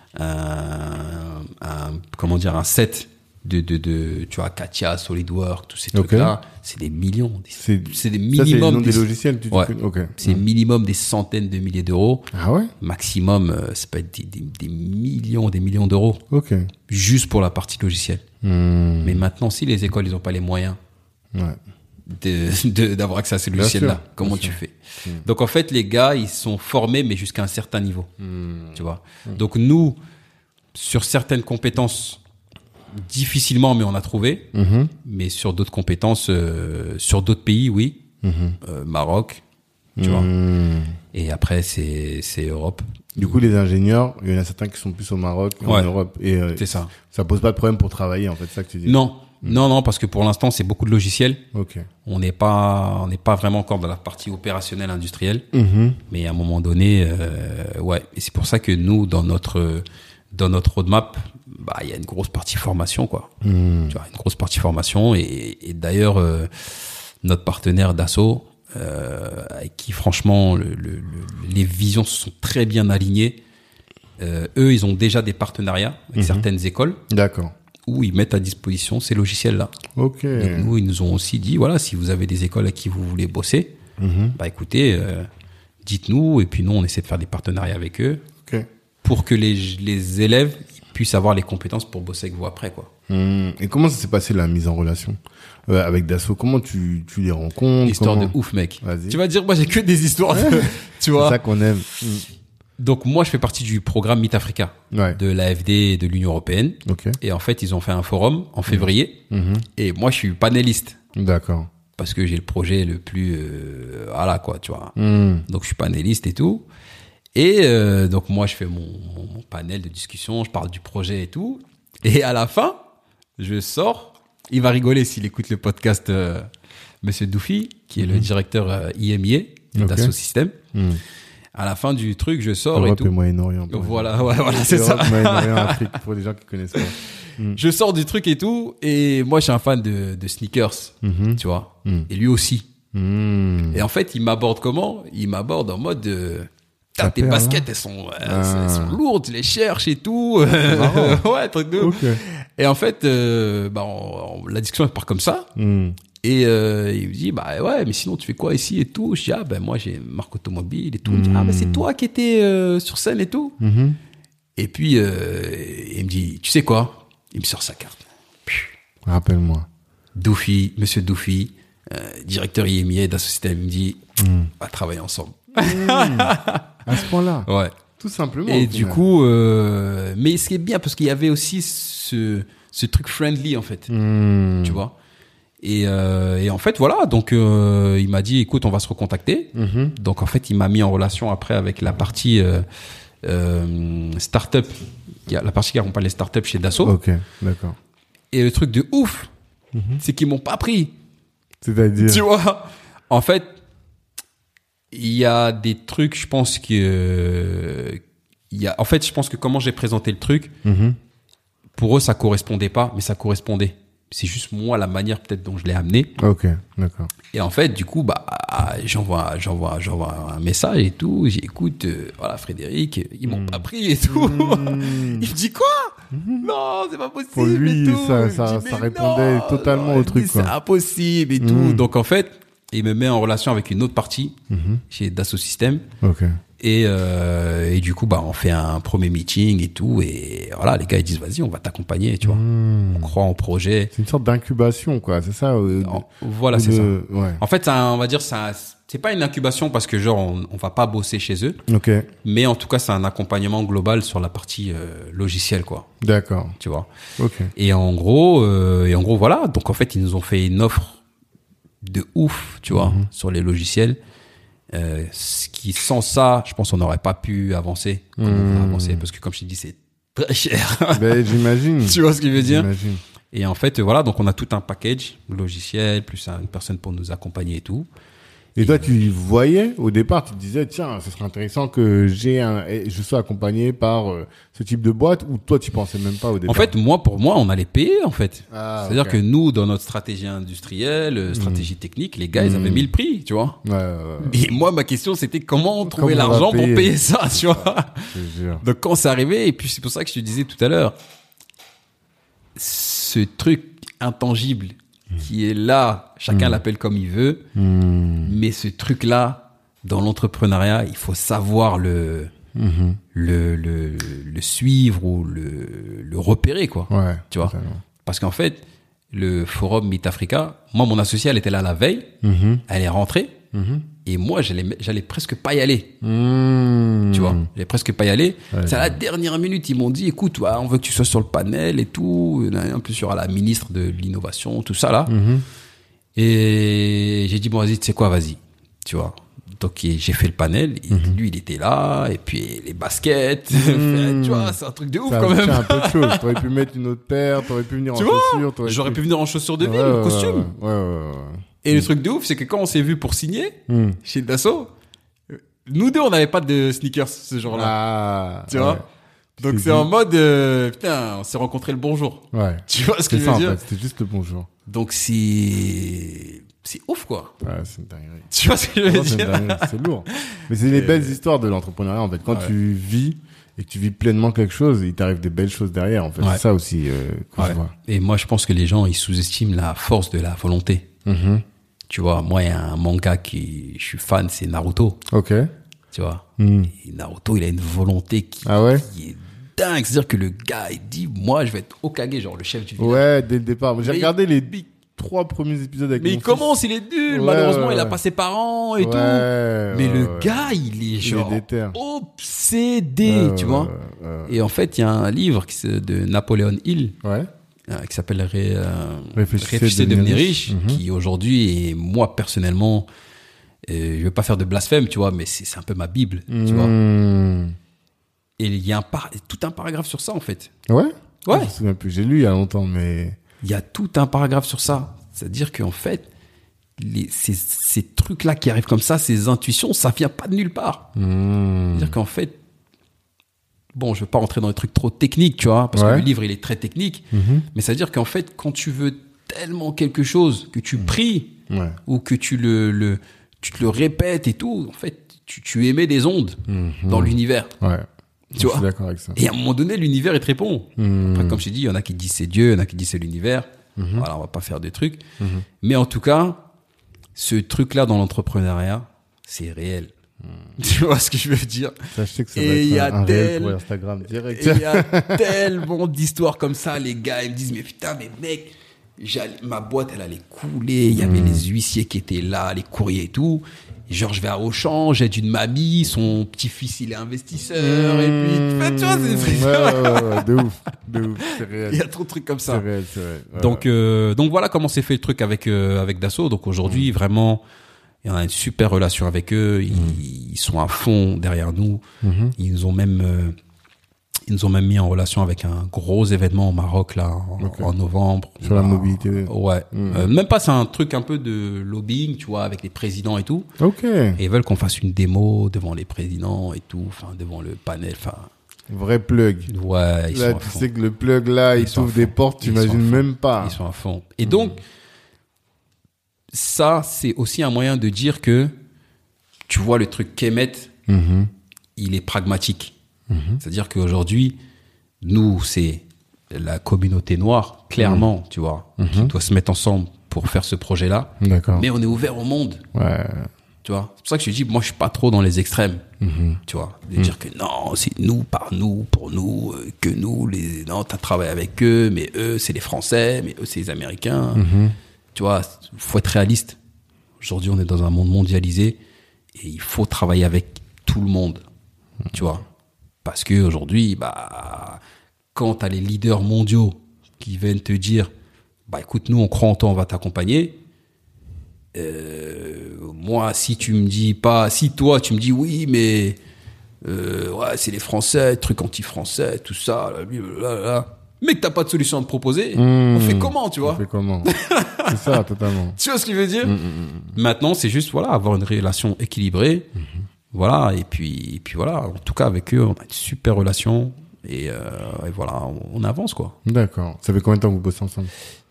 un set de tu vois, Katia, SolidWorks, tous ces trucs-là, c'est des millions. C'est des minimums. Ça, c'est le nom des logiciels, c'est minimum des centaines de milliers d'euros. Ah ouais? Maximum, ça peut être des millions d'euros. Ok. Juste pour la partie logicielle. Mais maintenant, si les écoles, ils ont pas les moyens d'avoir accès à ces logiciels-là, comment tu fais? Donc, en fait, les gars, ils sont formés, mais jusqu'à un certain niveau. Tu vois? Donc, nous, sur certaines compétences, difficilement, mais on a trouvé. Mais sur d'autres compétences, sur d'autres pays, oui. Maroc, tu vois. Et après, c'est Europe. Du coup, les ingénieurs, il y en a certains qui sont plus au Maroc qu'en Europe. Et c'est ça. Ça pose pas de problème pour travailler, en fait, ça que tu dis. Non, parce que pour l'instant, c'est beaucoup de logiciels. Ok. On n'est pas vraiment encore dans la partie opérationnelle industrielle. Mais à un moment donné, Et c'est pour ça que nous, dans notre roadmap, bah, il y a une grosse partie formation, quoi. Tu vois, une grosse partie formation. Et d'ailleurs, notre partenaire Dassault, avec qui, franchement, les visions se sont très bien alignées. Eux, ils ont déjà des partenariats avec certaines écoles. D'accord. Où ils mettent à disposition ces logiciels-là. Ok. Donc nous, ils nous ont aussi dit, voilà, si vous avez des écoles avec qui vous voulez bosser, bah écoutez, dites-nous, et puis nous, on essaie de faire des partenariats avec eux. Ok. Pour que les élèves puissent avoir les compétences pour bosser avec vous après, quoi. Et comment ça s'est passé la mise en relation avec Dassault? Comment tu les rencontres? Histoire de ouf, mec. Vas-y. Tu vas dire, moi j'ai que des histoires tu vois. C'est ça qu'on aime. Donc moi je fais partie du programme Meet Africa de l'AFD et de l'Union européenne. Okay. Et en fait ils ont fait un forum en février. Et moi je suis panéliste. D'accord. Parce que j'ai le projet le plus voilà quoi, tu vois. Donc je suis panéliste et tout. Et donc moi je fais mon panel de discussion, je parle du projet et tout. Et à la fin, je sors. Il va rigoler s'il écoute le podcast, Monsieur Doufi, qui est le directeur IMIA de Dassault Systèmes. À la fin du truc, je sors Europe et tout. Et Moyen-Orient. Voilà, c'est ça. Europe, Moyen-Orient, Afrique, pour les gens qui connaissent pas. Je sors du truc et tout. Et moi, je suis un fan de sneakers, tu vois. Et lui aussi. Et en fait, il m'aborde comment? Il m'aborde en mode... tes baskets, elles sont lourdes, tu les cherches et tout. Ouais, truc de ouf. Et en fait, la discussion part comme ça. Et il me dit, bah ouais, mais sinon tu fais quoi ici et tout? Je dis, moi j'ai une marque automobile et tout. Il me dit, mais c'est toi qui étais sur scène et tout. Et puis, il me dit, tu sais quoi? Il me sort sa carte. Rappelle-moi. Doufi, Monsieur Doufi, directeur IMIA Dassault Systèmes, il me dit, on va travailler ensemble. À ce point-là. Ouais. Tout simplement. Et du coup, mais ce qui est bien, parce qu'il y avait aussi ce truc friendly, en fait. Tu vois? Et en fait, voilà. Donc, il m'a dit, écoute, on va se recontacter. Donc, en fait, il m'a mis en relation après avec la partie startup. La partie qui accompagne les startups chez Dassault. Ok, d'accord. Et le truc de ouf, c'est qu'ils m'ont pas pris. C'est-à-dire? Tu vois? En fait, il y a des trucs, je pense que en fait, je pense que comment j'ai présenté le truc, pour eux, ça correspondait pas, mais ça correspondait. C'est juste moi, la manière peut-être dont je l'ai amené. Ok, d'accord. Et en fait, du coup, j'envoie un message et tout. J'écoute, voilà, Frédéric, ils m'ont pas pris et tout. Il me dit quoi? Non, c'est pas possible. Pour lui, et tout. ça répondait totalement au truc, quoi. C'est impossible et tout. Donc en fait, il me met en relation avec une autre partie chez Dassault Systèmes. Ok. Et du coup, on fait un premier meeting et tout. Et voilà, les gars, ils disent, vas-y, on va t'accompagner, tu vois. On croit en projet. C'est une sorte d'incubation, quoi. C'est ça? Voilà, c'est ça. Ouais. En fait, on va dire, c'est pas une incubation parce que genre, on va pas bosser chez eux. Ok. Mais en tout cas, c'est un accompagnement global sur la partie logicielle, quoi. D'accord. Tu vois. Ok. Et en gros, voilà. Donc, en fait, ils nous ont fait une offre de ouf, tu vois, sur les logiciels. Ce qui, sans ça, je pense qu'on n'aurait pas pu avancer comme on a avancé, parce que comme je t'ai dit, c'est très cher. Ben, j'imagine. Tu vois ce que je veux dire? J'imagine. Et en fait, voilà, donc on a tout un package logiciel, plus une personne pour nous accompagner et tout. Et toi, tu voyais, au départ, tu te disais, tiens, ce serait intéressant que je sois accompagné par ce type de boîte, ou toi, tu pensais même pas au départ? En fait, pour moi, on allait payer, en fait. C'est-à-dire ok. que nous, dans notre stratégie industrielle, stratégie technique, les gars, ils avaient mis le prix, tu vois. Ouais. Et moi, ma question, c'était comment trouver Comment on va l'argent pour payer payer ça, tu vois. Je te jure. Donc, quand c'est arrivé, et puis c'est pour ça que je te disais tout à l'heure, ce truc intangible qui est là, chacun l'appelle comme il veut, mais ce truc-là, dans l'entrepreneuriat, il faut savoir le suivre ou le repérer, quoi. Ouais. Tu vois. Totalement. Parce qu'en fait, le forum Meet Africa, moi, mon associée, elle était là la veille, elle est rentrée, et moi, j'allais presque pas y aller. Tu vois, j'allais presque pas y aller. Ouais, c'est à la dernière minute, ils m'ont dit, écoute, on veut que tu sois sur le panel et tout. Un peu sur la ministre de l'innovation, tout ça, là. Et j'ai dit, bon, vas-y, tu sais quoi, vas-y. Tu vois. Donc, j'ai fait le panel. Et lui, il était là. Et puis, les baskets. Tu vois, c'est un truc de ouf, Ça quand même. un peu de choses. T'aurais pu mettre une autre paire, t'aurais pu venir en chaussures. J'aurais pu venir en chaussures de ville, le costume. Ouais. Et le truc de ouf, c'est que quand on s'est vu pour signer, chez Dassault, nous deux, on n'avait pas de sneakers ce jour-là. Ah. Tu vois? Donc c'est en mode, putain, on s'est rencontré le bonjour. Ouais. Tu vois ce que je veux en dire? fait, c'était juste le bonjour. Donc c'est ouf, quoi. Ouais, c'est une dinguerie. Tu vois ce que je veux dire? C'est lourd. Mais c'est les belles histoires de l'entrepreneuriat, en fait. Quand tu vis et que tu vis pleinement quelque chose, il t'arrive des belles choses derrière, en fait. C'est ça aussi, que je vois. Et moi, je pense que les gens, ils sous-estiment la force de la volonté. Tu vois, moi, il y a un manga je suis fan, c'est Naruto. Ok. Tu vois. Et Naruto, il a une volonté qui est dingue. C'est-à-dire que le gars, il dit, moi, je vais être Hokage, genre le chef du village. Ouais, dès le départ. J'ai regardé les 3 premiers épisodes avec mais il commence, il est nul. Malheureusement, il a pas ses parents et tout. Mais le gars, il est genre obsédé, tu vois. Et en fait, il y a un livre de Napoléon Hill. Qui s'appelle Réfléchissez devenir riche, qui aujourd'hui, et moi personnellement, je veux pas faire de blasphème, tu vois, mais c'est un peu ma Bible, tu vois. Et il y a tout un paragraphe sur ça, en fait. Ouais. Je Ouais. me souviens plus. J'ai lu il y a longtemps, mais Il y a tout un paragraphe sur ça. C'est-à-dire qu'en fait, ces trucs-là qui arrivent comme ça, ces intuitions, ça vient pas de nulle part. C'est-à-dire qu'en fait, bon, je veux pas rentrer dans les trucs trop techniques, tu vois, parce que le livre, il est très technique. Mais ça veut dire qu'en fait, quand tu veux tellement quelque chose, que tu pries, ou que tu te le répètes et tout, en fait, tu émets des ondes dans l'univers. Ouais. Tu Je vois. suis d'accord avec ça. Et à un moment donné, l'univers, il te répond. Après, comme je t'ai dit, il y en a qui disent c'est Dieu, il y en a qui disent c'est l'univers. Voilà, on va pas faire de trucs. Mais en tout cas, ce truc-là dans l'entrepreneuriat, c'est réel. Tu vois ce que je veux dire? Ça, je sais que ça va être un réel pour Instagram direct. Et il y a tellement d'histoires comme ça, les gars, ils me disent, mais putain, mais mec, ma boîte, elle allait couler. Il y avait les huissiers qui étaient là, les courriers et tout. Genre, je vais à Auchan, j'aide une mamie, son petit-fils, il est investisseur, et puis, tu vois, c'est des trucs. Ouais, de ouf, c'est réel. Il y a trop de trucs comme ça. C'est vrai. Donc voilà comment s'est fait le truc avec Dassault. Donc aujourd'hui, vraiment, il y a une super relation avec eux. Ils sont à fond derrière nous. Ils nous ont même mis en relation avec un gros événement au Maroc là en novembre. Sur la mobilité. Ouais. Même pas, c'est un truc un peu de lobbying, tu vois, avec les présidents et tout. Ok. Et ils veulent qu'on fasse une démo devant les présidents et tout, enfin devant le panel, enfin. Vrai plug. Ouais, ils là, sont à tu fond. sais que le plug là, il t'ouvre des portes, tu imagines même pas. Ils sont à fond. Et donc, ça, c'est aussi un moyen de dire que, tu vois, le truc Kemet, il est pragmatique. C'est-à-dire qu'aujourd'hui, nous, c'est la communauté noire, clairement, tu vois, qui doit se mettre ensemble pour faire ce projet-là. D'accord. Mais on est ouvert au monde. Ouais. Tu vois, c'est pour ça que je te dis, moi, je suis pas trop dans les extrêmes. Tu vois, de dire que non, c'est nous, par nous, pour nous, que nous, non, t'as travaillé avec eux, mais eux, c'est les Français, mais eux, c'est les Américains. Tu vois, faut être réaliste. Aujourd'hui, on est dans un monde mondialisé et il faut travailler avec tout le monde. Tu vois. Parce que aujourd'hui, quand t'as les leaders mondiaux qui viennent te dire, écoute, nous, on croit en toi, on va t'accompagner. Moi, si toi, tu me dis oui, mais, ouais, c'est les Français, truc anti-français, tout ça, mais que t'as pas de solution à me proposer, on fait comment, tu vois? On fait comment? C'est ça, totalement. Tu vois ce qu'il veut dire? Maintenant, c'est juste, voilà, avoir une relation équilibrée. Voilà, et puis voilà, en tout cas avec eux, on a une super relation et voilà, on avance quoi. D'accord. Ça fait combien de temps que vous bossez ensemble?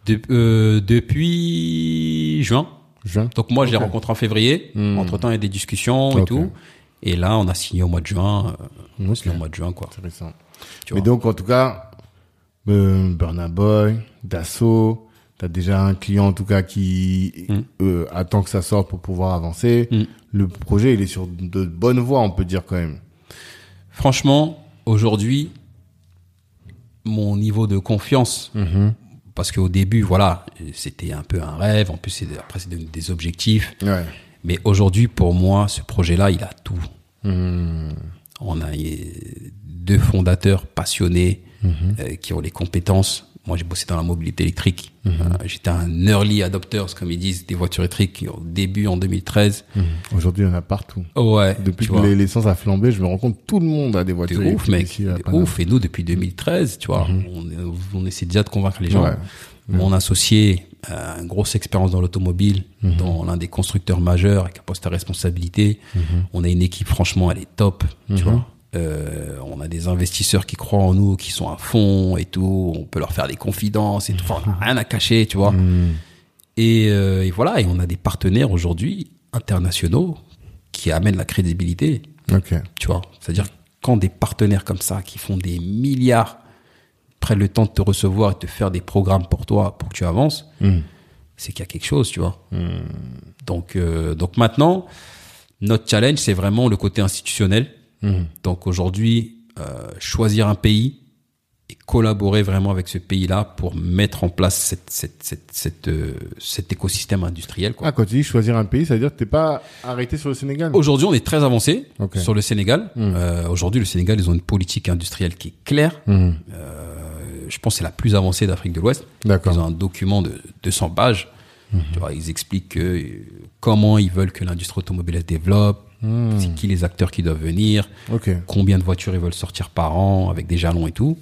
Depuis juin. Donc moi, je l'ai rencontré en février. Entre-temps, il y a des discussions et tout. Et là, on a signé au mois de juin. Quoi. Intéressant. Mais donc, en tout cas, Burna Boy, Dassault, t'as déjà un client en tout cas qui attend que ça sorte pour pouvoir avancer. Le projet, il est sur de bonnes voies, on peut dire quand même. Franchement, aujourd'hui, mon niveau de confiance, parce qu'au début, voilà, c'était un peu un rêve. En plus, après, c'est des objectifs. Ouais. Mais aujourd'hui, pour moi, ce projet-là, il a tout. On a 2 fondateurs passionnés qui ont les compétences. Moi, j'ai bossé dans la mobilité électrique. J'étais un early adopter, comme ils disent, des voitures électriques au début en 2013. Aujourd'hui, il y en a partout. Ouais. Depuis que l'essence a flambé, je me rends compte tout le monde a des voitures électriques. Ouf, mec. Ouf. Et nous, depuis 2013, tu vois, on essaie déjà de convaincre les gens. Ouais. Mon associé a une grosse expérience dans l'automobile, dans l'un des constructeurs majeurs, avec un poste à responsabilité. On a une équipe, franchement, elle est top, tu vois. On a des investisseurs qui croient en nous, qui sont à fond et tout. On peut leur faire des confidences et tout. Enfin, on n'a rien à cacher, tu vois. Et voilà. Et on a des partenaires aujourd'hui internationaux qui amènent la crédibilité. Okay. Tu vois. C'est-à-dire, quand des partenaires comme ça, qui font des milliards, prennent le temps de te recevoir et de te faire des programmes pour toi, pour que tu avances, c'est qu'il y a quelque chose, tu vois. Donc maintenant, notre challenge, c'est vraiment le côté institutionnel. Donc aujourd'hui, choisir un pays et collaborer vraiment avec ce pays-là pour mettre en place cet écosystème industriel, quoi. Ah, quand tu dis choisir un pays, ça veut dire que t'es pas arrêté sur le Sénégal? Aujourd'hui, on est très avancé sur le Sénégal. Aujourd'hui, le Sénégal, ils ont une politique industrielle qui est claire. Je pense que c'est la plus avancée d'Afrique de l'Ouest. D'accord. Ils ont un document de 200 pages. Tu vois, ils expliquent comment ils veulent que l'industrie automobile se développe. C'est qui les acteurs qui doivent venir, combien de voitures ils veulent sortir par an avec des jalons et tout.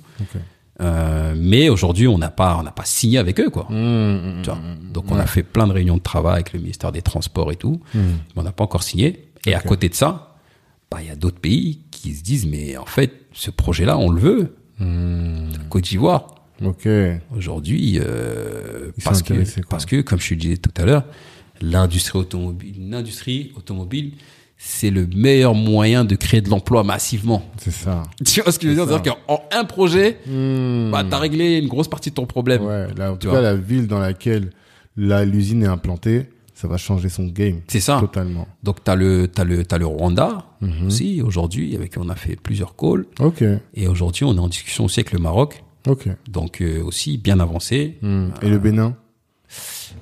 Mais aujourd'hui, on n'a pas signé avec eux, quoi. Tu vois. Donc on a fait plein de réunions de travail avec le ministère des Transports et tout, mais on n'a pas encore signé. Et à côté de ça, y a d'autres pays qui se disent, mais en fait, ce projet-là, on le veut. Côte d'Ivoire. Aujourd'hui, parce que, comme je te disais tout à l'heure, l'industrie automobile, c'est le meilleur moyen de créer de l'emploi massivement. C'est ça. Tu vois ce que je veux dire? C'est-à-dire qu'en un projet, t'as réglé une grosse partie de ton problème. Ouais, là, en tout cas, la ville dans laquelle l'usine est implantée, ça va changer son game. C'est ça. Totalement. Donc, t'as le Rwanda aussi, aujourd'hui, avec qui on a fait plusieurs calls. Et aujourd'hui, on est en discussion aussi avec le Maroc. Donc, aussi bien avancé. Et le Bénin?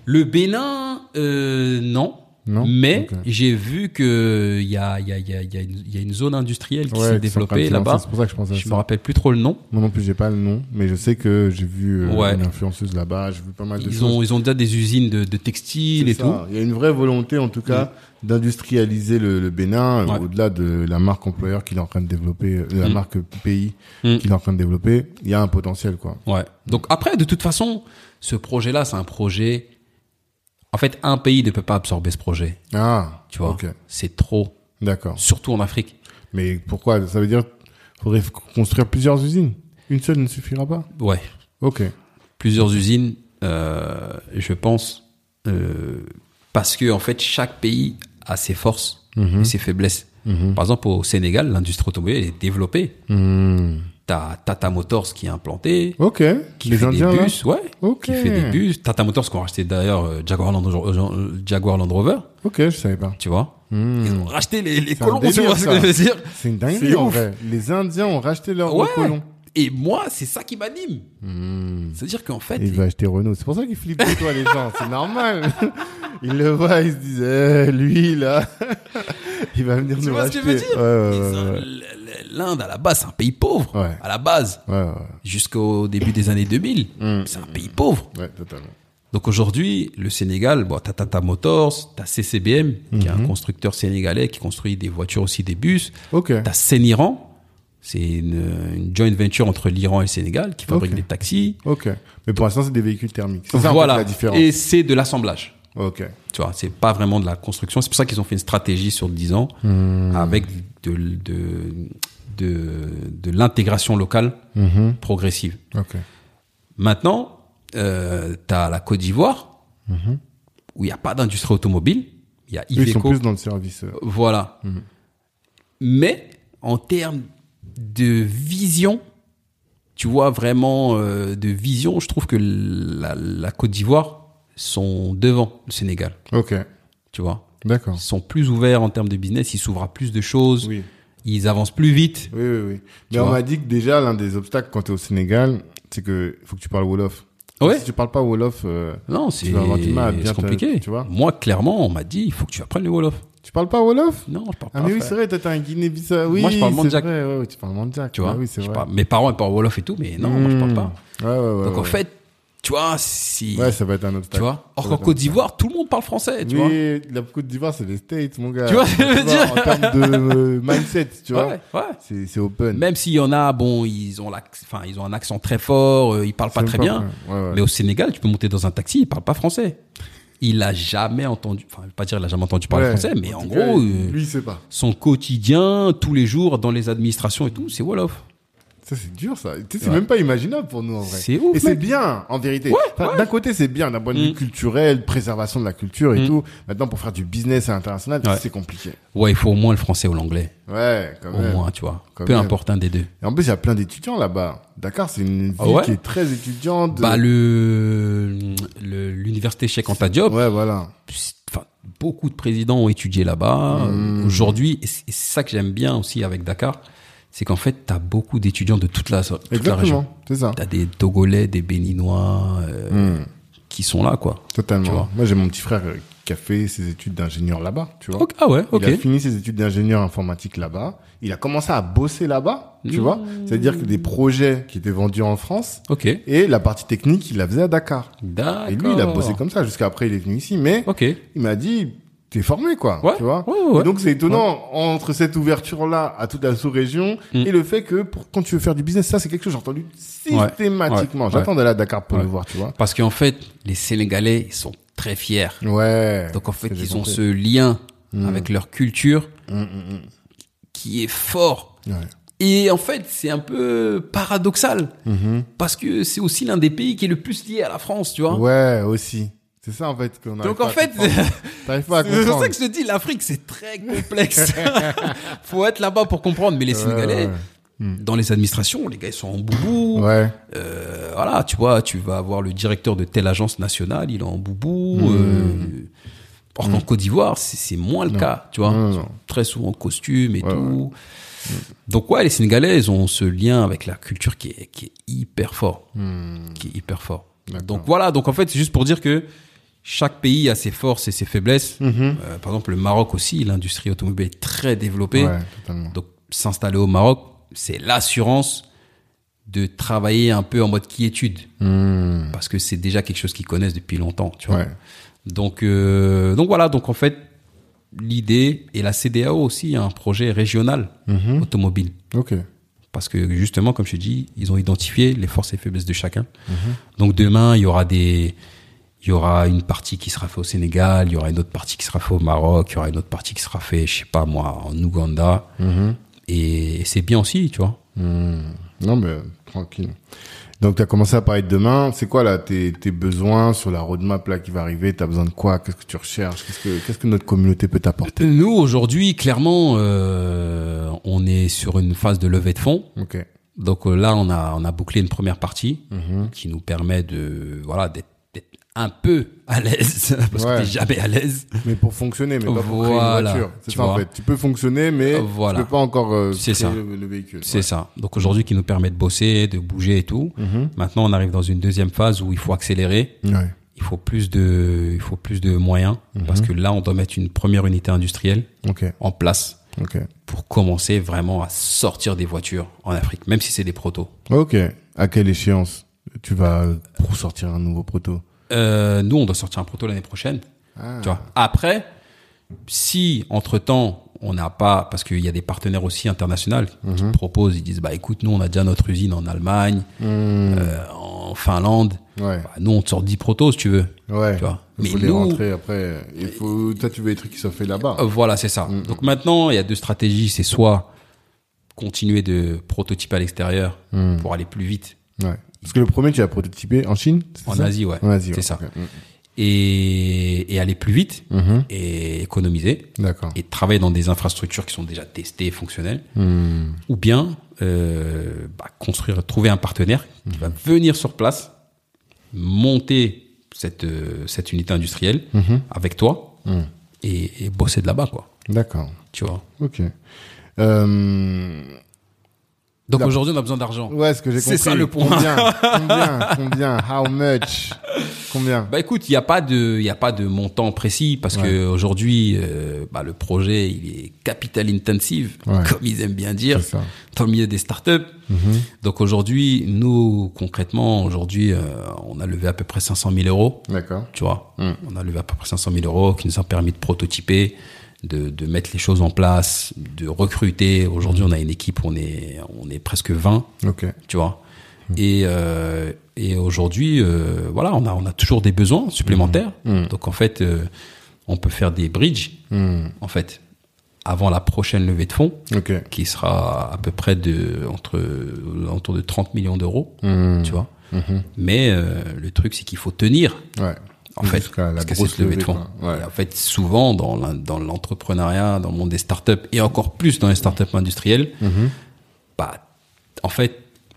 Le Bénin, non. Non. Mais Ok. j'ai vu que il y a une zone industrielle qui s'est développée là-bas. C'est pour ça que je pense à Je ça. me rappelle plus trop le nom. Moi non plus, j'ai pas le nom, mais je sais que j'ai vu Ouais. une influenceuse là-bas. J'ai vu pas mal de Ils choses. ont déjà des usines de textiles C'est et ça. tout. Il y a une vraie volonté, en tout cas, d'industrialiser le Bénin, Ouais. au-delà de la marque employeur qu'il est en train de développer, la marque pays Mm. qu'il est en train de développer. Il y a un potentiel, quoi. Ouais. Donc après, de toute façon, ce projet-là, c'est un projet. En fait, un pays ne peut pas absorber ce projet. Ah, Tu vois, ok, c'est trop, d'accord. surtout en Afrique. Mais pourquoi? Ça veut dire faudrait construire plusieurs usines. Une seule ne suffira pas. Ouais. Ok. Plusieurs usines, je pense, parce que en fait, chaque pays a ses forces et ses faiblesses. Par exemple, au Sénégal, l'industrie automobile est développée. T'as Tata Motors qui est implanté, Ok. qui Les fait Indiens, des là? bus, ouais, Ok. qui fait des bus. Tata Motors qui ont racheté d'ailleurs Jaguar Land Rover, Ok, je savais pas. tu vois. Ils ont racheté les C'est un colons, tu délire, vois ce que ça. je veux dire. C'est une C'est dinguerie, en ouf. vrai. Les Indiens ont racheté leurs Ouais. colons. Et moi, c'est ça qui m'anime. C'est-à-dire qu'en fait, Et il va acheter Renault. C'est pour ça qu'ils flippent de toi, les gens. C'est normal. Ils le voient, ils se disent, lui, là, il va venir tu nous vois racheter. ce que je veux dire. Ouais. L'Inde, à la base, c'est un pays pauvre. Ouais. À la base. Ouais. Jusqu'au début des années 2000. C'est un pays pauvre. Ouais, totalement. Donc aujourd'hui, le Sénégal, bon, t'as Tata Motors, t'as CCBM, qui est un constructeur sénégalais qui construit des voitures aussi, des bus. Ok. T'as Séniran, c'est une joint venture entre l'Iran et le Sénégal qui fabrique Ok. des taxis. Ok. Mais pour l'instant, c'est des véhicules thermiques. C'est ça, en Voilà. fait, la différence. Et c'est de l'assemblage. Ok. Tu vois, c'est pas vraiment de la construction. C'est pour ça qu'ils ont fait une stratégie sur 10 ans avec de l'intégration locale progressive. Ok. Maintenant, t'as la Côte d'Ivoire où il n'y a pas d'industrie automobile. Il y a Eux, ils sont Iveco. plus dans le service. Voilà. Mais en termes de vision, tu vois vraiment de vision, je trouve que la Côte d'Ivoire sont devant le Sénégal. Ok. Tu vois, D'accord. ils sont plus ouverts en termes de business, ils s'ouvrent à plus de choses, Oui. ils avancent plus vite. Oui. Mais Tu on vois. m'a dit que déjà, l'un des obstacles quand t'es au Sénégal, c'est que faut que tu parles Wolof. Ouais. Si tu parles pas Wolof, Non, c'est vas avoir du mal à bien c'est compliqué. tu vois. Moi, clairement, on m'a dit, il faut que tu apprennes le Wolof. tu parles pas Wolof? Non, je parle pas. Ah, mais oui, frère. c'est vrai, t'es un Guinée-Bissau. Oui, Moi, je parle c'est Mandjak. vrai, ouais, tu parles Mandjak. Tu vois, Ah oui, c'est je vrai. parle- mes parents ils parlent Wolof et tout, mais non, moi je parle pas. Ouais. Donc en fait, tu vois, si Ouais, ça va être un obstacle. tu vois, or Ça qu'en va être un Côte d'Ivoire, tout le monde parle français, tu vois. Oui, la Côte d'Ivoire, c'est les States, mon gars. Tu vois ce que je veux dire? En termes de mindset, tu vois. Ouais. C'est open. Même s'il y en a, bon, ils ont un accent très fort, ils parlent pas C'est très même bien. Ouais. Mais au Sénégal, tu peux monter dans un taxi, il parle pas français. Il a jamais entendu, enfin, je vais pas dire il a jamais entendu parler Ouais. français, mais en tout cas, gros, lui, il sait pas. son quotidien, tous les jours, dans les administrations et tout, c'est Wolof. Ça, c'est dur, ça. Tu sais, c'est Ouais. même pas imaginable pour nous, en vrai. C'est ouf, Et c'est mec. bien, en vérité. Enfin, d'un côté, c'est bien, d'un point de vue culturel, préservation de la culture et tout. Maintenant, pour faire du business à l'international, Ouais. c'est compliqué. Ouais, il faut au moins le français ou l'anglais. Ouais, quand Au même. moins, tu vois. Quand Peu même. importe un des deux. Et en plus, il y a plein d'étudiants là-bas. Dakar, c'est une ville Ah ouais qui est très étudiante. Bah, l'université Cheikh Anta Diop, Ouais, voilà. enfin, beaucoup de présidents ont étudié là-bas. Aujourd'hui, et c'est ça que j'aime bien aussi avec Dakar, c'est qu'en fait, t'as beaucoup d'étudiants de toute la région. Exactement. C'est ça. T'as des Togolais, des Béninois, qui sont là, quoi. Tu Totalement. vois. Moi, j'ai mon petit frère qui a fait ses études d'ingénieur là-bas, tu vois. Ok. Ah ouais, ok. Il a fini ses études d'ingénieur informatique là-bas. Il a commencé à bosser là-bas, tu vois. C'est-à-dire que des projets qui étaient vendus en France Ok. et la partie technique, il la faisait à Dakar. D'accord. Et lui, il a bossé comme ça jusqu'à après, il est venu ici. Mais Ok. il m'a dit, t'es formé, quoi. Ouais. Tu vois. Ouais. Et donc, c'est étonnant entre cette ouverture-là à toute la sous-région et le fait que quand tu veux faire du business, ça, c'est quelque chose que j'ai entendu systématiquement. Ouais. J'attends d'aller à Dakar pour Ouais. le voir, tu vois. Parce qu'en fait, les Sénégalais, ils sont très fiers. Ouais. Donc en fait, J'ai ils ont compris. ce lien avec leur culture qui est fort. Ouais. Et en fait, c'est un peu paradoxal parce que c'est aussi l'un des pays qui est le plus lié à la France, tu vois. Ouais, aussi. C'est ça, en fait, qu'on arrive Donc pas en à fait, comprendre. T'arrives pas à c'est pour comprendre. ça que je te dis, l'Afrique c'est très complexe. Faut être là-bas pour comprendre. Mais les Sénégalais, dans les administrations, les gars ils sont en boubou. Ouais. Voilà, tu vois, tu vas avoir le directeur de telle agence nationale, il est en boubou. Or qu'en Côte d'Ivoire, c'est moins le cas, tu vois. Non. Ils sont très souvent en costume et tout. Donc ouais, les Sénégalais, ils ont ce lien avec la culture qui est hyper fort. Qui est hyper fort. D'accord. Donc voilà, donc en fait, c'est juste pour dire que chaque pays a ses forces et ses faiblesses. Par exemple, le Maroc aussi, l'industrie automobile est très développée. Ouais, totalement. Donc, s'installer au Maroc, c'est l'assurance de travailler un peu en mode quiétude. Parce que c'est déjà quelque chose qu'ils connaissent depuis longtemps, tu vois. Ouais. Donc voilà. Donc, en fait, l'idée, et la CEDEAO aussi, a un projet régional automobile. Ok. Parce que justement, comme je te dis, ils ont identifié les forces et faiblesses de chacun. Donc demain, il y aura une partie qui sera faite au Sénégal, il y aura une autre partie qui sera faite au Maroc, il y aura une autre partie qui sera faite, je sais pas moi, en Ouganda. Et c'est bien aussi, tu vois. Non, mais tranquille. Donc, tu as commencé à parler de demain. C'est quoi, là, tes besoins sur la roadmap, là, qui va arriver? Tu as besoin de quoi? Qu'est-ce que tu recherches? Qu'est-ce que notre communauté peut t'apporter? Nous, aujourd'hui, clairement, on est sur une phase de levée de fonds. Ok. Donc là, on a bouclé une première partie qui nous permet d'être un peu à l'aise, parce que t'es jamais à l'aise. Mais pour fonctionner, mais pas pour créer une voiture. C'est ça, en fait. Tu peux fonctionner, mais tu peux pas encore créer le véhicule. C'est ça. Donc aujourd'hui, qui nous permet de bosser, de bouger et tout. Maintenant, on arrive dans une deuxième phase où il faut accélérer. Ouais. Il faut plus de moyens, parce que là, on doit mettre une première unité industrielle en place pour commencer vraiment à sortir des voitures en Afrique, même si c'est des protos. Ok. À quelle échéance tu vas pour sortir un nouveau proto? Nous, on doit sortir un proto l'année prochaine. Tu vois. Après, si entre-temps, on n'a pas, parce qu'il y a des partenaires aussi internationaux qui proposent, ils disent, bah écoute, nous, on a déjà notre usine en Allemagne, en Finlande. Ouais. Bah, nous, on te sort 10 protos, si tu veux. Ouais. Tu vois. Mais les rentrer après. Toi, tu veux des trucs qui sont faits là-bas. Voilà, c'est ça. Donc maintenant, il y a deux stratégies. C'est soit continuer de prototyper à l'extérieur pour aller plus vite. Ouais. Parce que le premier, tu as prototypé en Chine? En Asie, ouais. En Asie, c'est ça. Okay. Et aller plus vite et économiser. D'accord. Et travailler dans des infrastructures qui sont déjà testées et fonctionnelles. Ou bien trouver un partenaire qui va venir sur place, monter cette unité industrielle avec toi et bosser de là-bas, quoi. D'accord. Tu vois. Ok. Donc aujourd'hui, on a besoin d'argent. Ouais, ce que j'ai compris. C'est ça le point. Combien? How much? Combien? Bah écoute, il y a pas de montant précis parce que aujourd'hui, le projet, il est capital intensive, comme ils aiment bien dire, dans le milieu des startups. Donc aujourd'hui, nous, concrètement, on a levé à peu près 500 000 euros. D'accord. Tu vois. On a levé à peu près 500 000 euros qui nous ont permis de prototyper, de mettre les choses en place, de recruter. Aujourd'hui, on a une équipe, on est presque 20. Ok. Tu vois. Et aujourd'hui, on a toujours des besoins supplémentaires. Donc en fait, on peut faire des bridges. En fait, avant la prochaine levée de fonds, qui sera à peu près autour de 30 millions d'euros. Tu vois. Mais le truc, c'est qu'il faut tenir. Ouais. En fait, parce que c'est cette levée de fonds. Ouais. Et en fait, souvent dans l'entrepreneuriat, dans le monde des startups et encore plus dans les startups industrielles, en fait,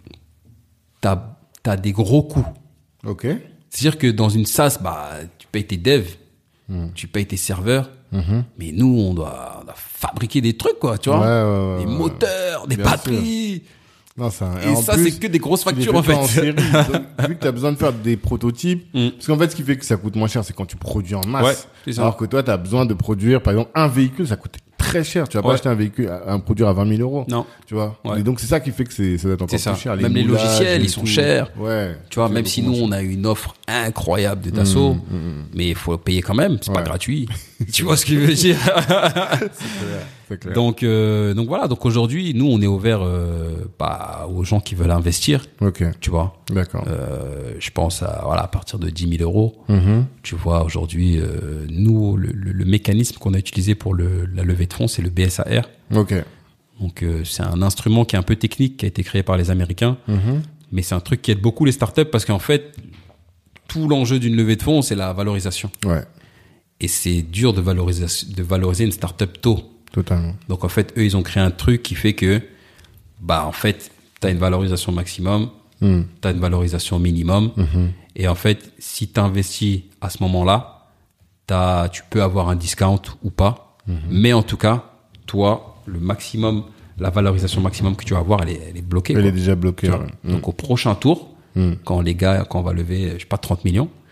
t'as des gros coûts. Ok. C'est-à-dire que dans une SaaS, tu payes tes devs, tu payes tes serveurs, mais nous, on doit fabriquer des trucs, quoi, tu vois, des moteurs, des batteries. Non, et ça, c'est que des grosses factures, en fait. En série, donc, vu que tu as besoin de faire des prototypes, parce qu'en fait, ce qui fait que ça coûte moins cher, c'est quand tu produis en masse. Ouais, alors que toi, tu as besoin de produire, par exemple, un véhicule, ça coûte très cher. Tu vas pas acheter un véhicule, un produit à 20 000 euros. Non. Tu vois. Ouais. Et donc, c'est ça qui fait que ça doit être encore plus cher. Même les logiciels, ils sont chers. Ouais. Tu vois, même si nous, on a une offre incroyable de Dassault, mais il faut payer quand même. C'est pas gratuit. Tu vois ce que je veux dire? C'est clair. Donc voilà. Donc aujourd'hui, nous, on est ouvert, aux gens qui veulent investir. Ok. Tu vois. D'accord. Je pense à partir de 10 000 euros. Tu vois, aujourd'hui, nous, le mécanisme qu'on a utilisé pour la levée de fonds, c'est le BSAR. Ok. Donc c'est un instrument qui est un peu technique, qui a été créé par les Américains, mais c'est un truc qui aide beaucoup les startups parce qu'en fait, tout l'enjeu d'une levée de fonds, c'est la valorisation. Ouais. Et c'est dur de valoriser une startup tôt. Totalement. Donc en fait, eux, ils ont créé un truc qui fait que, en fait, t'as une valorisation maximum, t'as une valorisation minimum, et en fait, si t'investis à ce moment-là, tu peux avoir un discount ou pas, mais en tout cas, toi, la valorisation maximum que tu vas avoir, elle est bloquée. Elle est déjà bloquée. Ouais. Donc au prochain tour, quand on va lever, 30 millions,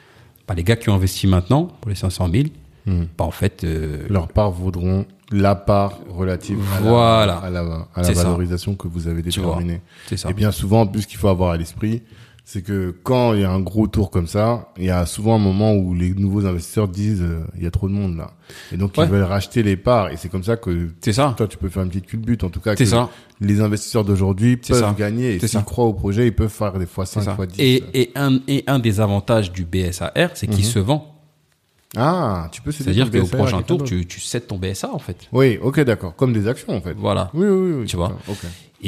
les gars qui ont investi maintenant pour les 500 000, en fait, leurs parts vaudront la part relative à la valorisation que vous avez déterminée. C'est ça. Et bien souvent, en plus, ce qu'il faut avoir à l'esprit, c'est que quand il y a un gros tour comme ça, il y a souvent un moment où les nouveaux investisseurs disent il y a trop de monde là. Et donc, ils veulent racheter les parts. Et c'est comme ça que toi, tu peux faire une petite culbute. En tout cas, les investisseurs d'aujourd'hui peuvent gagner. Et s'ils croient au projet, ils peuvent faire des fois 5, fois 10. Et un des avantages du BSAR, c'est qu'il se vend. Ah, tu peux céder. C'est-à-dire qu'au prochain tour, tu cèdes ton BSA, en fait. Oui, ok, d'accord. Comme des actions, en fait. Voilà. Oui. Tu vois. Okay.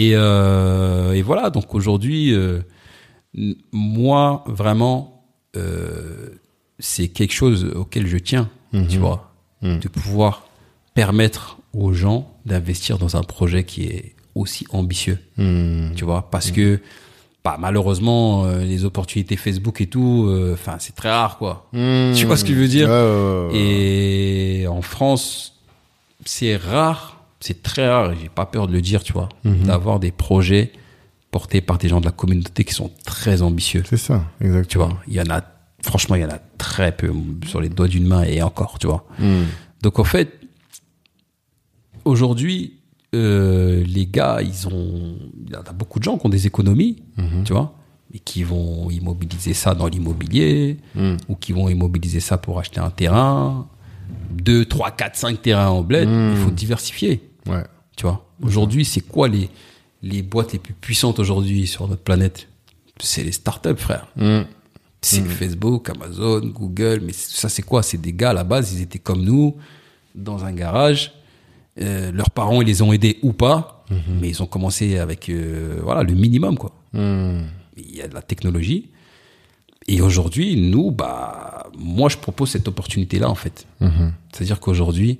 Et voilà. Donc aujourd'hui, moi, vraiment, c'est quelque chose auquel je tiens, tu vois, de pouvoir permettre aux gens d'investir dans un projet qui est aussi ambitieux, tu vois, parce que malheureusement, les opportunités Facebook et tout, c'est très rare, quoi. Tu vois ce que je veux dire? Et en France, c'est rare, c'est très rare, et j'ai pas peur de le dire, tu vois, d'avoir des projets portés par des gens de la communauté qui sont très ambitieux. C'est ça, exactement. Tu vois, il y en a très peu sur les doigts d'une main et encore, tu vois. Donc, en fait, aujourd'hui, les gars, il y a beaucoup de gens qui ont des économies, tu vois, et qui vont immobiliser ça dans l'immobilier, ou qui vont immobiliser ça pour acheter un terrain, 2, 3, 4, 5 terrains en bled. Il faut diversifier. Ouais. Tu vois, aujourd'hui, c'est quoi les boîtes les plus puissantes aujourd'hui sur notre planète? C'est les startups, frère. C'est Facebook, Amazon, Google, mais ça, c'est quoi? C'est des gars, à la base, ils étaient comme nous, dans un garage. Leurs parents, ils les ont aidés ou pas, mais ils ont commencé avec le minimum, quoi. Il y a de la technologie. Et aujourd'hui, nous, moi, je propose cette opportunité-là, en fait. C'est-à-dire qu'aujourd'hui,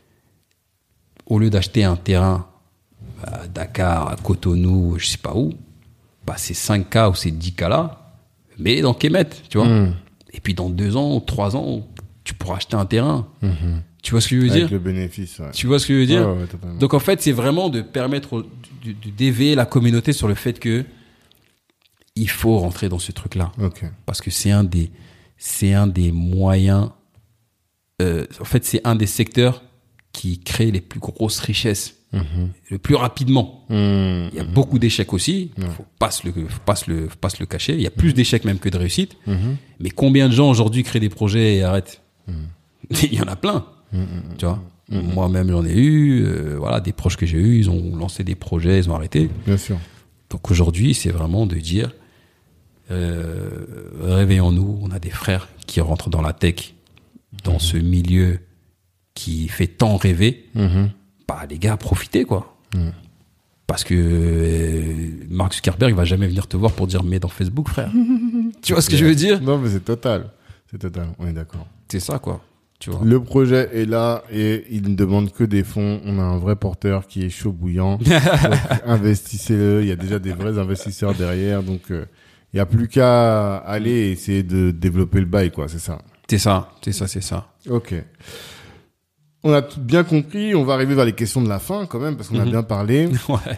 au lieu d'acheter un terrain à Dakar, à Cotonou, je sais pas où, ces 5K ou ces 10K-là, mais dans Kemet, tu vois. Et puis dans 2 ans, 3 ans, tu pourras acheter un terrain. Tu vois ce que je veux dire? Avec le bénéfice, ouais. Tu vois ce que je veux dire? Ouais, donc en fait, c'est vraiment de permettre d'éveiller la communauté sur le fait que il faut rentrer dans ce truc-là. Okay. Parce que c'est un des moyens, en fait, c'est un des secteurs qui crée les plus grosses richesses le plus rapidement. Il y a beaucoup d'échecs aussi. Faut pas se le cacher. Il y a plus d'échecs même que de réussites. Mais combien de gens aujourd'hui créent des projets et arrêtent? Il y en a plein. Tu vois. Moi-même, j'en ai eu. Des proches que j'ai eus, ils ont lancé des projets, ils ont arrêté. Bien sûr. Donc aujourd'hui, c'est vraiment de dire réveillons-nous. On a des frères qui rentrent dans la tech, dans ce milieu qui fait tant rêver. Les gars, profitez, quoi. Parce que Mark Zuckerberg va jamais venir te voir pour dire mais dans Facebook, frère. Tu vois ce que je veux dire? Non, mais c'est total. C'est total. On est d'accord. C'est ça, quoi. Tu vois. Le projet est là et il ne demande que des fonds. On a un vrai porteur qui est chaud bouillant. Donc, investissez-le. Il y a déjà des vrais investisseurs derrière. Donc, il n'y a plus qu'à aller et essayer de développer le bail, quoi. C'est ça. C'est ça. Ok. On a bien compris. On va arriver vers les questions de la fin, quand même, parce qu'on a bien parlé.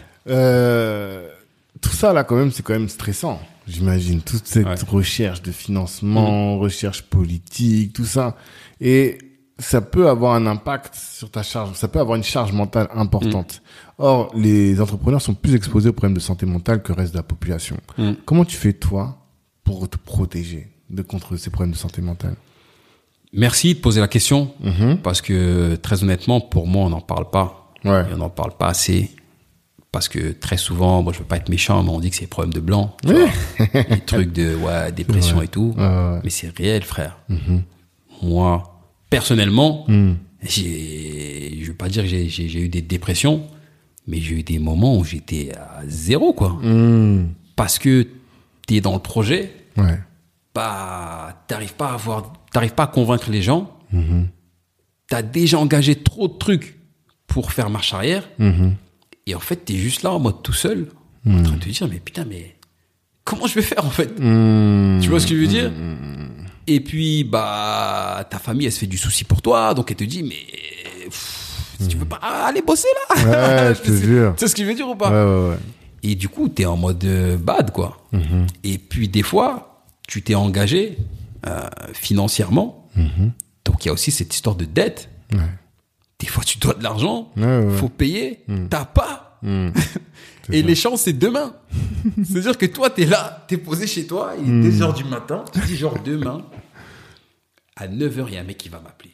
Tout ça, là, quand même, c'est quand même stressant. J'imagine. Toute cette recherche de financement, recherche politique, tout ça. Et ça peut avoir un impact sur ta charge. Ça peut avoir une charge mentale importante. Or, les entrepreneurs sont plus exposés aux problèmes de santé mentale que le reste de la population. Comment tu fais, toi, pour te protéger contre ces problèmes de santé mentale? Merci de poser la question. Parce que, très honnêtement, pour moi, on n'en parle pas. Et on n'en parle pas assez. Parce que très souvent, moi je veux pas être méchant, mais on dit que c'est des problèmes de blanc. Les trucs de dépression et tout. Mais c'est réel, frère. Moi, personnellement, je veux pas dire que j'ai eu des dépressions, mais j'ai eu des moments où j'étais à 0, quoi. Parce que t'es dans le projet, t'arrives pas à convaincre les gens. T'as déjà engagé trop de trucs pour faire marche arrière. Et en fait, t'es juste là en mode tout seul, en train de te dire, mais putain, mais comment je vais faire en fait? Tu vois ce que je veux dire? Et puis, ta famille, elle se fait du souci pour toi, donc elle te dit, mais si tu veux pas aller bosser là? Je te jure. Tu sais ce que je veux dire ou pas? Et du coup, t'es en mode bad, quoi. Et puis, des fois, tu t'es engagé, financièrement. Donc, il y a aussi cette histoire de dette. Ouais. Des fois, tu dois de l'argent, Ouais. faut payer, t'as pas. Et l'échéance, c'est demain. C'est-à-dire que toi, t'es là, t'es posé chez toi, il est 2h du matin, tu dis genre demain, à 9h, il y a un mec qui va m'appeler.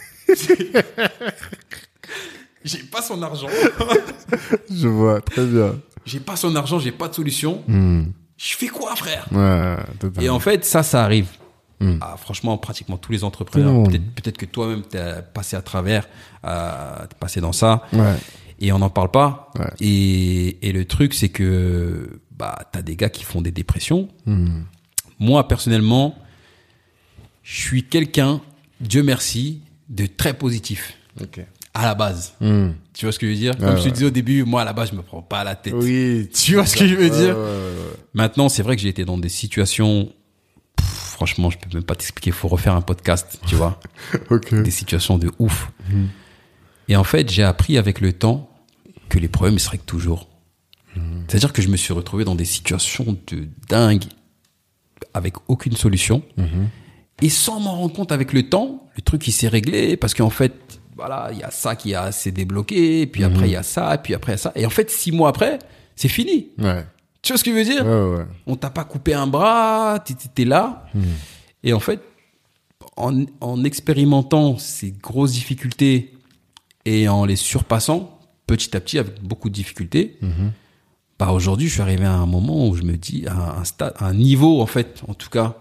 J'ai pas son argent. Je vois, très bien. J'ai pas son argent, j'ai pas de solution. Je fais quoi, frère? Ouais, totalement. Et en fait, ça arrive. Franchement, pratiquement tous les entrepreneurs. Peut-être que toi-même, t'es passé à travers, t'es passé dans ça. Ouais. Et on n'en parle pas. Ouais. Et le truc, c'est que t'as des gars qui font des dépressions. Moi, personnellement, je suis quelqu'un, Dieu merci, de très positif. Ok. À la base. Tu vois ce que je veux dire? Comme Ouais, je te disais au début, moi, à la base, je me prends pas à la tête. Oui. Tu vois ce que je veux dire? Ouais. Maintenant, c'est vrai que j'ai été dans des situations, franchement, je peux même pas t'expliquer, faut refaire un podcast, tu vois. Ok. Des situations de ouf. Et en fait, j'ai appris avec le temps que les problèmes, ils se règlent toujours. C'est-à-dire que je me suis retrouvé dans des situations de dingue, avec aucune solution. Et sans m'en rendre compte avec le temps, le truc, il s'est réglé parce qu'en fait, voilà, il y a ça qui a s'est débloqué, puis après, il y a ça, puis après, il y a ça. Et en fait, 6 mois après, c'est fini. Ouais. Tu vois ce que je veux dire? Ouais. On t'a pas coupé un bras, t'es là. Et en fait, en expérimentant ces grosses difficultés et en les surpassant petit à petit avec beaucoup de difficultés, aujourd'hui, je suis arrivé à un moment où je me dis, à un stade, à un niveau, en fait, en tout cas,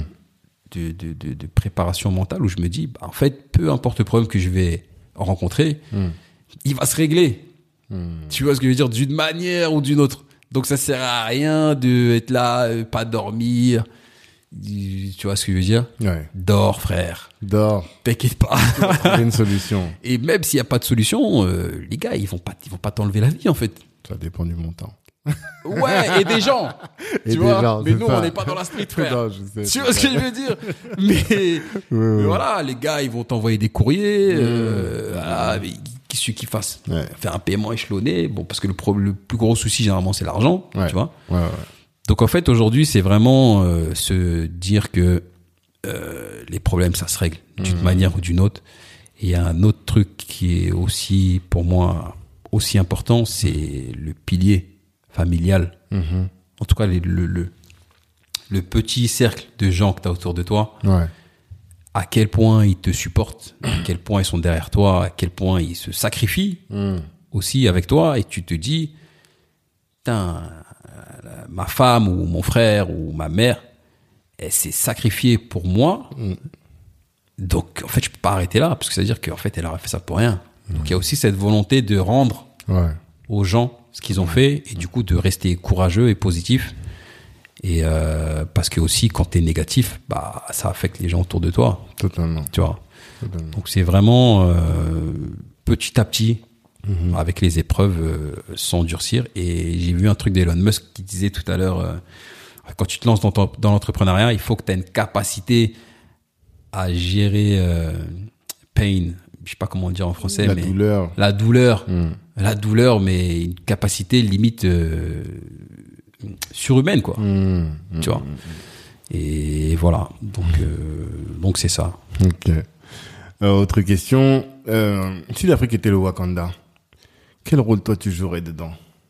de préparation mentale, où je me dis, en fait, peu importe le problème que je vais rencontrer, il va se régler. Tu vois ce que je veux dire? D'une manière ou d'une autre. Donc, ça sert à rien d'être là, pas dormir. Tu vois ce que je veux dire? Ouais. Dors, frère. Dors. T'inquiète pas. Trouver une solution. Et même s'il n'y a pas de solution, les gars, ils vont pas t'enlever la vie, en fait. Ça dépend du montant. Ouais, et des gens. Tu vois? Mais nous, on n'est pas dans la street, frère. Non, je sais. Tu vois ce que je veux dire? Mais voilà, les gars, ils vont t'envoyer des courriers. Voilà, mais qu'est-ce qu'ils fassent? Faire un paiement échelonné. Bon, parce que le plus gros souci, généralement, c'est l'argent. Ouais. Tu vois? Ouais. Donc, en fait, aujourd'hui, c'est vraiment se dire que les problèmes, ça se règle d'une manière ou d'une autre. Et il y a un autre truc qui est aussi, pour moi, aussi important, c'est le pilier familial. En tout cas, le petit cercle de gens que tu as autour de toi. Ouais. À quel point ils te supportent, à quel point ils sont derrière toi, à quel point ils se sacrifient aussi avec toi. Et tu te dis, putain, ma femme ou mon frère ou ma mère, elle s'est sacrifiée pour moi. Donc, en fait, je peux pas arrêter là, parce que ça veut dire qu'en fait, elle aurait fait ça pour rien. Donc, il y a aussi cette volonté de rendre aux gens ce qu'ils ont fait, et du coup, de rester courageux et positif. Et parce que aussi, quand t'es négatif, ça affecte les gens autour de toi. Totalement. Tu vois. Totalement. Donc, c'est vraiment petit à petit, avec les épreuves, s'endurcir. Et j'ai vu un truc d'Elon Musk qui disait tout à l'heure, quand tu te lances dans l'entrepreneuriat, il faut que tu aies une capacité à gérer pain, je sais pas comment dire en français, mais douleur. La douleur, mais une capacité limite surhumaine, quoi. Tu vois. Et voilà. Donc c'est ça. Ok. Autre question. Si l'Afrique était le Wakanda, quel rôle toi tu jouerais dedans?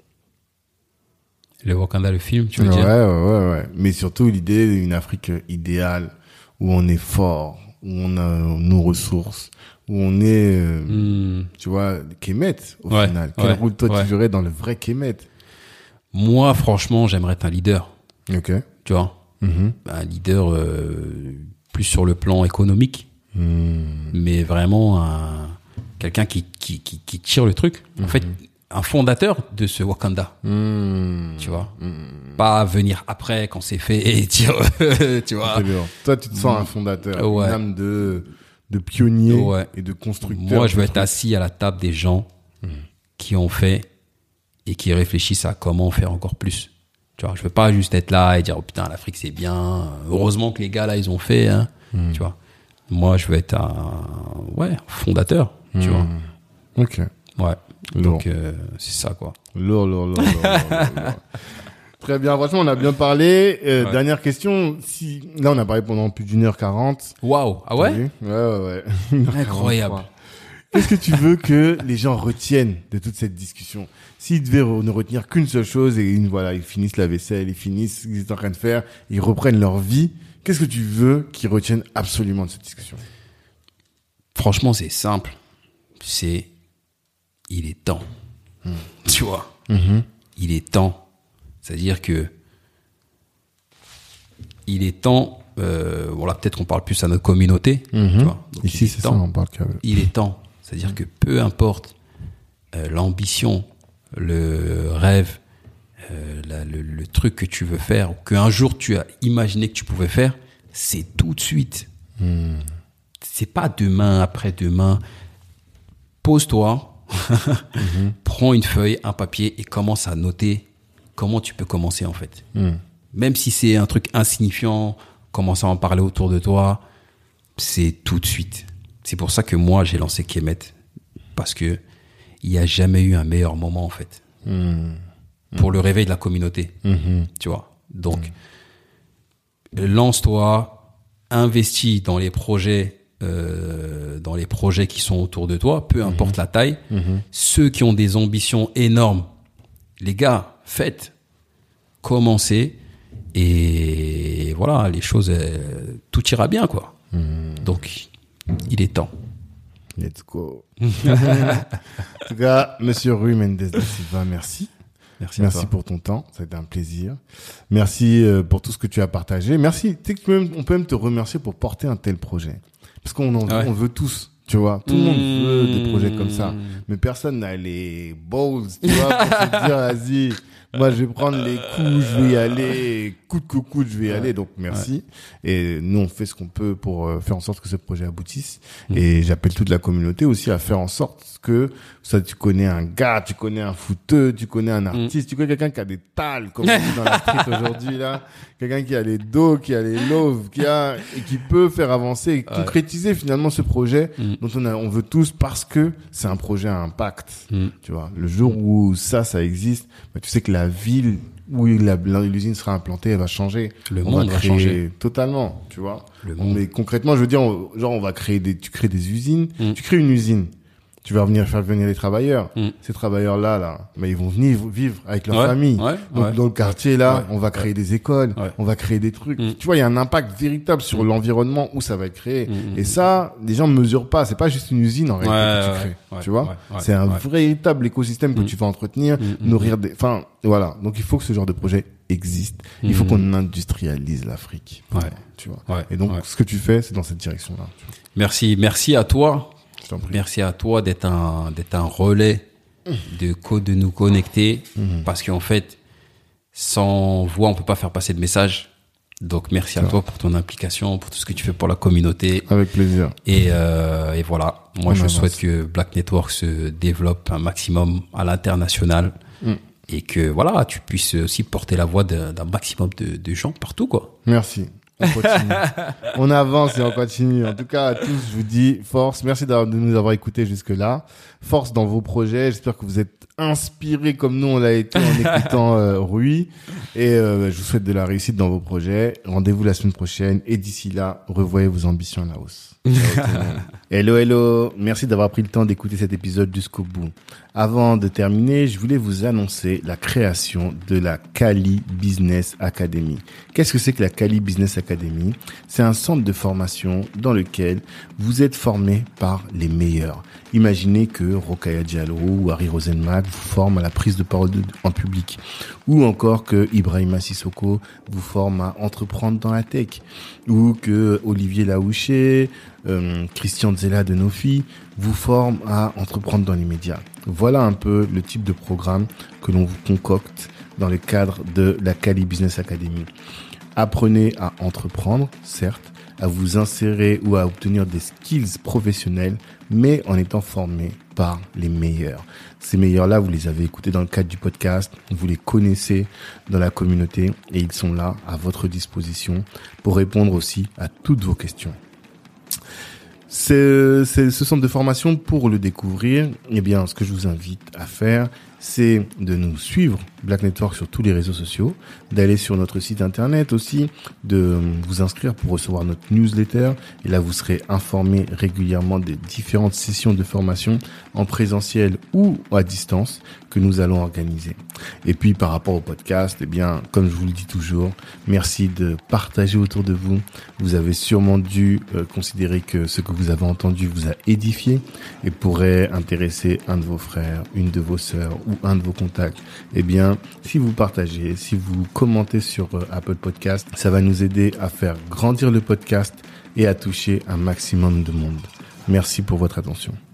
Le Wakanda, le film, tu veux dire? Ouais. Mais surtout l'idée d'une Afrique idéale, où on est fort, où on a nos ressources, où on est, tu vois, Kemet, au final. Quel rôle toi tu jouerais dans le vrai Kemet? Moi, franchement, j'aimerais être un leader. Ok. Tu vois? Un leader plus sur le plan économique, mais vraiment quelqu'un qui tire le truc. En fait, un fondateur de ce Wakanda. Tu vois? Pas venir après quand c'est fait et dire, tu vois. Toi, tu te sens un fondateur, une âme de pionnier et de constructeur. Moi, je veux être assis à la table des gens qui ont fait et qui réfléchissent à comment faire encore plus. Tu vois, je veux pas juste être là et dire, oh putain, l'Afrique c'est bien. Heureusement que les gars là, ils ont fait, hein. Tu vois. Moi, je veux être un fondateur, tu vois. Ok. Ouais. Lourd. Donc, c'est ça, quoi. Lourd. Très bien. Franchement, on a bien parlé. Dernière question. Là, on a parlé pendant plus d'1h40. Waouh. Ah ouais? Ouais. Incroyable. Qu'est-ce que tu veux que les gens retiennent de toute cette discussion? S'ils devaient ne retenir qu'une seule chose et ils finissent la vaisselle, ils finissent ce qu'ils sont en train de faire, ils reprennent leur vie, qu'est-ce que tu veux qu'ils retiennent absolument de cette discussion? Franchement, c'est simple. Il est temps. Tu vois? Il est temps. C'est-à-dire que il est temps, voilà, peut-être qu'on parle plus à notre communauté, tu vois. Donc, ici, c'est ça, on parle il est temps. C'est-à-dire que peu importe l'ambition, le rêve, le truc que tu veux faire, ou qu'un jour tu as imaginé que tu pouvais faire, c'est tout de suite. C'est pas demain, après-demain. Pose-toi, prends une feuille, un papier et commence à noter comment tu peux commencer en fait. Même si c'est un truc insignifiant, commence à en parler autour de toi, c'est tout de suite. C'est pour ça que moi j'ai lancé Kemet, parce que il n'y a jamais eu un meilleur moment en fait pour le réveil de la communauté. Tu vois. Donc lance-toi, investis dans les projets qui sont autour de toi, peu importe la taille. Ceux qui ont des ambitions énormes, les gars, faites, commencez, et voilà, les choses, tout ira bien, quoi. Donc, il est temps. Let's go. En tout cas, Monsieur Rui Mendes da Silva, merci. Merci pour ton temps, ça a été un plaisir. Merci pour tout ce que tu as partagé. Merci. Tu sais on peut même te remercier pour porter un tel projet. Parce on veut tous, tu vois. Tout le monde veut des projets comme ça. Mais personne n'a les balls, tu vois, pour se dire, vas-y, moi, je vais prendre les coups, je vais y aller, coûte que coûte, je vais y aller. Donc, merci. Et nous, on fait ce qu'on peut pour faire en sorte que ce projet aboutisse. Et j'appelle toute la communauté aussi à faire en sorte que, ça, tu connais un gars, tu connais un footeux, tu connais un artiste, tu connais quelqu'un qui a des tales, comme on dit dans la street aujourd'hui, là. Quelqu'un qui a les dos, qui a les loves, et qui peut faire avancer et concrétiser finalement ce projet dont on veut tous, parce que c'est un projet à impact. Tu vois. Le jour où ça existe, bah, tu sais que la ville où l'usine sera implantée, elle va changer. Le monde va changer. Totalement, tu vois. Mais concrètement, je veux dire, on va tu crées des usines, tu crées une usine. Tu vas faire venir les travailleurs. Ces travailleurs-là, mais ils vont venir vivre avec leur famille. Donc, dans le quartier, là, on va créer des écoles, on va créer des trucs. Tu vois, il y a un impact véritable sur l'environnement où ça va être créé. Et ça, les gens ne mesurent pas. C'est pas juste une usine, en réalité, que tu crées. Tu vois? C'est un véritable écosystème que tu vas entretenir, nourrir voilà. Donc, il faut que ce genre de projet existe. Il faut qu'on industrialise l'Afrique. Tu vois? Et donc, ce que tu fais, c'est dans cette direction-là. Merci à toi. Merci à toi d'être un relais de nous connecter, parce qu'en fait, sans voix, on peut pas faire passer de message. Donc, merci à toi pour ton implication, pour tout ce que tu fais pour la communauté. Avec plaisir. Et voilà. Moi, je souhaite que Black Network se développe un maximum à l'international. Et que, voilà, tu puisses aussi porter la voix d'un maximum de gens partout, quoi. Merci. On continue. On avance et on continue. En tout cas, à tous, je vous dis force. Merci de nous avoir écoutés jusque-là. Force dans vos projets. J'espère que vous êtes inspirés comme nous, on l'a été en écoutant Rui. Et je vous souhaite de la réussite dans vos projets. Rendez-vous la semaine prochaine. Et d'ici là, revoyez vos ambitions à la hausse. Hello. Merci d'avoir pris le temps d'écouter cet épisode jusqu'au bout. Avant de terminer, je voulais vous annoncer la création de la Kali Business Academy. Qu'est-ce que c'est que la Kali Business Academy? C'est un centre de formation dans lequel vous êtes formé par les meilleurs. Imaginez que Rokhaya Diallo ou Harry Rosenmack vous forment à la prise de parole en public, ou encore que Ibrahima Sissoko vous forme à entreprendre dans la tech, ou que Olivier Laouché, Christian Zella de Nofi vous forme à entreprendre dans les médias. Voilà un peu le type de programme que l'on vous concocte dans le cadre de la Kali Business Academy. Apprenez à entreprendre, certes, à vous insérer ou à obtenir des skills professionnels, mais en étant formé par les meilleurs. Ces meilleurs-là, vous les avez écoutés dans le cadre du podcast, vous les connaissez dans la communauté et ils sont là à votre disposition pour répondre aussi à toutes vos questions. ce centre de formation, pour le découvrir, eh bien, ce que je vous invite à faire, c'est de nous suivre, Black Network, sur tous les réseaux sociaux, d'aller sur notre site internet aussi, de vous inscrire pour recevoir notre newsletter. Et là, vous serez informé régulièrement des différentes sessions de formation en présentiel ou à distance que nous allons organiser. Et puis, par rapport au podcast, eh bien, comme je vous le dis toujours, merci de partager autour de vous. Vous avez sûrement dû considérer que ce que vous avez entendu vous a édifié et pourrait intéresser un de vos frères, une de vos sœurs ou un de vos contacts. Eh bien, si vous partagez, si vous commentez sur Apple Podcast, ça va nous aider à faire grandir le podcast et à toucher un maximum de monde. Merci pour votre attention.